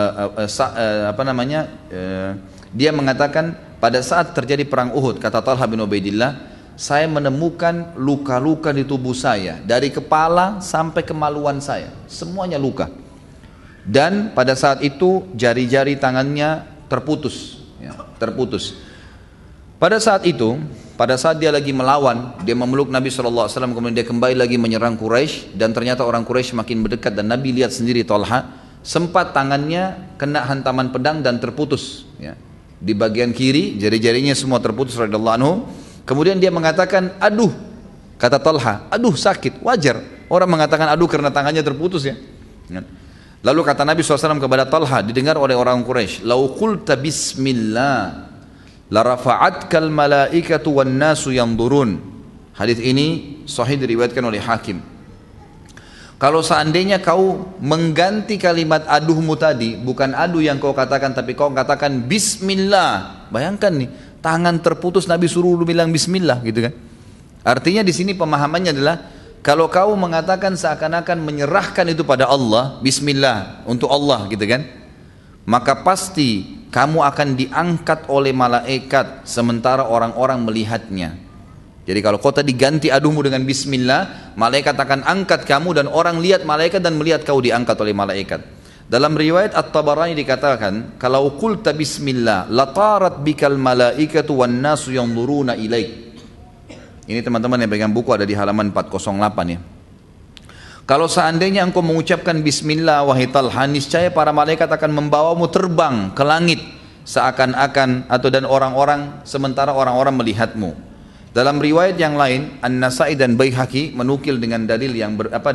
dia mengatakan pada saat terjadi perang Uhud, kata Talha bin Ubaidillah, saya menemukan luka-luka di tubuh saya dari kepala sampai kemaluan saya, semuanya luka. Dan pada saat itu jari-jari tangannya terputus, ya, terputus. Pada saat itu, pada saat dia lagi melawan, dia memeluk Nabi SAW, kemudian dia kembali lagi menyerang Quraisy, dan ternyata orang Quraisy makin mendekat, dan Nabi lihat sendiri Talha, sempat tangannya kena hantaman pedang dan terputus, ya. Di bagian kiri jari-jarinya semua terputus radhiyallahu anhu. Kemudian dia mengatakan, aduh, kata Talha, aduh sakit, wajar orang mengatakan aduh karena tangannya terputus, ya. Lalu kata Nabi SAW kepada Talha, didengar oleh orang Quraisy, lau qulta bismillah la rafa'atkal malaikatu wan nasu yanzurun. Hadis ini sahih diriwayatkan oleh Hakim. Kalau seandainya kau mengganti kalimat aduhmu tadi, bukan aduh yang kau katakan, tapi kau katakan bismillah. Bayangkan nih, tangan terputus Nabi suruh lu bilang bismillah gitu kan. Artinya di sini pemahamannya adalah kalau kau mengatakan seakan-akan menyerahkan itu pada Allah, bismillah untuk Allah gitu kan, maka pasti kamu akan diangkat oleh malaikat sementara orang-orang melihatnya. Jadi kalau kau tadi ganti aduhmu dengan bismillah, malaikat akan angkat kamu dan orang lihat malaikat dan melihat kau diangkat oleh malaikat. Dalam riwayat At-Tabarani dikatakan, kalau qulta bismillah latarat bikal malaikatu wan nasu yanzuruna ilaik. Ini teman-teman yang pegang buku ada di halaman 408 ya. Kalau seandainya engkau mengucapkan bismillah wahai Talha, niscaya para malaikat akan membawamu terbang ke langit seakan-akan dan orang-orang sementara orang-orang melihatmu. Dalam riwayat yang lain, An-Nasai dan Baihaqi menukil dengan dalil yang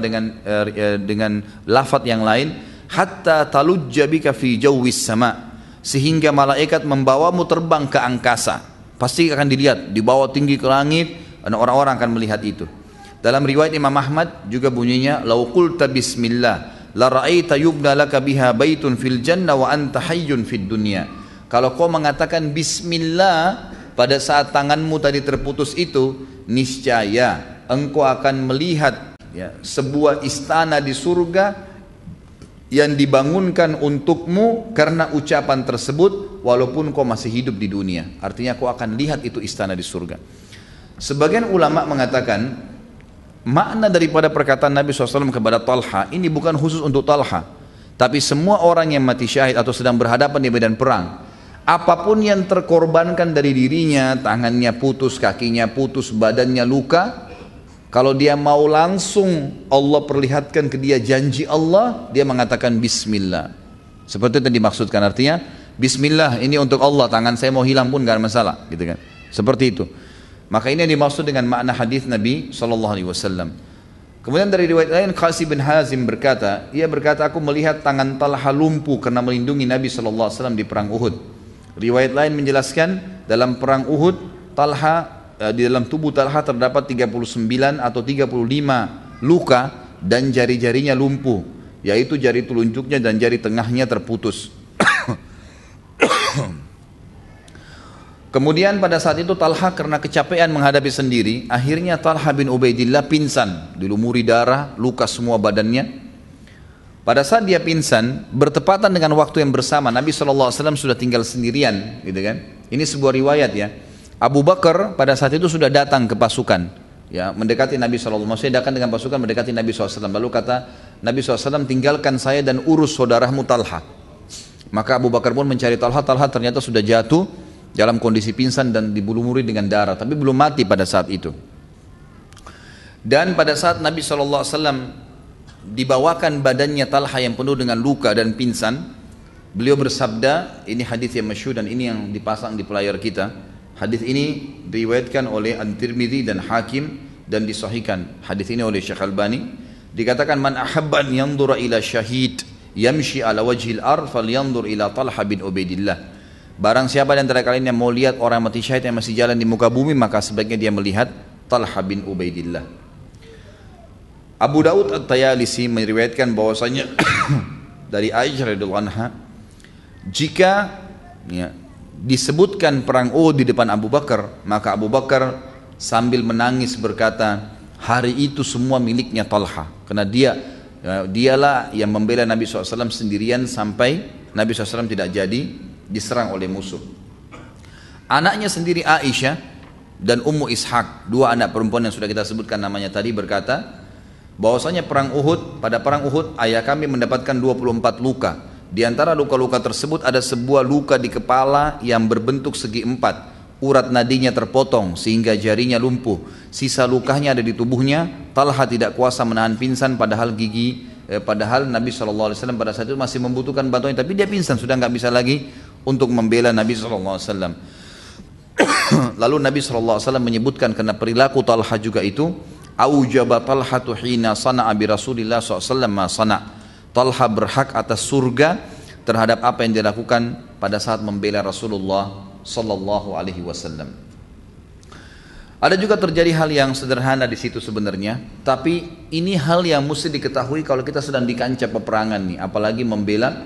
dengan lafaz yang lain, hatta talujja bika fi jawwis sama, sehingga malaikat membawamu terbang ke angkasa. Pasti akan dilihat, dibawa tinggi ke langit dan orang-orang akan melihat itu. Dalam riwayat Imam Ahmad juga bunyinya, lau qulta bismillah la ra'aita yubna laka biha baitun fil jannah wa anta hayyun fid dunya. Kalau kau mengatakan bismillah pada saat tanganmu tadi terputus itu, niscaya engkau akan melihat, ya, sebuah istana di surga yang dibangunkan untukmu karena ucapan tersebut walaupun kau masih hidup di dunia. Artinya kau akan lihat itu istana di surga. Sebagian ulama mengatakan makna daripada perkataan Nabi SAW kepada Talha ini bukan khusus untuk Talha, tapi semua orang yang mati syahid atau sedang berhadapan di medan perang. Apapun yang terkorbankan dari dirinya, tangannya putus, kakinya putus, badannya luka, kalau dia mau langsung Allah perlihatkan ke dia janji Allah, dia mengatakan bismillah. Seperti itu yang dimaksudkan, artinya bismillah ini untuk Allah, tangan saya mau hilang pun gak ada masalah gitu kan. Seperti itu. Maka ini yang dimaksud dengan makna hadis Nabi SAW. Kemudian dari riwayat lain, Qasim bin Hazim berkata, ia berkata, aku melihat tangan Talha lumpuh karena melindungi Nabi SAW di perang Uhud. Riwayat lain menjelaskan dalam perang Uhud, Talha, di dalam tubuh Talha terdapat 39 atau 35 luka dan jari-jarinya lumpuh, yaitu jari telunjuknya dan jari tengahnya terputus. Kemudian pada saat itu Talha karena kecapean menghadapi sendiri, akhirnya Talha bin Ubaidillah pingsan, dilumuri darah, luka semua badannya. Pada saat dia pingsan, bertepatan dengan waktu yang bersama, Nabi SAW sudah tinggal sendirian, gitu kan? Ini sebuah riwayat ya. Abu Bakar pada saat itu sudah datang ke pasukan, ya, mendekati Nabi SAW. Maksudnya datang dengan pasukan mendekati Nabi SAW. Lalu kata Nabi SAW, tinggalkan saya dan urus saudaramu Talha. Maka Abu Bakar pun mencari Talha. Talha ternyata sudah jatuh dalam kondisi pingsan dan dilumuri dengan darah, tapi belum mati pada saat itu. Dan pada saat Nabi SAW dibawakan badannya Talha yang penuh dengan luka dan pingsan, beliau bersabda, ini hadis yang masyhur dan ini yang dipasang di pelayar kita. Hadis ini diriwayatkan oleh At-Tirmidzi dan Hakim dan disahihkan hadis ini oleh Syekh Albani. Dikatakan, man ahabba an yanzura ila syahid yamshi ala wajhil ard falyanzur ila Talha bin Ubaidillah. Barang siapa di antara kalian yang mau lihat orang mati syahid yang masih jalan di muka bumi, maka sebaiknya dia melihat Talha bin Ubaidillah. Abu Daud At-Tayalisi meriwayatkan bahwasanya dari Aisyah radhiyallahu anha, jika disebutkan perang Uhud di depan Abu Bakar, maka Abu Bakar sambil menangis berkata, hari itu semua miliknya Talha, karena dialah yang membela Nabi SAW sendirian sampai Nabi SAW tidak jadi diserang oleh musuh. Anaknya sendiri Aisyah dan Ummu Ishaq, dua anak perempuan yang sudah kita sebutkan namanya tadi, berkata bahwasanya pada perang Uhud ayah kami mendapatkan 24 luka. Di antara luka-luka tersebut ada sebuah luka di kepala yang berbentuk segi empat, urat nadinya terpotong sehingga jarinya lumpuh. Sisa lukanya ada di tubuhnya. Talha tidak kuasa menahan pingsan, padahal Nabi SAW pada saat itu masih membutuhkan bantuan, tapi dia pingsan, sudah nggak bisa lagi untuk membela Nabi SAW. Lalu Nabi SAW menyebutkan karena perilaku Talha juga itu, aujaba Talhatu hina sana'a bi Rasulillah SAW ma sana'. Talha berhak atas surga terhadap apa yang dilakukan pada saat membela Rasulullah sallallahu alaihi wasallam. Ada juga terjadi hal yang sederhana di situ sebenarnya, tapi ini hal yang mesti diketahui kalau kita sedang di kancah peperangan nih, apalagi membela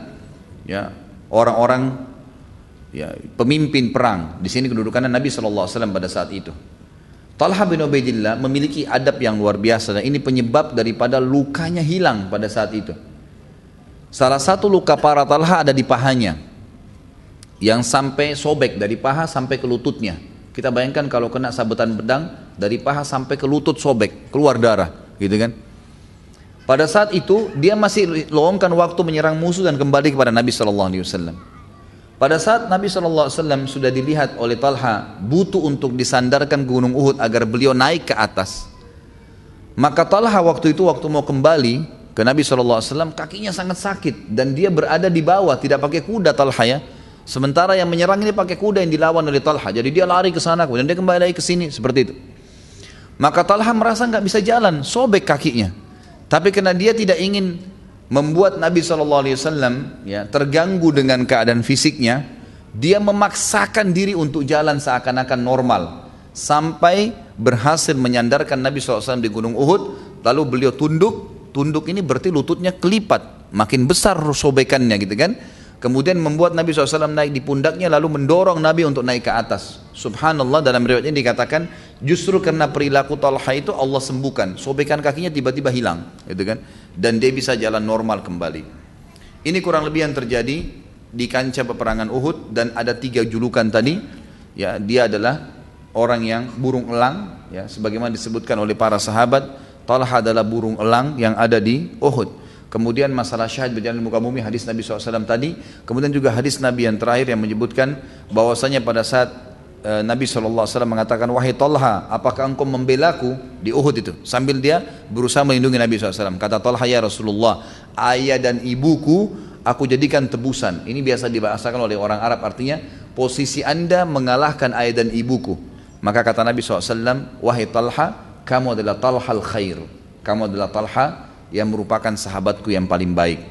orang-orang pemimpin perang. Di sini kedudukan Nabi sallallahu alaihi wasallam pada saat itu. Talha bin Ubaidillah memiliki adab yang luar biasa dan ini penyebab daripada lukanya hilang pada saat itu. Salah satu luka parah Talha ada di pahanya, yang sampai sobek dari paha sampai ke lututnya. Kita bayangkan kalau kena sabetan pedang dari paha sampai ke lutut sobek, keluar darah, gitu kan? Pada saat itu dia masih luangkan waktu menyerang musuh dan kembali kepada Nabi SAW. Pada saat Nabi SAW sudah dilihat oleh Talha butuh untuk disandarkan ke Gunung Uhud agar beliau naik ke atas, maka Talha waktu mau kembali ke Nabi SAW, kakinya sangat sakit dan dia berada di bawah, tidak pakai kuda Talha ya. Sementara yang menyerang ini pakai kuda yang dilawan oleh Talha, jadi dia lari ke sana kemudian dia kembali lagi ke sini seperti itu. Maka Talha merasa nggak bisa jalan, sobek kakinya. Tapi karena dia tidak ingin membuat Nabi SAW terganggu dengan keadaan fisiknya, dia memaksakan diri untuk jalan seakan-akan normal sampai berhasil menyandarkan Nabi SAW di Gunung Uhud. Lalu beliau tunduk ini berarti lututnya kelipat, makin besar sobekannya gitu kan. Kemudian membuat Nabi SAW naik di pundaknya lalu mendorong Nabi untuk naik ke atas. Subhanallah, dalam riwayat ini dikatakan justru karena perilaku Talha itu Allah sembuhkan, sobekan kakinya tiba-tiba hilang gitu kan, dan dia bisa jalan normal kembali. Ini kurang lebih yang terjadi di kancah peperangan Uhud. Dan ada 3 julukan tadi ya, dia adalah orang yang burung elang ya, sebagaimana disebutkan oleh para sahabat. Talha adalah burung elang yang ada di Uhud. Kemudian masalah syahid berjalan di muka bumi, hadis Nabi SAW tadi. Kemudian juga hadis Nabi yang terakhir yang menyebutkan bahwasanya pada saat Nabi SAW mengatakan, wahai Talha, apakah engkau membelaku di Uhud itu? Sambil dia berusaha melindungi Nabi SAW. Kata Talha, ya Rasulullah, ayah dan ibuku aku jadikan tebusan. Ini biasa dibahasakan oleh orang Arab, artinya posisi anda mengalahkan ayah dan ibuku. Maka kata Nabi SAW, wahai Talha, kamu adalah Talhal khair, kamu adalah Talha yang merupakan sahabatku yang paling baik.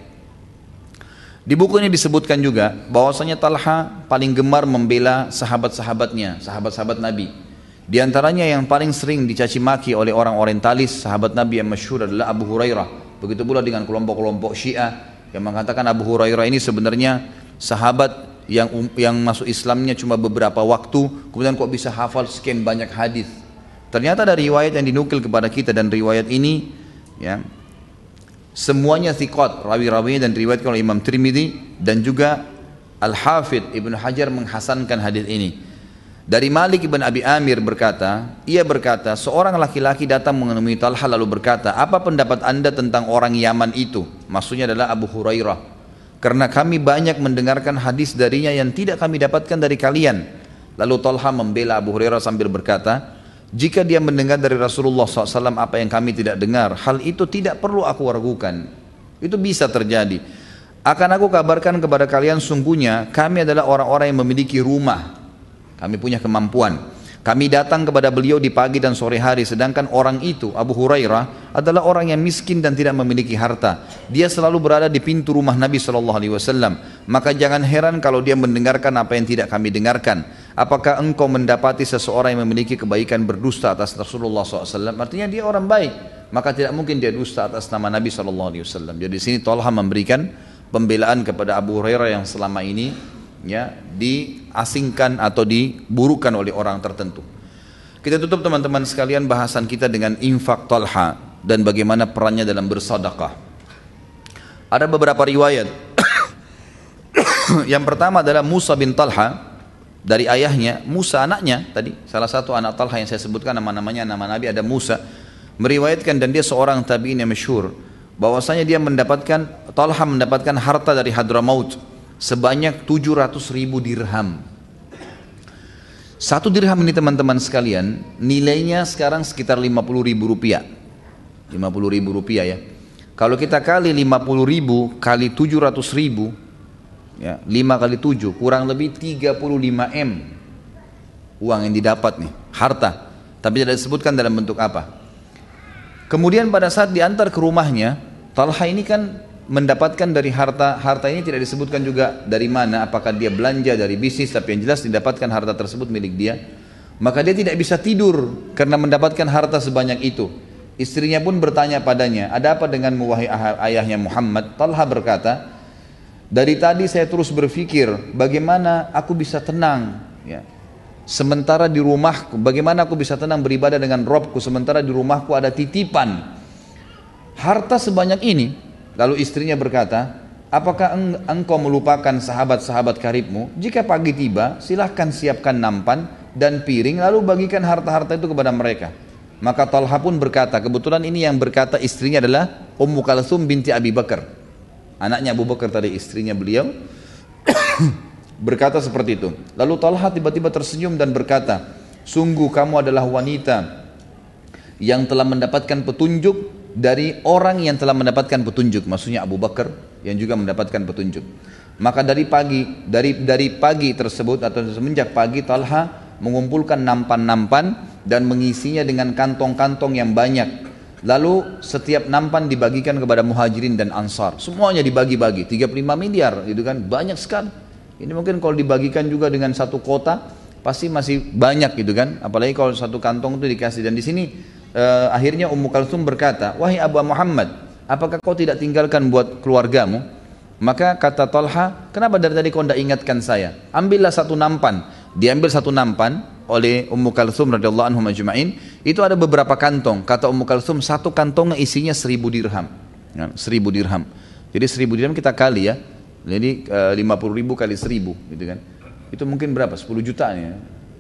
Di buku ini disebutkan juga bahwasanya Talha paling gemar membela sahabat-sahabatnya, sahabat-sahabat Nabi. Di antaranya yang paling sering dicaci maki oleh orang orientalis, sahabat Nabi yang masyhur adalah Abu Hurairah. Begitu pula dengan kelompok-kelompok Syiah yang mengatakan Abu Hurairah ini sebenarnya sahabat yang masuk Islamnya cuma beberapa waktu, kemudian kok bisa hafal sekian banyak hadis. Ternyata dari riwayat yang dinukil kepada kita, dan riwayat ini ya semuanya thiqat, rawi-rawinya, dan riwayatkan oleh Imam Tirmidzi dan juga Al-Hafidh Ibnu Hajar menghasankan hadis ini. Dari Malik ibn Abi Amir ia berkata, seorang laki-laki datang menemui Talha lalu berkata, apa pendapat anda tentang orang Yaman itu? Maksudnya adalah Abu Hurairah. Karena kami banyak mendengarkan hadis darinya yang tidak kami dapatkan dari kalian. Lalu Talha membela Abu Hurairah sambil berkata, Jika dia mendengar dari Rasulullah SAW apa yang kami tidak dengar, hal itu tidak perlu aku ragukan. Itu bisa terjadi. Akan aku kabarkan kepada kalian, sungguhnya kami adalah orang-orang yang memiliki rumah. Kami punya kemampuan. Kami datang kepada beliau di pagi dan sore hari, sedangkan orang itu, Abu Hurairah, adalah orang yang miskin dan tidak memiliki harta. Dia selalu berada di pintu rumah Nabi SAW. Maka jangan heran kalau dia mendengarkan apa yang tidak kami dengarkan. Apakah engkau mendapati seseorang yang memiliki kebaikan berdusta atas Rasulullah SAW? Artinya dia orang baik, maka tidak mungkin dia dusta atas nama Nabi SAW. Jadi di sini Talha memberikan pembelaan kepada Abu Hurairah yang selama ini ya diasingkan atau diburukan oleh orang tertentu. Kita tutup teman-teman sekalian bahasan kita dengan infak Talha dan bagaimana perannya dalam bersedekah. Ada beberapa riwayat. Yang pertama adalah Musa bin Talha, dari ayahnya Musa anaknya tadi, salah satu anak Talha yang saya sebutkan nama-namanya, nama Nabi ada Musa, meriwayatkan, dan dia seorang tabi'in yang masyhur, bahwasanya dia mendapatkan, Talha mendapatkan harta dari Hadramaut sebanyak 700.000 dirham. Satu dirham ini teman-teman sekalian nilainya sekarang sekitar 50.000 rupiah. 50.000 rupiah ya. Kalau kita kali 50.000 kali 700.000 ya, 5 kali 7 kurang lebih 35 M uang yang didapat nih, harta, tapi tidak disebutkan dalam bentuk apa. Kemudian pada saat diantar ke rumahnya, Talha ini kan mendapatkan dari harta ini tidak disebutkan juga dari mana, apakah dia belanja dari bisnis, tapi yang jelas didapatkan harta tersebut milik dia. Maka dia tidak bisa tidur karena mendapatkan harta sebanyak itu. Istrinya pun bertanya padanya, ada apa denganmu wahai ayahnya Muhammad? Talha berkata, dari tadi saya terus berpikir bagaimana aku bisa tenang ya. Sementara di rumahku, bagaimana aku bisa tenang beribadah dengan Robku sementara di rumahku ada titipan harta sebanyak ini. Lalu istrinya berkata, apakah engkau melupakan sahabat-sahabat karibmu? Jika pagi tiba, silahkan siapkan nampan dan piring, lalu bagikan harta-harta itu kepada mereka. Maka Talha pun berkata, kebetulan ini yang berkata istrinya adalah Ummu Kalsum binti Abi Bakar, anaknya Abu Bakar tadi, istrinya beliau, berkata seperti itu. Lalu Talha tiba-tiba tersenyum dan berkata, sungguh kamu adalah wanita yang telah mendapatkan petunjuk dari orang yang telah mendapatkan petunjuk, maksudnya Abu Bakar yang juga mendapatkan petunjuk. Maka dari pagi tersebut atau semenjak pagi, Talha mengumpulkan nampan-nampan dan mengisinya dengan kantong-kantong yang banyak. Lalu setiap nampan dibagikan kepada muhajirin dan ansar, semuanya dibagi-bagi, 35 miliar itu kan banyak sekali. Ini mungkin kalau dibagikan juga dengan satu kota pasti masih banyak gitu kan, apalagi kalau satu kantong itu dikasih. Dan di sini akhirnya Ummu Kalsum berkata, wahai Abu Muhammad, apakah kau tidak tinggalkan buat keluargamu? Maka kata Talha, kenapa dari tadi kau tidak ingatkan saya? Ambillah satu nampan. Diambil satu nampan oleh Ummu Kalsum radhiyallahu anhum ajma'in. Itu ada beberapa kantong. Kata Ummu Kalsum, satu kantongnya isinya 1.000 dirham ya, 1.000 dirham. Jadi 1.000 dirham kita kali ya, jadi 50.000 kali 1.000 gitu kan. Itu mungkin berapa? 10 juta ya,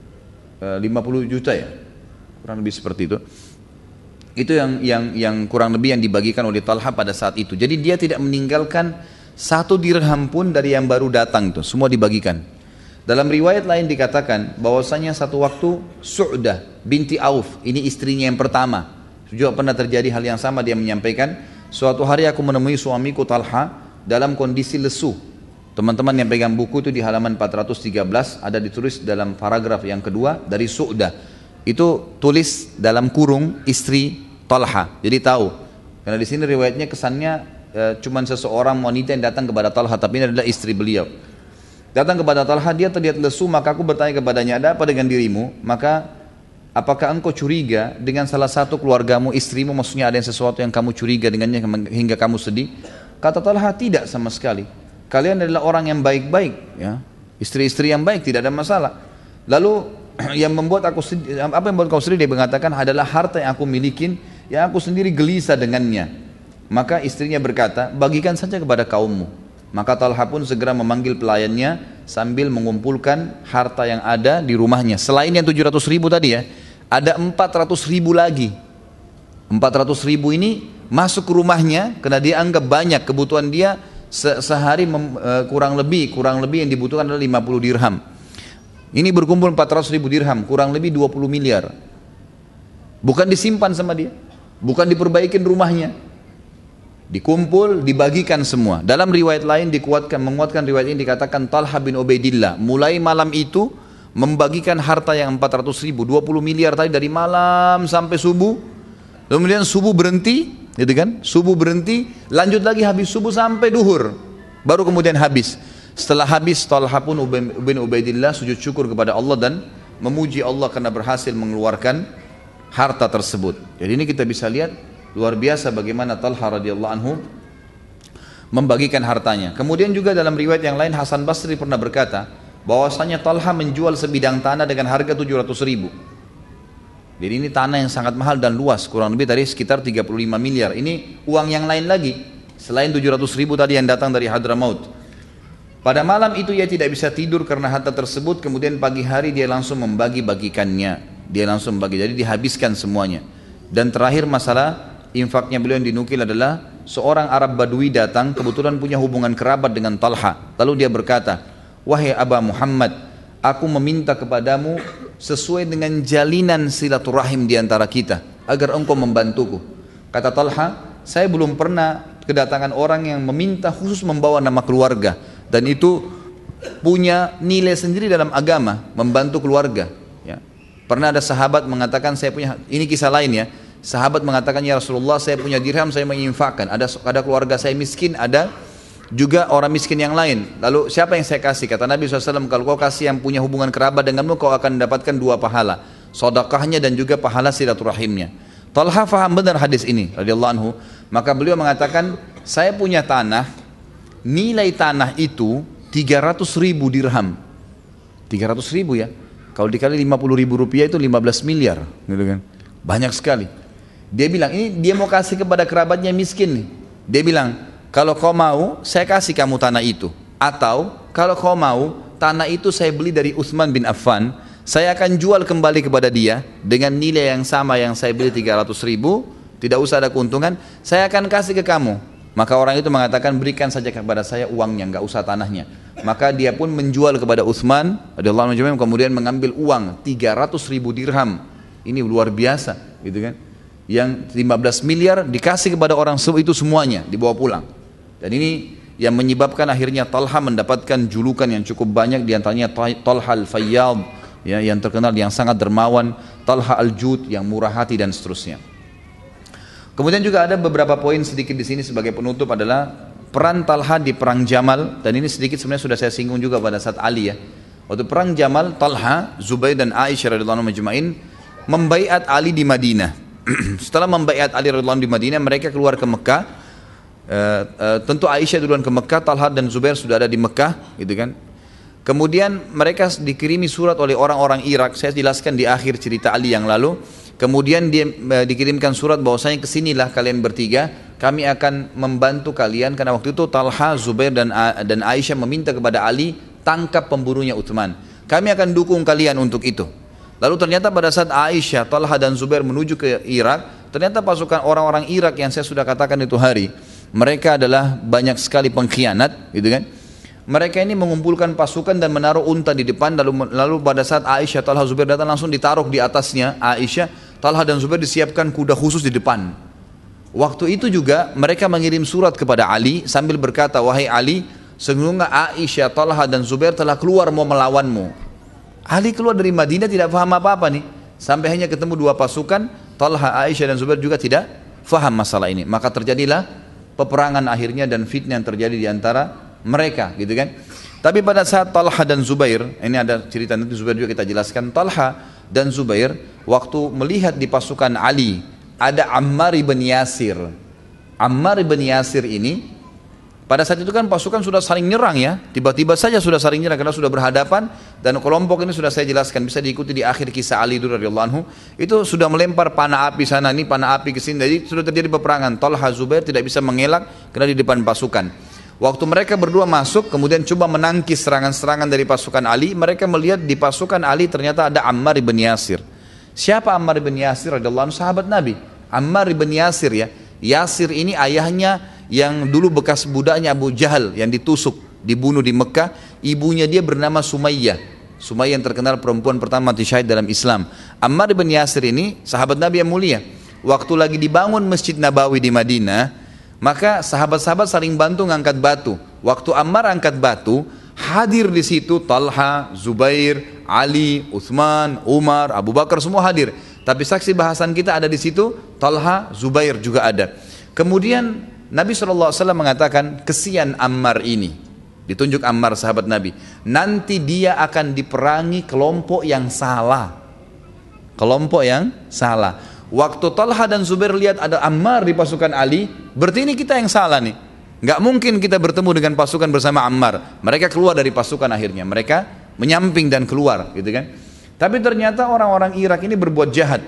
50 juta ya, kurang lebih seperti itu. Itu yang kurang lebih yang dibagikan oleh Talha pada saat itu. Jadi dia tidak meninggalkan satu dirham pun dari yang baru datang itu, semua dibagikan. Dalam riwayat lain dikatakan bahwasanya satu waktu Su'dah binti Auf, ini istrinya yang pertama, juga pernah terjadi hal yang sama. Dia menyampaikan, suatu hari aku menemui suamiku Talha dalam kondisi lesu. Teman-teman yang pegang buku itu di halaman 413 ada ditulis dalam paragraf yang kedua dari Su'dah. Itu tulis dalam kurung istri Talha. Jadi tahu. Karena di sini riwayatnya kesannya cuman seseorang wanita yang datang kepada Talha, tapi ini adalah istri beliau. Datang kepada Talha, dia terlihat lesu, maka aku bertanya kepadanya, ada apa dengan dirimu? Maka apakah engkau curiga dengan salah satu keluargamu, istrimu, maksudnya ada yang sesuatu yang kamu curiga dengannya hingga kamu sedih? Kata Talha, tidak sama sekali. Kalian adalah orang yang baik-baik ya, istri-istri yang baik, tidak ada masalah. Lalu yang membuat aku sedih, apa yang membuat kau sedih? Dia mengatakan adalah harta yang aku milikin, yang aku sendiri gelisah dengannya. Maka istrinya berkata, bagikan saja kepada kaummu. Maka Talha pun segera memanggil pelayannya sambil mengumpulkan harta yang ada di rumahnya. Selain yang 700.000 tadi ya, ada 400.000 lagi. 400.000 ini masuk ke rumahnya karena dia anggap banyak, kebutuhan dia sehari kurang lebih yang dibutuhkan adalah 50 dirham. Ini berkumpul 400.000 dirham, kurang lebih 20 miliar. Bukan disimpan sama dia, bukan diperbaikin rumahnya, dikumpul, dibagikan semua. Dalam riwayat lain menguatkan riwayat ini, dikatakan Talha bin Ubaidillah mulai malam itu membagikan harta yang 400 ribu, 20 miliar tadi dari malam sampai subuh. Kemudian subuh berhenti, gitu kan? Subuh berhenti, lanjut lagi habis subuh sampai duhur, baru kemudian habis. Setelah habis, Talha pun bin Ubaidillah sujud syukur kepada Allah dan memuji Allah karena berhasil mengeluarkan harta tersebut. Jadi ini kita bisa lihat luar biasa bagaimana Talha radhiyallahu anhu membagikan hartanya. Kemudian juga dalam riwayat yang lain Hasan Basri pernah berkata bahwasanya Talha menjual sebidang tanah dengan harga 700 ribu. Jadi ini tanah yang sangat mahal dan luas, kurang lebih tadi sekitar 35 miliar. Ini uang yang lain lagi selain 700 ribu tadi yang datang dari Hadramaut. Pada malam itu ia tidak bisa tidur karena harta tersebut. Kemudian pagi hari dia langsung membagi-bagikannya. Dia langsung membagi, jadi dihabiskan semuanya. Dan terakhir masalah infaknya beliau yang dinukil adalah seorang Arab Badui datang, kebetulan punya hubungan kerabat dengan Talha. Lalu dia berkata, wahai Aba Muhammad, aku meminta kepadamu sesuai dengan jalinan silaturahim di antara kita, agar engkau membantuku. Kata Talha, saya belum pernah kedatangan orang yang meminta khusus membawa nama keluarga. Dan itu punya nilai sendiri dalam agama, membantu keluarga. Ya. Pernah ada sahabat mengatakan, saya punya, ini kisah lain ya, sahabat mengatakan, ya Rasulullah saya punya dirham, saya menginfakkan, ada keluarga saya miskin, ada juga orang miskin yang lain. Lalu siapa yang saya kasih? Kata Nabi SAW, kalau kau kasih yang punya hubungan kerabat denganmu, kau akan mendapatkan 2 pahala, sedekahnya dan juga pahala silaturahimnya. Talha faham benar hadis ini radhiyallahu anhu, maka beliau mengatakan, saya punya tanah, nilai tanah itu 300 ribu dirham. 300 ribu ya, kalau dikali 50 ribu rupiah itu 15 miliar gitu kan. Banyak sekali. Dia bilang, ini dia mau kasih kepada kerabatnya miskin nih. Dia bilang, kalau kau mau saya kasih kamu tanah itu, atau kalau kau mau tanah itu saya beli dari Utsman bin Affan, saya akan jual kembali kepada dia dengan nilai yang sama yang saya beli 300 ribu, tidak usah ada keuntungan, saya akan kasih ke kamu. Maka orang itu mengatakan, berikan saja kepada saya uangnya, enggak usah tanahnya. Maka dia pun menjual kepada Utsman radhiyallahu anhu, kemudian mengambil uang 300 ribu dirham. Ini luar biasa gitu kan. Yang 15 miliar dikasih kepada orang itu semuanya, dibawa pulang. Dan ini yang menyebabkan akhirnya Talha mendapatkan julukan yang cukup banyak, diantaranya Talha al-Fayyad ya, yang terkenal, yang sangat dermawan, Talha al-Jud yang murah hati dan seterusnya. Kemudian juga ada beberapa poin sedikit di sini sebagai penutup adalah peran Talha di perang Jamal, dan ini sedikit sebenarnya sudah saya singgung juga pada saat Ali ya. Waktu perang Jamal, Talha, Zubair dan Aisyah radhiyallahu anhum majma'in membaiat Ali di Madinah. Setelah membaiat Ali radhiyallahu anhu di Madinah, mereka keluar ke Mekah. Tentu Aisyah duluan ke Mekah, Talha dan Zubair sudah ada di Mekah, gitu kan. Kemudian mereka dikirimi surat oleh orang-orang Irak. Saya jelaskan di akhir cerita Ali yang lalu. Kemudian dia dikirimkan surat bahwasanya kesinilah kalian bertiga, kami akan membantu kalian, karena waktu itu Talha, Zubair dan Aisyah meminta kepada Ali, tangkap pembunuhnya Utsman. Kami akan dukung kalian untuk itu. Lalu ternyata pada saat Aisyah, Talha dan Zubair menuju ke Irak, ternyata pasukan orang-orang Irak yang saya sudah katakan itu hari, mereka adalah banyak sekali pengkhianat, gitu kan. Mereka ini mengumpulkan pasukan dan menaruh unta di depan, lalu pada saat Aisyah, Talha, Zubair datang, langsung ditaruh di atasnya Aisyah, Talha dan Zubair disiapkan kuda khusus di depan. Waktu itu juga mereka mengirim surat kepada Ali sambil berkata, wahai Ali, sesungguhnya Aisyah, Talha dan Zubair telah keluar mau melawanmu. Ali keluar dari Madinah tidak paham apa-apa nih, sampai hanya ketemu 2 pasukan, Talha, Aisyah dan Zubair juga tidak faham masalah ini. Maka terjadilah peperangan akhirnya dan fitnah yang terjadi di antara mereka, gitu kan. Tapi pada saat Talha dan Zubair, ini ada cerita nanti Zubair juga kita jelaskan. Talha dan Zubair waktu melihat di pasukan Ali ada Ammar ibn Yasir. Ammar ibn Yasir ini pada saat itu kan pasukan sudah saling nyerang ya, tiba-tiba saja sudah saling nyerang karena sudah berhadapan, dan kelompok ini sudah saya jelaskan, bisa diikuti di akhir kisah Ali radhiyallahu anhu, itu sudah melempar panah api sana, ini panah api ke sini, jadi sudah terjadi peperangan. Talha, Zubair tidak bisa mengelak karena di depan pasukan. Waktu mereka berdua masuk, kemudian coba menangkis serangan-serangan dari pasukan Ali, mereka melihat di pasukan Ali ternyata ada Ammar ibn Yasir. Siapa Ammar ibn Yasir radhiyallahu anhu? Sahabat Nabi. Ammar ibn Yasir ya. Yasir ini ayahnya yang dulu bekas budaknya Abu Jahal yang ditusuk, dibunuh di Mekah. Ibunya dia bernama Sumayyah. Sumayyah yang terkenal perempuan pertama mati syahid dalam Islam. Ammar bin Yasir ini sahabat Nabi yang mulia. Waktu lagi dibangun Masjid Nabawi di Madinah, maka sahabat-sahabat saling bantu ngangkat batu. Waktu Ammar angkat batu, hadir di situ Talha, Zubair, Ali, Uthman, Umar, Abu Bakar, semua hadir. Tapi saksi bahasan kita ada di situ, Talha, Zubair juga ada. Kemudian Nabi SAW mengatakan, kesian Ammar ini. Ditunjuk Ammar sahabat Nabi. Nanti dia akan diperangi kelompok yang salah. Kelompok yang salah. Waktu Talha dan Zubair lihat ada Ammar di pasukan Ali, berarti ini kita yang salah nih. Nggak mungkin kita bertemu dengan pasukan bersama Ammar. Mereka keluar dari pasukan akhirnya. Mereka menyamping dan keluar, gitu kan. Tapi ternyata orang-orang Irak ini berbuat jahat.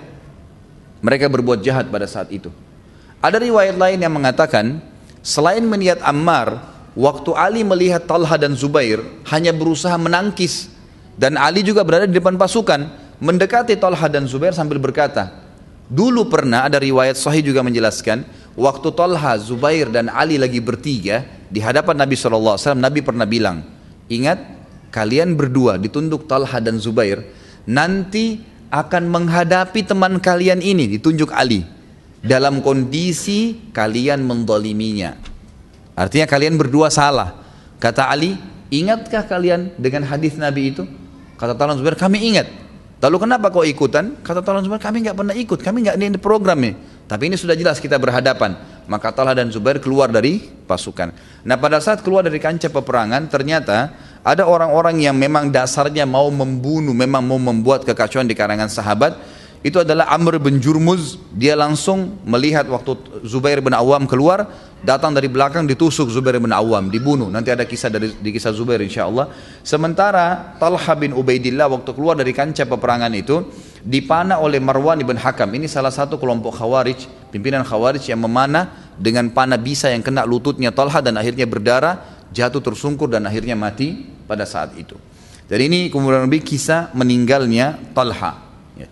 Mereka berbuat jahat pada saat itu. Ada riwayat lain yang mengatakan, selain melihat Ammar, waktu Ali melihat Talha dan Zubair, hanya berusaha menangkis. Dan Ali juga berada di depan pasukan, mendekati Talha dan Zubair sambil berkata, dulu pernah ada riwayat sahih juga menjelaskan, waktu Talha, Zubair dan Ali lagi bertiga di hadapan Nabi SAW, Nabi pernah bilang, ingat kalian berdua ditunduk Talha dan Zubair, nanti akan menghadapi teman kalian ini, ditunjuk Ali, dalam kondisi kalian mendoliminya. Artinya kalian berdua salah. Kata Ali, ingatkah kalian dengan hadis Nabi itu? Kata Talha dan Zubair, kami ingat. Lalu kenapa kau ikutan? Kata Talha dan Zubair, kami nggak pernah ikut, kami nggak di program ini. Tapi ini sudah jelas kita berhadapan. Maka Talha dan Zubair keluar dari pasukan. Nah pada saat keluar dari kancah peperangan, ternyata ada orang-orang yang memang dasarnya mau membunuh, memang mau membuat kekacauan di kalangan sahabat. Itu adalah Amr bin Jurmuz. Dia langsung melihat waktu Zubair bin Awam keluar, datang dari belakang ditusuk Zubair bin Awam, dibunuh. Nanti ada kisah di kisah Zubair insyaAllah. Sementara Talha bin Ubaidillah waktu keluar dari kancah peperangan itu dipanah oleh Marwan bin Hakam. Ini salah satu kelompok Khawarij, pimpinan Khawarij yang memanah dengan panah bisa yang kena lututnya Talha dan akhirnya berdarah, jatuh tersungkur dan akhirnya mati pada saat itu. Jadi ini kemudian lebih kisah meninggalnya Talha.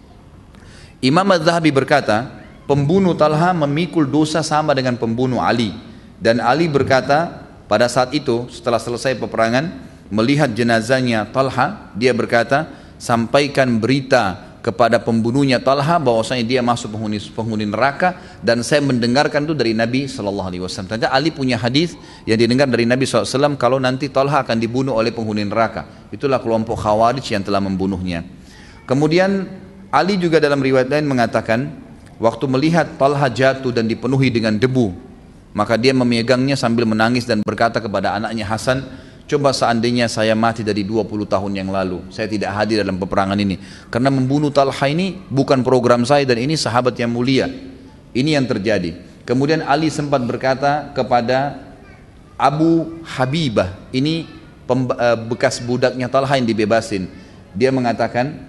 Imam Az-Zahabi berkata, pembunuh Talha memikul dosa sama dengan pembunuh Ali. Dan Ali berkata, pada saat itu setelah selesai peperangan, melihat jenazahnya Talha, dia berkata, sampaikan berita kepada pembunuhnya Talha bahwasanya dia masuk penghuni neraka, dan saya mendengarkan itu dari Nabi SAW. Ternyata Ali punya hadis yang didengar dari Nabi SAW kalau nanti Talha akan dibunuh oleh penghuni neraka. Itulah kelompok Khawarij yang telah membunuhnya. Kemudian Ali juga dalam riwayat lain mengatakan, waktu melihat Talha jatuh dan dipenuhi dengan debu, maka dia memegangnya sambil menangis dan berkata kepada anaknya Hasan, coba seandainya saya mati dari 20 tahun yang lalu, saya tidak hadir dalam peperangan ini. Karena membunuh Talha ini bukan program saya dan ini sahabat yang mulia. Ini yang terjadi. Kemudian Ali sempat berkata kepada Abu Habibah, ini bekas budaknya Talha yang dibebasin. Dia mengatakan,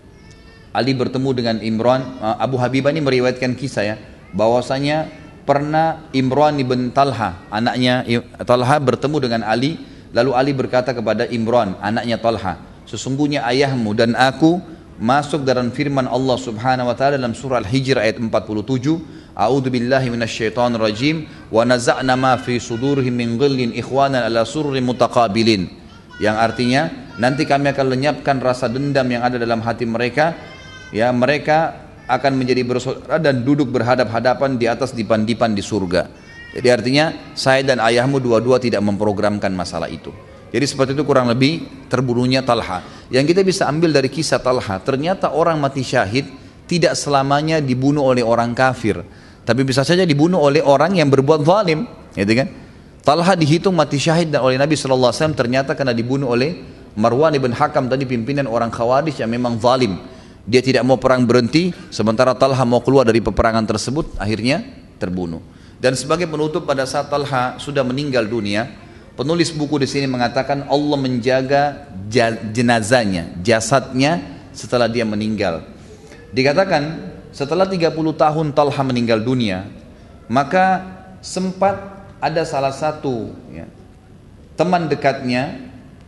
Ali bertemu dengan Imran. Abu Habibah ini meriwayatkan kisah ya, bahwasanya pernah Imran ibn Talha, anaknya Talha bertemu dengan Ali, lalu Ali berkata kepada Imran, anaknya Talha, sesungguhnya ayahmu dan aku masuk dalam firman Allah Subhanahu wa taala dalam surah Al-Hijr ayat 47, A'udzu billahi minasyaitonir rajim wa naza'na ma fi sudurihim min ghillin ikhwanan ala surrin mutaqabilin, yang artinya nanti kami akan lenyapkan rasa dendam yang ada dalam hati mereka, ya mereka akan menjadi bersaudara dan duduk berhadap-hadapan di atas dipan-dipan di surga. Jadi artinya saya dan ayahmu dua-dua tidak memprogramkan masalah itu. Jadi seperti itu kurang lebih terbunuhnya Talha. Yang kita bisa ambil dari kisah Talha, ternyata orang mati syahid tidak selamanya dibunuh oleh orang kafir, tapi bisa saja dibunuh oleh orang yang berbuat zalim, gitu kan? Talha dihitung mati syahid dan oleh Nabi SAW ternyata karena dibunuh oleh Marwan ibn Hakam tadi, pimpinan orang Khawarij yang memang zalim. Dia tidak mau perang berhenti, sementara Talha mau keluar dari peperangan tersebut, akhirnya terbunuh. Dan sebagai penutup, pada saat Talha sudah meninggal dunia, penulis buku di sini mengatakan Allah menjaga jenazahnya, jasadnya setelah dia meninggal. Dikatakan setelah 30 tahun Talha meninggal dunia, maka sempat ada salah satu teman dekatnya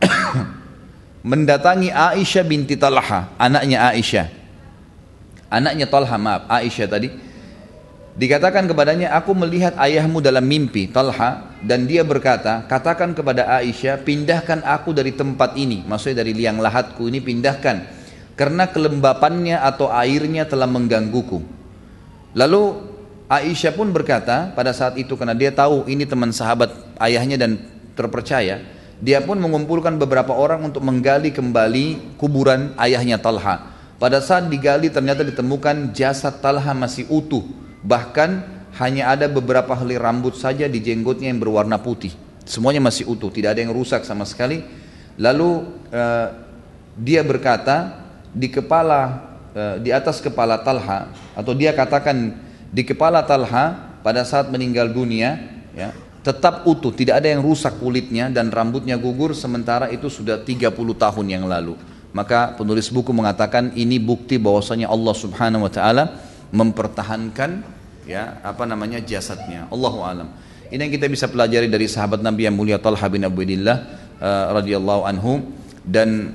mendatangi Aisyah binti Talha, anaknya Aisyah, anaknya Talha, maaf, Aisyah tadi. Dikatakan kepadanya, aku melihat ayahmu dalam mimpi, Talha, dan dia berkata, katakan kepada Aisyah, pindahkan aku dari tempat ini, maksudnya dari liang lahatku ini pindahkan, karena kelembapannya atau airnya telah menggangguku. Lalu Aisyah pun berkata pada saat itu, karena dia tahu ini teman sahabat ayahnya dan terpercaya, dia pun mengumpulkan beberapa orang untuk menggali kembali kuburan ayahnya Talha. Pada saat digali ternyata ditemukan jasad Talha masih utuh. Bahkan hanya ada beberapa helai rambut saja di jenggotnya yang berwarna putih. Semuanya masih utuh, tidak ada yang rusak sama sekali. Lalu dia berkata di atas kepala Talha, atau dia katakan di kepala Talha pada saat meninggal dunia, ya, tetap utuh, tidak ada yang rusak kulitnya dan rambutnya gugur, sementara itu sudah 30 tahun yang lalu. Maka penulis buku mengatakan ini bukti bahwasanya Allah Subhanahu wa taala mempertahankan, ya, jasadnya. Allahu alam. Ini yang kita bisa pelajari dari sahabat Nabi yang mulia Talha bin Ubaidillah radhiyallahu anhu. Dan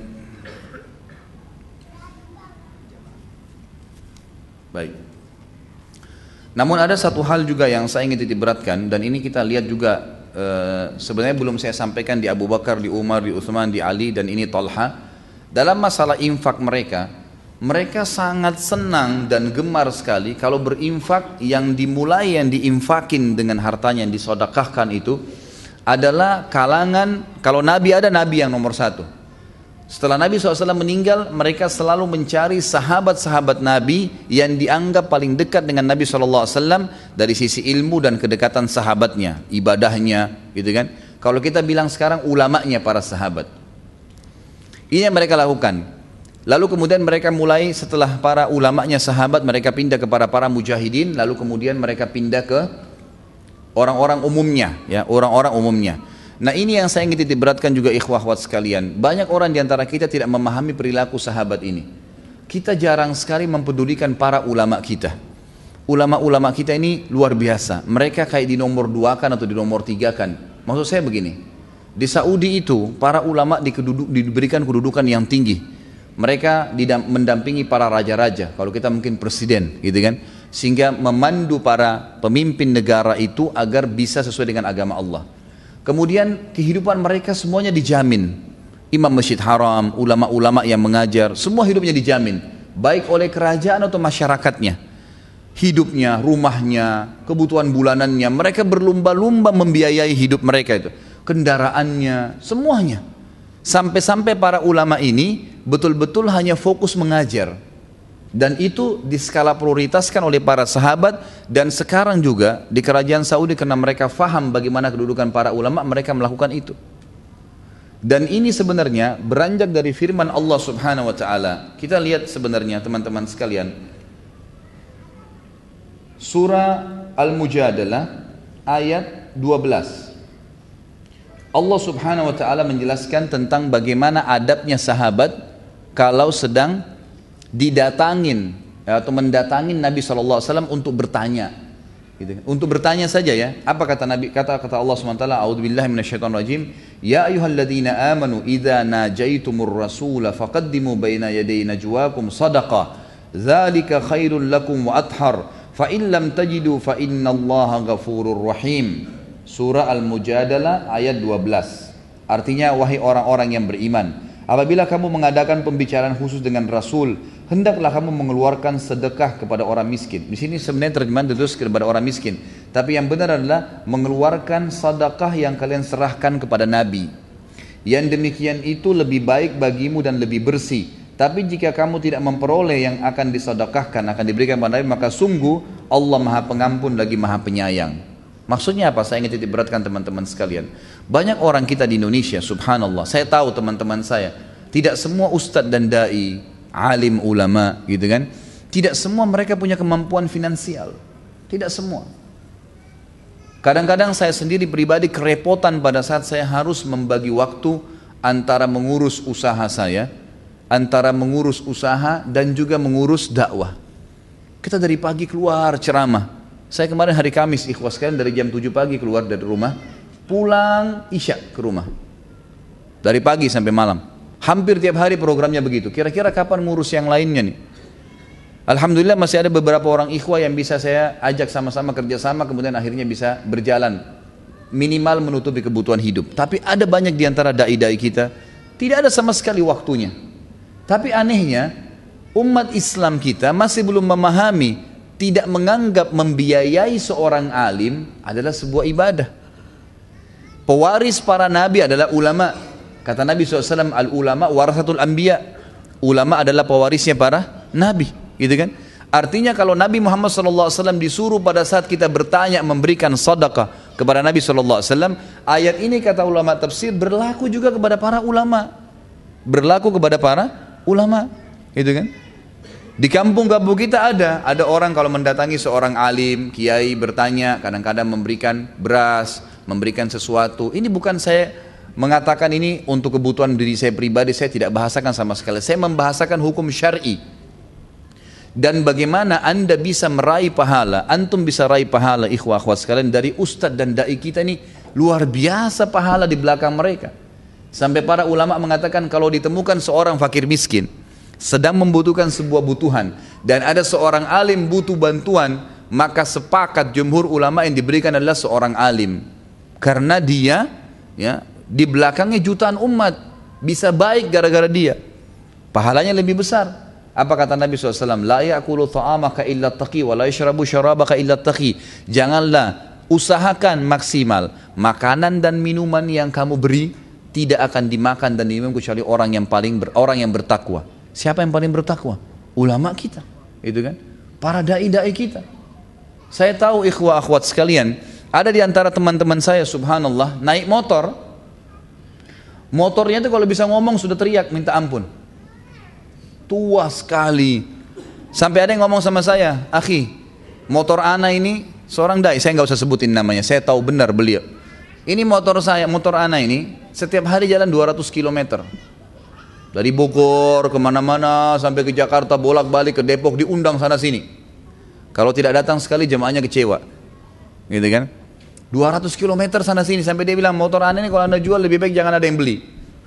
baik. Namun ada satu hal juga yang saya ingin titik beratkan, dan ini kita lihat juga sebenarnya belum saya sampaikan di Abu Bakar, di Umar, di Utsman, di Ali, dan ini Talha. Dalam masalah infak mereka sangat senang dan gemar sekali kalau berinfak, yang dimulai, yang diinfakin dengan hartanya yang disodakahkan itu adalah kalangan, kalau Nabi ada, Nabi yang nomor satu. Setelah Nabi SAW meninggal, mereka selalu mencari sahabat-sahabat Nabi yang dianggap paling dekat dengan Nabi SAW dari sisi ilmu dan kedekatan sahabatnya, ibadahnya, gitu kan. Kalau kita bilang sekarang ulamanya para sahabat. Ini yang mereka lakukan. Lalu kemudian mereka mulai, setelah para ulamanya sahabat, mereka pindah kepada para mujahidin, lalu kemudian mereka pindah ke orang-orang umumnya, ya, orang-orang umumnya. Nah, ini yang saya ingin titik beratkan juga ikhwah-akhwat sekalian. Banyak orang di antara kita tidak memahami perilaku sahabat ini. Kita jarang sekali mempedulikan para ulama kita. Ulama-ulama kita ini luar biasa. Mereka kayak di nomor 2 kan atau di nomor 3 kan. Maksud saya begini, di Saudi itu para ulama diberikan kedudukan yang tinggi. Mereka mendampingi para raja-raja, kalau kita mungkin presiden, gitu kan, sehingga memandu para pemimpin negara itu agar bisa sesuai dengan agama Allah. Kemudian kehidupan mereka semuanya dijamin. Imam Masjid Haram, ulama-ulama yang mengajar, semua hidupnya dijamin, baik oleh kerajaan atau masyarakatnya. Hidupnya, rumahnya, kebutuhan bulanannya, mereka berlumba-lumba membiayai hidup mereka itu. Kendaraannya, semuanya. Sampai-sampai para ulama ini betul-betul hanya fokus mengajar. Dan itu diskala prioritaskan oleh para sahabat. Dan sekarang juga di kerajaan Saudi, karena mereka faham bagaimana kedudukan para ulama, mereka melakukan itu. Dan ini sebenarnya beranjak dari firman Allah Subhanahu wa taala. Kita lihat sebenarnya teman-teman sekalian, surah Al-Mujadalah ayat 12. Allah Subhanahu wa taala menjelaskan tentang bagaimana adabnya sahabat kalau sedang didatangin atau mendatangin Nabi SAW untuk bertanya, gitu. Untuk bertanya saja, ya. Apa kata Nabi? Kata Allah SWT, a'udzubillahi minasyaitonirrajim, ya ayyuhalladzina amanu idza najaitumur rasula faqaddimu baina yaday najwakum sadaqah dzalika khairul lakum wa athhar fa in lam tajidu fa innallaha ghafurur rahim. Surah Al-Mujadalah ayat 12. Artinya, wahai orang-orang yang beriman, apabila kamu mengadakan pembicaraan khusus dengan Rasul, hendaklah kamu mengeluarkan sedekah kepada orang miskin. Di sini sebenarnya terjemahan terus kepada orang miskin, tapi yang benar adalah mengeluarkan sedekah yang kalian serahkan kepada Nabi. Yang demikian itu lebih baik bagimu dan lebih bersih. Tapi jika kamu tidak memperoleh yang akan disedekahkan, akan diberikan kepada Nabi, maka sungguh Allah Maha Pengampun lagi Maha Penyayang. Maksudnya apa? Saya ingin titik beratkan teman-teman sekalian. Banyak orang kita di Indonesia, subhanallah, saya tahu teman-teman saya, tidak semua ustadz dan da'i, alim ulama, gitu kan, tidak semua mereka punya kemampuan finansial. Tidak semua. Kadang-kadang saya sendiri pribadi kerepotan pada saat saya harus membagi waktu antara mengurus usaha saya, antara mengurus usaha dan juga mengurus dakwah. Kita dari pagi keluar ceramah. Saya kemarin hari Kamis, ikhwas sekalian, dari jam 7 pagi keluar dari rumah, pulang Isya ke rumah. Dari pagi sampai malam. Hampir tiap hari programnya begitu. Kira-kira kapan ngurus yang lainnya nih? Alhamdulillah masih ada beberapa orang ikhwah yang bisa saya ajak sama-sama kerjasama, kemudian akhirnya bisa berjalan, minimal menutupi kebutuhan hidup. Tapi ada banyak di antara dai-dai kita, tidak ada sama sekali waktunya. Tapi anehnya, umat Islam kita masih belum memahami, tidak menganggap membiayai seorang alim adalah sebuah ibadah. Pewaris para nabi adalah ulama. Kata Nabi SAW, al-ulama warasatul anbiya. Ulama adalah pewarisnya para nabi, gitu kan? Artinya kalau Nabi Muhammad SAW disuruh pada saat kita bertanya memberikan sedekah kepada Nabi SAW, ayat ini kata ulama tafsir berlaku juga kepada para ulama. Berlaku kepada para ulama, gitu kan? Di kampung-kampung kita ada orang kalau mendatangi seorang alim, kiai bertanya, kadang-kadang memberikan beras, memberikan sesuatu. Ini bukan saya mengatakan ini untuk kebutuhan diri saya pribadi, saya tidak bahasakan sama sekali. Saya membahasakan hukum syar'i. Dan bagaimana Anda bisa meraih pahala, antum bisa raih pahala ikhwah akhwat sekalian dari ustadz dan dai kita ini luar biasa pahala di belakang mereka. Sampai para ulama mengatakan kalau ditemukan seorang fakir miskin sedang membutuhkan sebuah butuhan dan ada seorang alim butuh bantuan, maka sepakat jumhur ulama yang diberikan adalah seorang alim. Karena dia di belakangnya jutaan umat bisa baik gara-gara dia, pahalanya lebih besar. Apa kata Nabi SAW? La ya'kulu ta'amaka illa taqi wa la yashrabu syarabaka illa taqi. Janganlah, usahakan maksimal makanan dan minuman yang kamu beri tidak akan dimakan dan diminum kecuali orang yang bertakwa. Siapa yang paling bertakwa? Ulama kita, itu kan? Para dai-dai kita. Saya tahu ikhwah akhwat sekalian, ada di antara teman-teman saya subhanallah naik motor. Motornya itu kalau bisa ngomong sudah teriak minta ampun. Tua sekali. Sampai ada yang ngomong sama saya, akhi, motor ana ini seorang dai, saya nggak usah sebutin namanya, saya tahu benar beliau. Ini motor saya, motor ana ini setiap hari jalan 200 km. Dari Bogor kemana-mana sampai ke Jakarta, bolak-balik ke Depok, diundang sana sini. Kalau tidak datang sekali jemaahnya kecewa, gitu kan? 200 km sana sini sampai dia bilang motor anda ini kalau anda jual lebih baik jangan ada yang beli.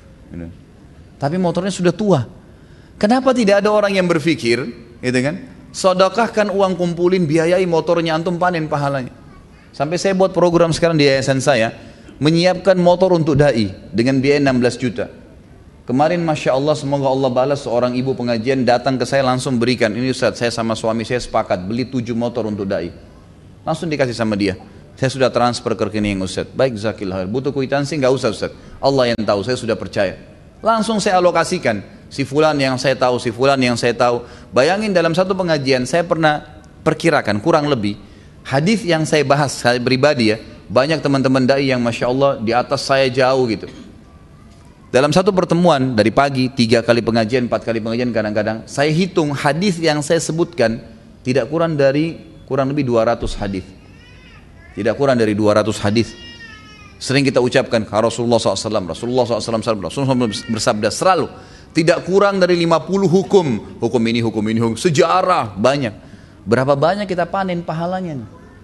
Tapi motornya sudah tua. Kenapa tidak ada orang yang berpikir, gitu kan? Sedekahkan uang kumpulin, biayai motornya, antum panen pahalanya. Sampai saya buat program sekarang di yayasan saya, menyiapkan motor untuk dai dengan biaya 16 juta. Kemarin Masya Allah, semoga Allah balas, seorang ibu pengajian datang ke saya langsung berikan, ini Ustaz, saya sama suami saya sepakat beli 7 motor untuk dai. Langsung dikasih sama dia. Saya sudah transfer ke rekening Ustaz. Baik, zakillah. Butuh kwitansi enggak usah Ustaz. Allah yang tahu, saya sudah percaya. Langsung saya alokasikan. Si fulan yang saya tahu, si fulan yang saya tahu. Bayangin dalam satu pengajian saya pernah perkirakan kurang lebih hadis yang saya bahas saya pribadi ya. Banyak teman-teman dai yang Masya Allah di atas saya jauh gitu. Dalam satu pertemuan dari pagi 3 kali pengajian, 4 kali pengajian kadang-kadang saya hitung hadis yang saya sebutkan tidak kurang lebih 200 hadis. Tidak kurang dari 200 hadis. Sering kita ucapkan Rasulullah SAW, Rasulullah SAW, Rasulullah bersabda selalu. Tidak kurang dari 50 hukum. Hukum ini, sejarah, banyak. Berapa banyak kita panen pahalanya.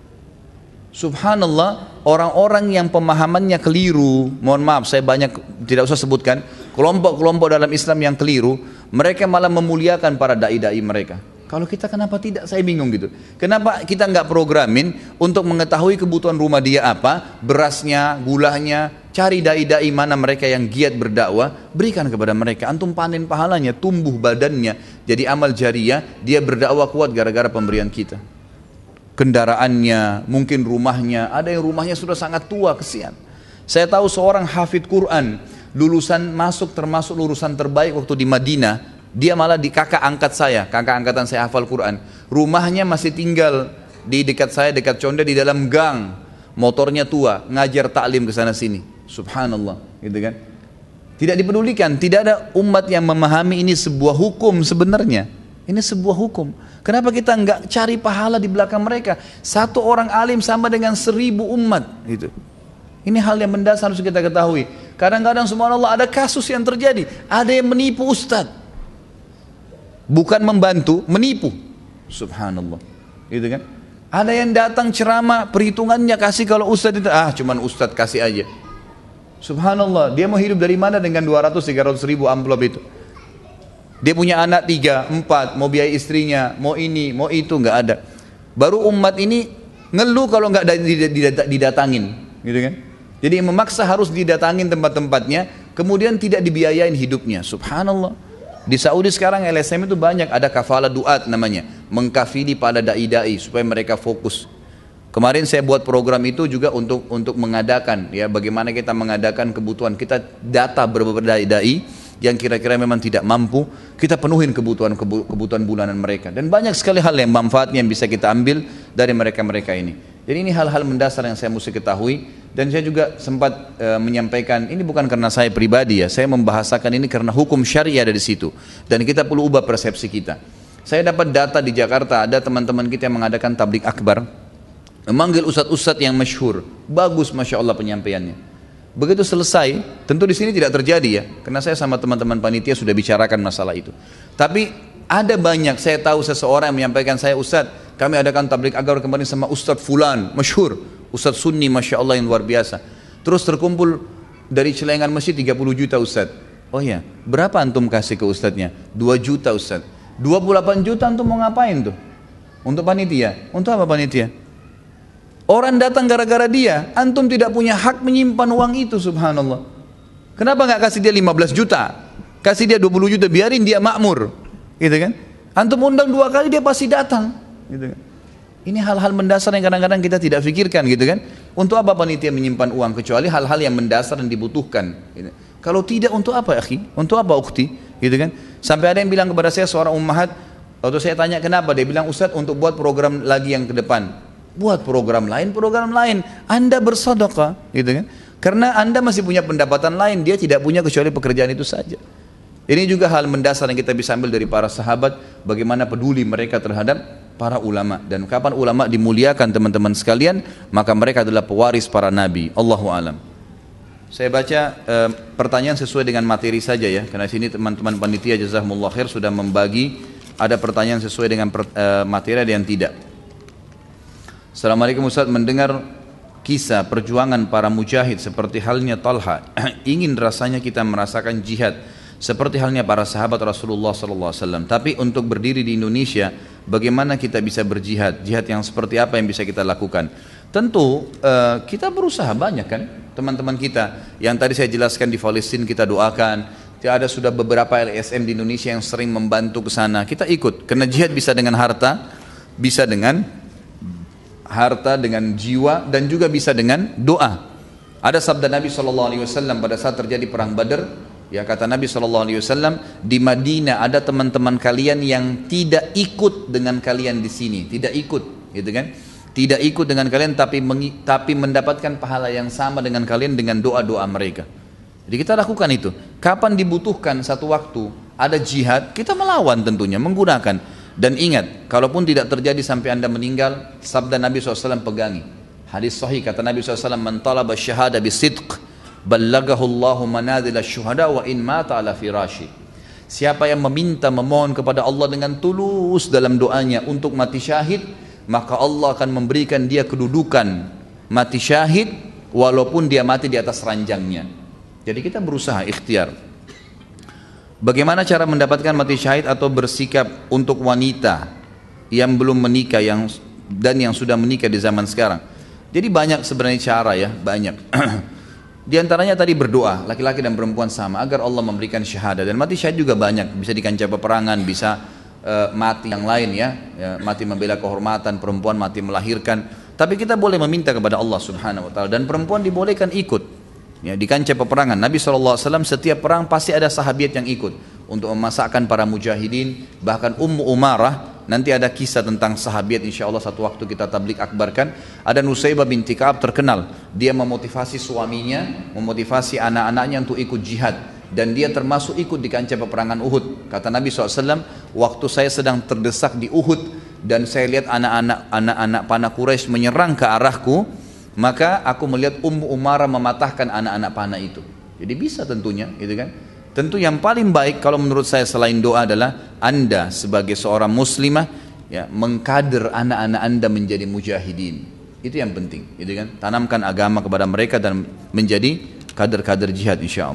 Subhanallah, orang-orang yang pemahamannya keliru, mohon maaf saya banyak tidak usah sebutkan, kelompok-kelompok dalam Islam yang keliru, mereka malah memuliakan para dai-dai mereka. Kalau kita kenapa tidak? Saya bingung gitu. Kenapa kita nggak programin untuk mengetahui kebutuhan rumah dia apa, berasnya, gulanya, cari dai-dai mana mereka yang giat berdakwah, berikan kepada mereka. Antum panen pahalanya, tumbuh badannya, jadi amal jariah, dia berdakwah kuat gara-gara pemberian kita. Kendaraannya, mungkin rumahnya, ada yang rumahnya sudah sangat tua, kesian. Saya tahu seorang hafidh Quran, lulusan masuk termasuk lulusan terbaik waktu di Madinah. Dia malah di kakak angkat saya, kakak angkatan saya hafal Quran. Rumahnya masih tinggal di dekat saya, dekat Condet di dalam gang. Motornya tua, ngajar taklim ke sana sini. Subhanallah, gitu kan? Tidak dipedulikan, tidak ada umat yang memahami ini sebuah hukum sebenarnya. Ini sebuah hukum. Kenapa kita enggak cari pahala di belakang mereka? Satu orang alim sama dengan 1000 umat, gitu. Ini hal yang mendasar harus kita ketahui. Kadang-kadang subhanallah ada kasus yang terjadi, ada yang menipu ustadz. Bukan membantu, menipu. Subhanallah, gitu kan? Ada yang datang ceramah, perhitungannya kasih kalau ustadz itu, cuman ustadz kasih aja. Subhanallah, dia mau hidup dari mana dengan 200-300 ribu amplop itu? Dia punya anak 3, 4, mau biaya istrinya, mau ini, mau itu, nggak ada. Baru umat ini ngeluh kalau nggak didatangin, gitu kan? Jadi memaksa harus didatangin tempat-tempatnya, kemudian tidak dibiayain hidupnya. Subhanallah. Di Saudi sekarang LSM itu banyak, ada kafala duat namanya, mengkafili pada dai-dai supaya mereka fokus. Kemarin saya buat program itu juga untuk mengadakan, ya, bagaimana kita mengadakan kebutuhan kita, data beberapa dai-dai yang kira-kira memang tidak mampu, kita penuhin kebutuhan bulanan mereka. Dan banyak sekali hal yang manfaatnya yang bisa kita ambil dari mereka-mereka ini. Jadi ini hal-hal mendasar yang saya mesti ketahui. Dan saya juga sempat menyampaikan, ini bukan karena saya pribadi ya, saya membahasakan ini karena hukum syariah ada di situ. Dan kita perlu ubah persepsi kita. Saya dapat data di Jakarta, ada teman-teman kita yang mengadakan tablik akbar, memanggil ustadz-ustadz yang masyhur, bagus Masya Allah penyampaiannya. Begitu selesai, tentu di sini tidak terjadi ya, karena saya sama teman-teman panitia sudah bicarakan masalah itu. Tapi ada banyak, saya tahu seseorang yang menyampaikan, saya Ustadz, kami adakan tablik akbar kemarin sama Ustadz Fulan, masyhur, Ustadz Sunni Masya Allah yang luar biasa. Terus terkumpul dari celengan masjid 30 juta Ustadz. Oh ya, berapa antum kasih ke Ustadznya? 2 juta Ustadz. 28 juta antum mau ngapain tuh? Untuk panitia. Untuk apa panitia? Orang datang gara-gara dia, antum tidak punya hak menyimpan uang itu, subhanallah. Kenapa nggak kasih dia 15 juta? Kasih dia 20 juta, biarin dia makmur. Gitu kan? Antum undang 2 kali dia pasti datang. Gitu kan? Ini hal-hal mendasar yang kadang-kadang kita tidak pikirkan, gitu kan? Untuk apa panitia menyimpan uang, kecuali hal-hal yang mendasar dan dibutuhkan. Gitu. Kalau tidak, untuk apa akhi? Untuk apa ukhti? Gitu kan? Sampai ada yang bilang kepada saya, seorang ummahat, waktu saya tanya kenapa, dia bilang, Ustadz, untuk buat program lagi yang ke depan. Buat program lain, Anda bersedekah, gitu kan? Karena Anda masih punya pendapatan lain, dia tidak punya kecuali pekerjaan itu saja. Ini juga hal mendasar yang kita bisa ambil dari para sahabat, bagaimana peduli mereka terhadap para ulama, dan kapan ulama dimuliakan teman-teman sekalian, maka mereka adalah pewaris para nabi. Allahu alam. Saya baca pertanyaan sesuai dengan materi saja ya, karena sini teman-teman panitia jazakumullah khair sudah membagi, ada pertanyaan sesuai dengan materi, ada yang tidak. Assalamualaikum Ustaz, mendengar kisah perjuangan para mujahid seperti halnya Talha, ingin rasanya kita merasakan jihad seperti halnya para sahabat Rasulullah SAW. Tapi untuk berdiri di Indonesia, bagaimana kita bisa berjihad? Jihad yang seperti apa yang bisa kita lakukan? Tentu kita berusaha banyak kan, teman-teman kita yang tadi saya jelaskan di Palestina kita doakan. Ada sudah beberapa LSM di Indonesia yang sering membantu ke sana. Kita ikut, karena jihad bisa dengan harta, bisa dengan jiwa, dan juga bisa dengan doa. Ada sabda Nabi SAW pada saat terjadi perang Badar, ya, kata Nabi SAW, di Madinah ada teman-teman kalian yang tidak ikut dengan kalian di sini, tidak ikut, gitu kan? Tidak ikut dengan kalian, tapi mendapatkan pahala yang sama dengan kalian dengan doa-doa mereka. Jadi kita lakukan itu. Kapan dibutuhkan satu waktu ada jihad, kita melawan tentunya menggunakan. Dan ingat, kalaupun tidak terjadi sampai Anda meninggal, sabda Nabi SAW pegangi. Hadis sahih kata Nabi SAW, man talaba syahada bisidq ballagahu Allahu manazil asy-syuhada wa in mata ala firashi. Siapa yang memohon kepada Allah dengan tulus dalam doanya untuk mati syahid, maka Allah akan memberikan dia kedudukan mati syahid walaupun dia mati di atas ranjangnya. Jadi kita berusaha ikhtiar. Bagaimana cara mendapatkan mati syahid atau bersikap untuk wanita yang belum menikah dan yang sudah menikah di zaman sekarang? Jadi banyak sebenarnya cara ya, banyak. Di antaranya tadi berdoa, laki-laki dan perempuan sama, agar Allah memberikan syahadah. Dan mati syahid juga banyak, bisa di kancah peperangan, bisa mati yang lain ya, mati membela kehormatan, perempuan mati melahirkan. Tapi kita boleh meminta kepada Allah Subhanahu Wa Taala, dan perempuan dibolehkan ikut. Ya, di kancah peperangan Nabi SAW setiap perang pasti ada sahabat yang ikut untuk memasakkan para mujahidin. Bahkan Ummu Umarah, nanti ada kisah tentang sahabat, insya Allah satu waktu kita tablik akbarkan. Ada Nusaybah binti Ka'ab terkenal, dia memotivasi suaminya, memotivasi anak-anaknya untuk ikut jihad, dan dia termasuk ikut di kancah peperangan Uhud. Kata Nabi SAW, waktu saya sedang terdesak di Uhud dan saya lihat anak-anak panah Quraisy menyerang ke arahku, maka aku melihat Ummu Umarah mematahkan anak-anak panah itu. Jadi bisa tentunya, gitu kan? Tentu yang paling baik kalau menurut saya selain doa adalah Anda sebagai seorang muslimah ya, mengkader anak-anak Anda menjadi mujahidin. Itu yang penting, gitu kan? Tanamkan agama kepada mereka dan menjadi kader-kader jihad insyaallah.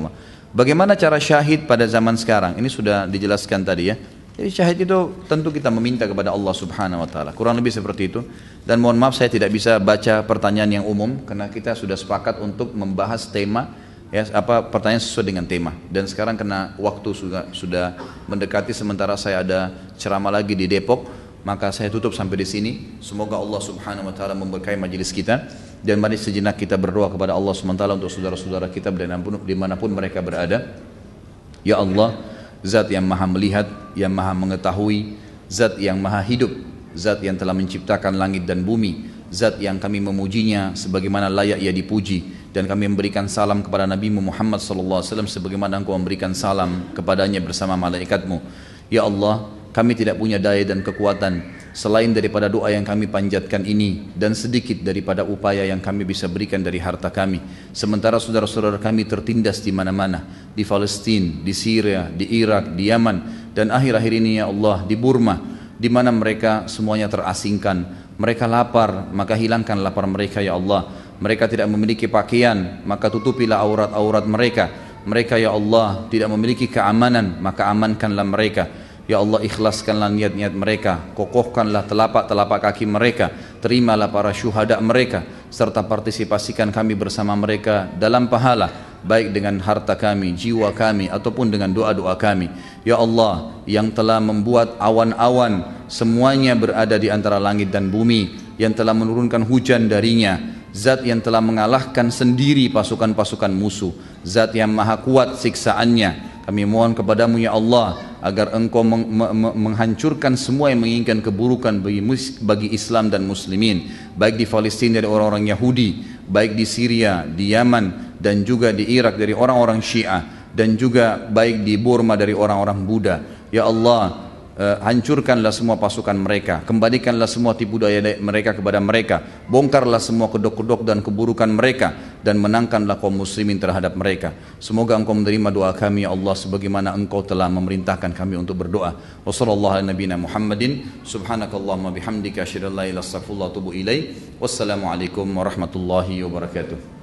Bagaimana cara syahid pada zaman sekarang? Ini sudah dijelaskan tadi ya. Jadi syahid itu tentu kita meminta kepada Allah Subhanahu wa taala. Kurang lebih seperti itu. Dan mohon maaf saya tidak bisa baca pertanyaan yang umum karena kita sudah sepakat untuk membahas tema ya, pertanyaan sesuai dengan tema. Dan sekarang karena waktu sudah mendekati, sementara saya ada ceramah lagi di Depok, maka saya tutup sampai di sini. Semoga Allah Subhanahu wa taala memberkahi majelis kita, dan mari sejenak kita berdoa kepada Allah Subhanahu wa taala untuk saudara-saudara kita dimanapun mereka berada. Ya Allah, Zat yang maha melihat, yang maha mengetahui, Zat yang maha hidup, Zat yang telah menciptakan langit dan bumi, Zat yang kami memujinya sebagaimana layak ia dipuji, dan kami memberikan salam kepada Nabi Muhammad SAW sebagaimana Engkau memberikan salam kepadanya bersama malaikatmu. Ya Allah, kami tidak punya daya dan kekuatan selain daripada doa yang kami panjatkan ini, dan sedikit daripada upaya yang kami bisa berikan dari harta kami. Sementara saudara-saudara kami tertindas di mana-mana, di Palestina, di Syria, di Irak, di Yaman, dan akhir-akhir ini ya Allah di Burma, di mana mereka semuanya terasingkan. Mereka lapar, maka hilangkan lapar mereka ya Allah. Mereka tidak memiliki pakaian, maka tutupilah aurat-aurat mereka. Mereka ya Allah tidak memiliki keamanan, maka amankanlah mereka. Ya Allah, ikhlaskanlah niat-niat mereka, kokohkanlah telapak-telapak kaki mereka, terimalah para syuhada mereka, serta partisipasikan kami bersama mereka dalam pahala, baik dengan harta kami, jiwa kami, ataupun dengan doa-doa kami. Ya Allah, yang telah membuat awan-awan semuanya berada di antara langit dan bumi, yang telah menurunkan hujan darinya, Zat yang telah mengalahkan sendiri pasukan-pasukan musuh, Zat yang maha kuat siksaannya. Kami mohon kepadamu ya Allah, agar Engkau menghancurkan semua yang menginginkan keburukan bagi Islam dan Muslimin, baik di Palestina dari orang-orang Yahudi, baik di Syria, di Yaman, dan juga di Irak dari orang-orang Syiah, dan juga baik di Burma dari orang-orang Buddha. Ya Allah, hancurkanlah semua pasukan mereka, kembalikanlah semua tipu daya mereka kepada mereka, bongkarlah semua kedok-kedok dan keburukan mereka, dan menangkanlah kaum muslimin terhadap mereka. Semoga Engkau menerima doa kami ya Allah, sebagaimana Engkau telah memerintahkan kami untuk berdoa. Wa sallallahu ala nabiyina Muhammadin, subhanakallahumma bihamdika asyhadu an la ilaha illa anta astaghfiruka wa atubu ilaik. Wassalamu alaikum warahmatullahi wabarakatuh.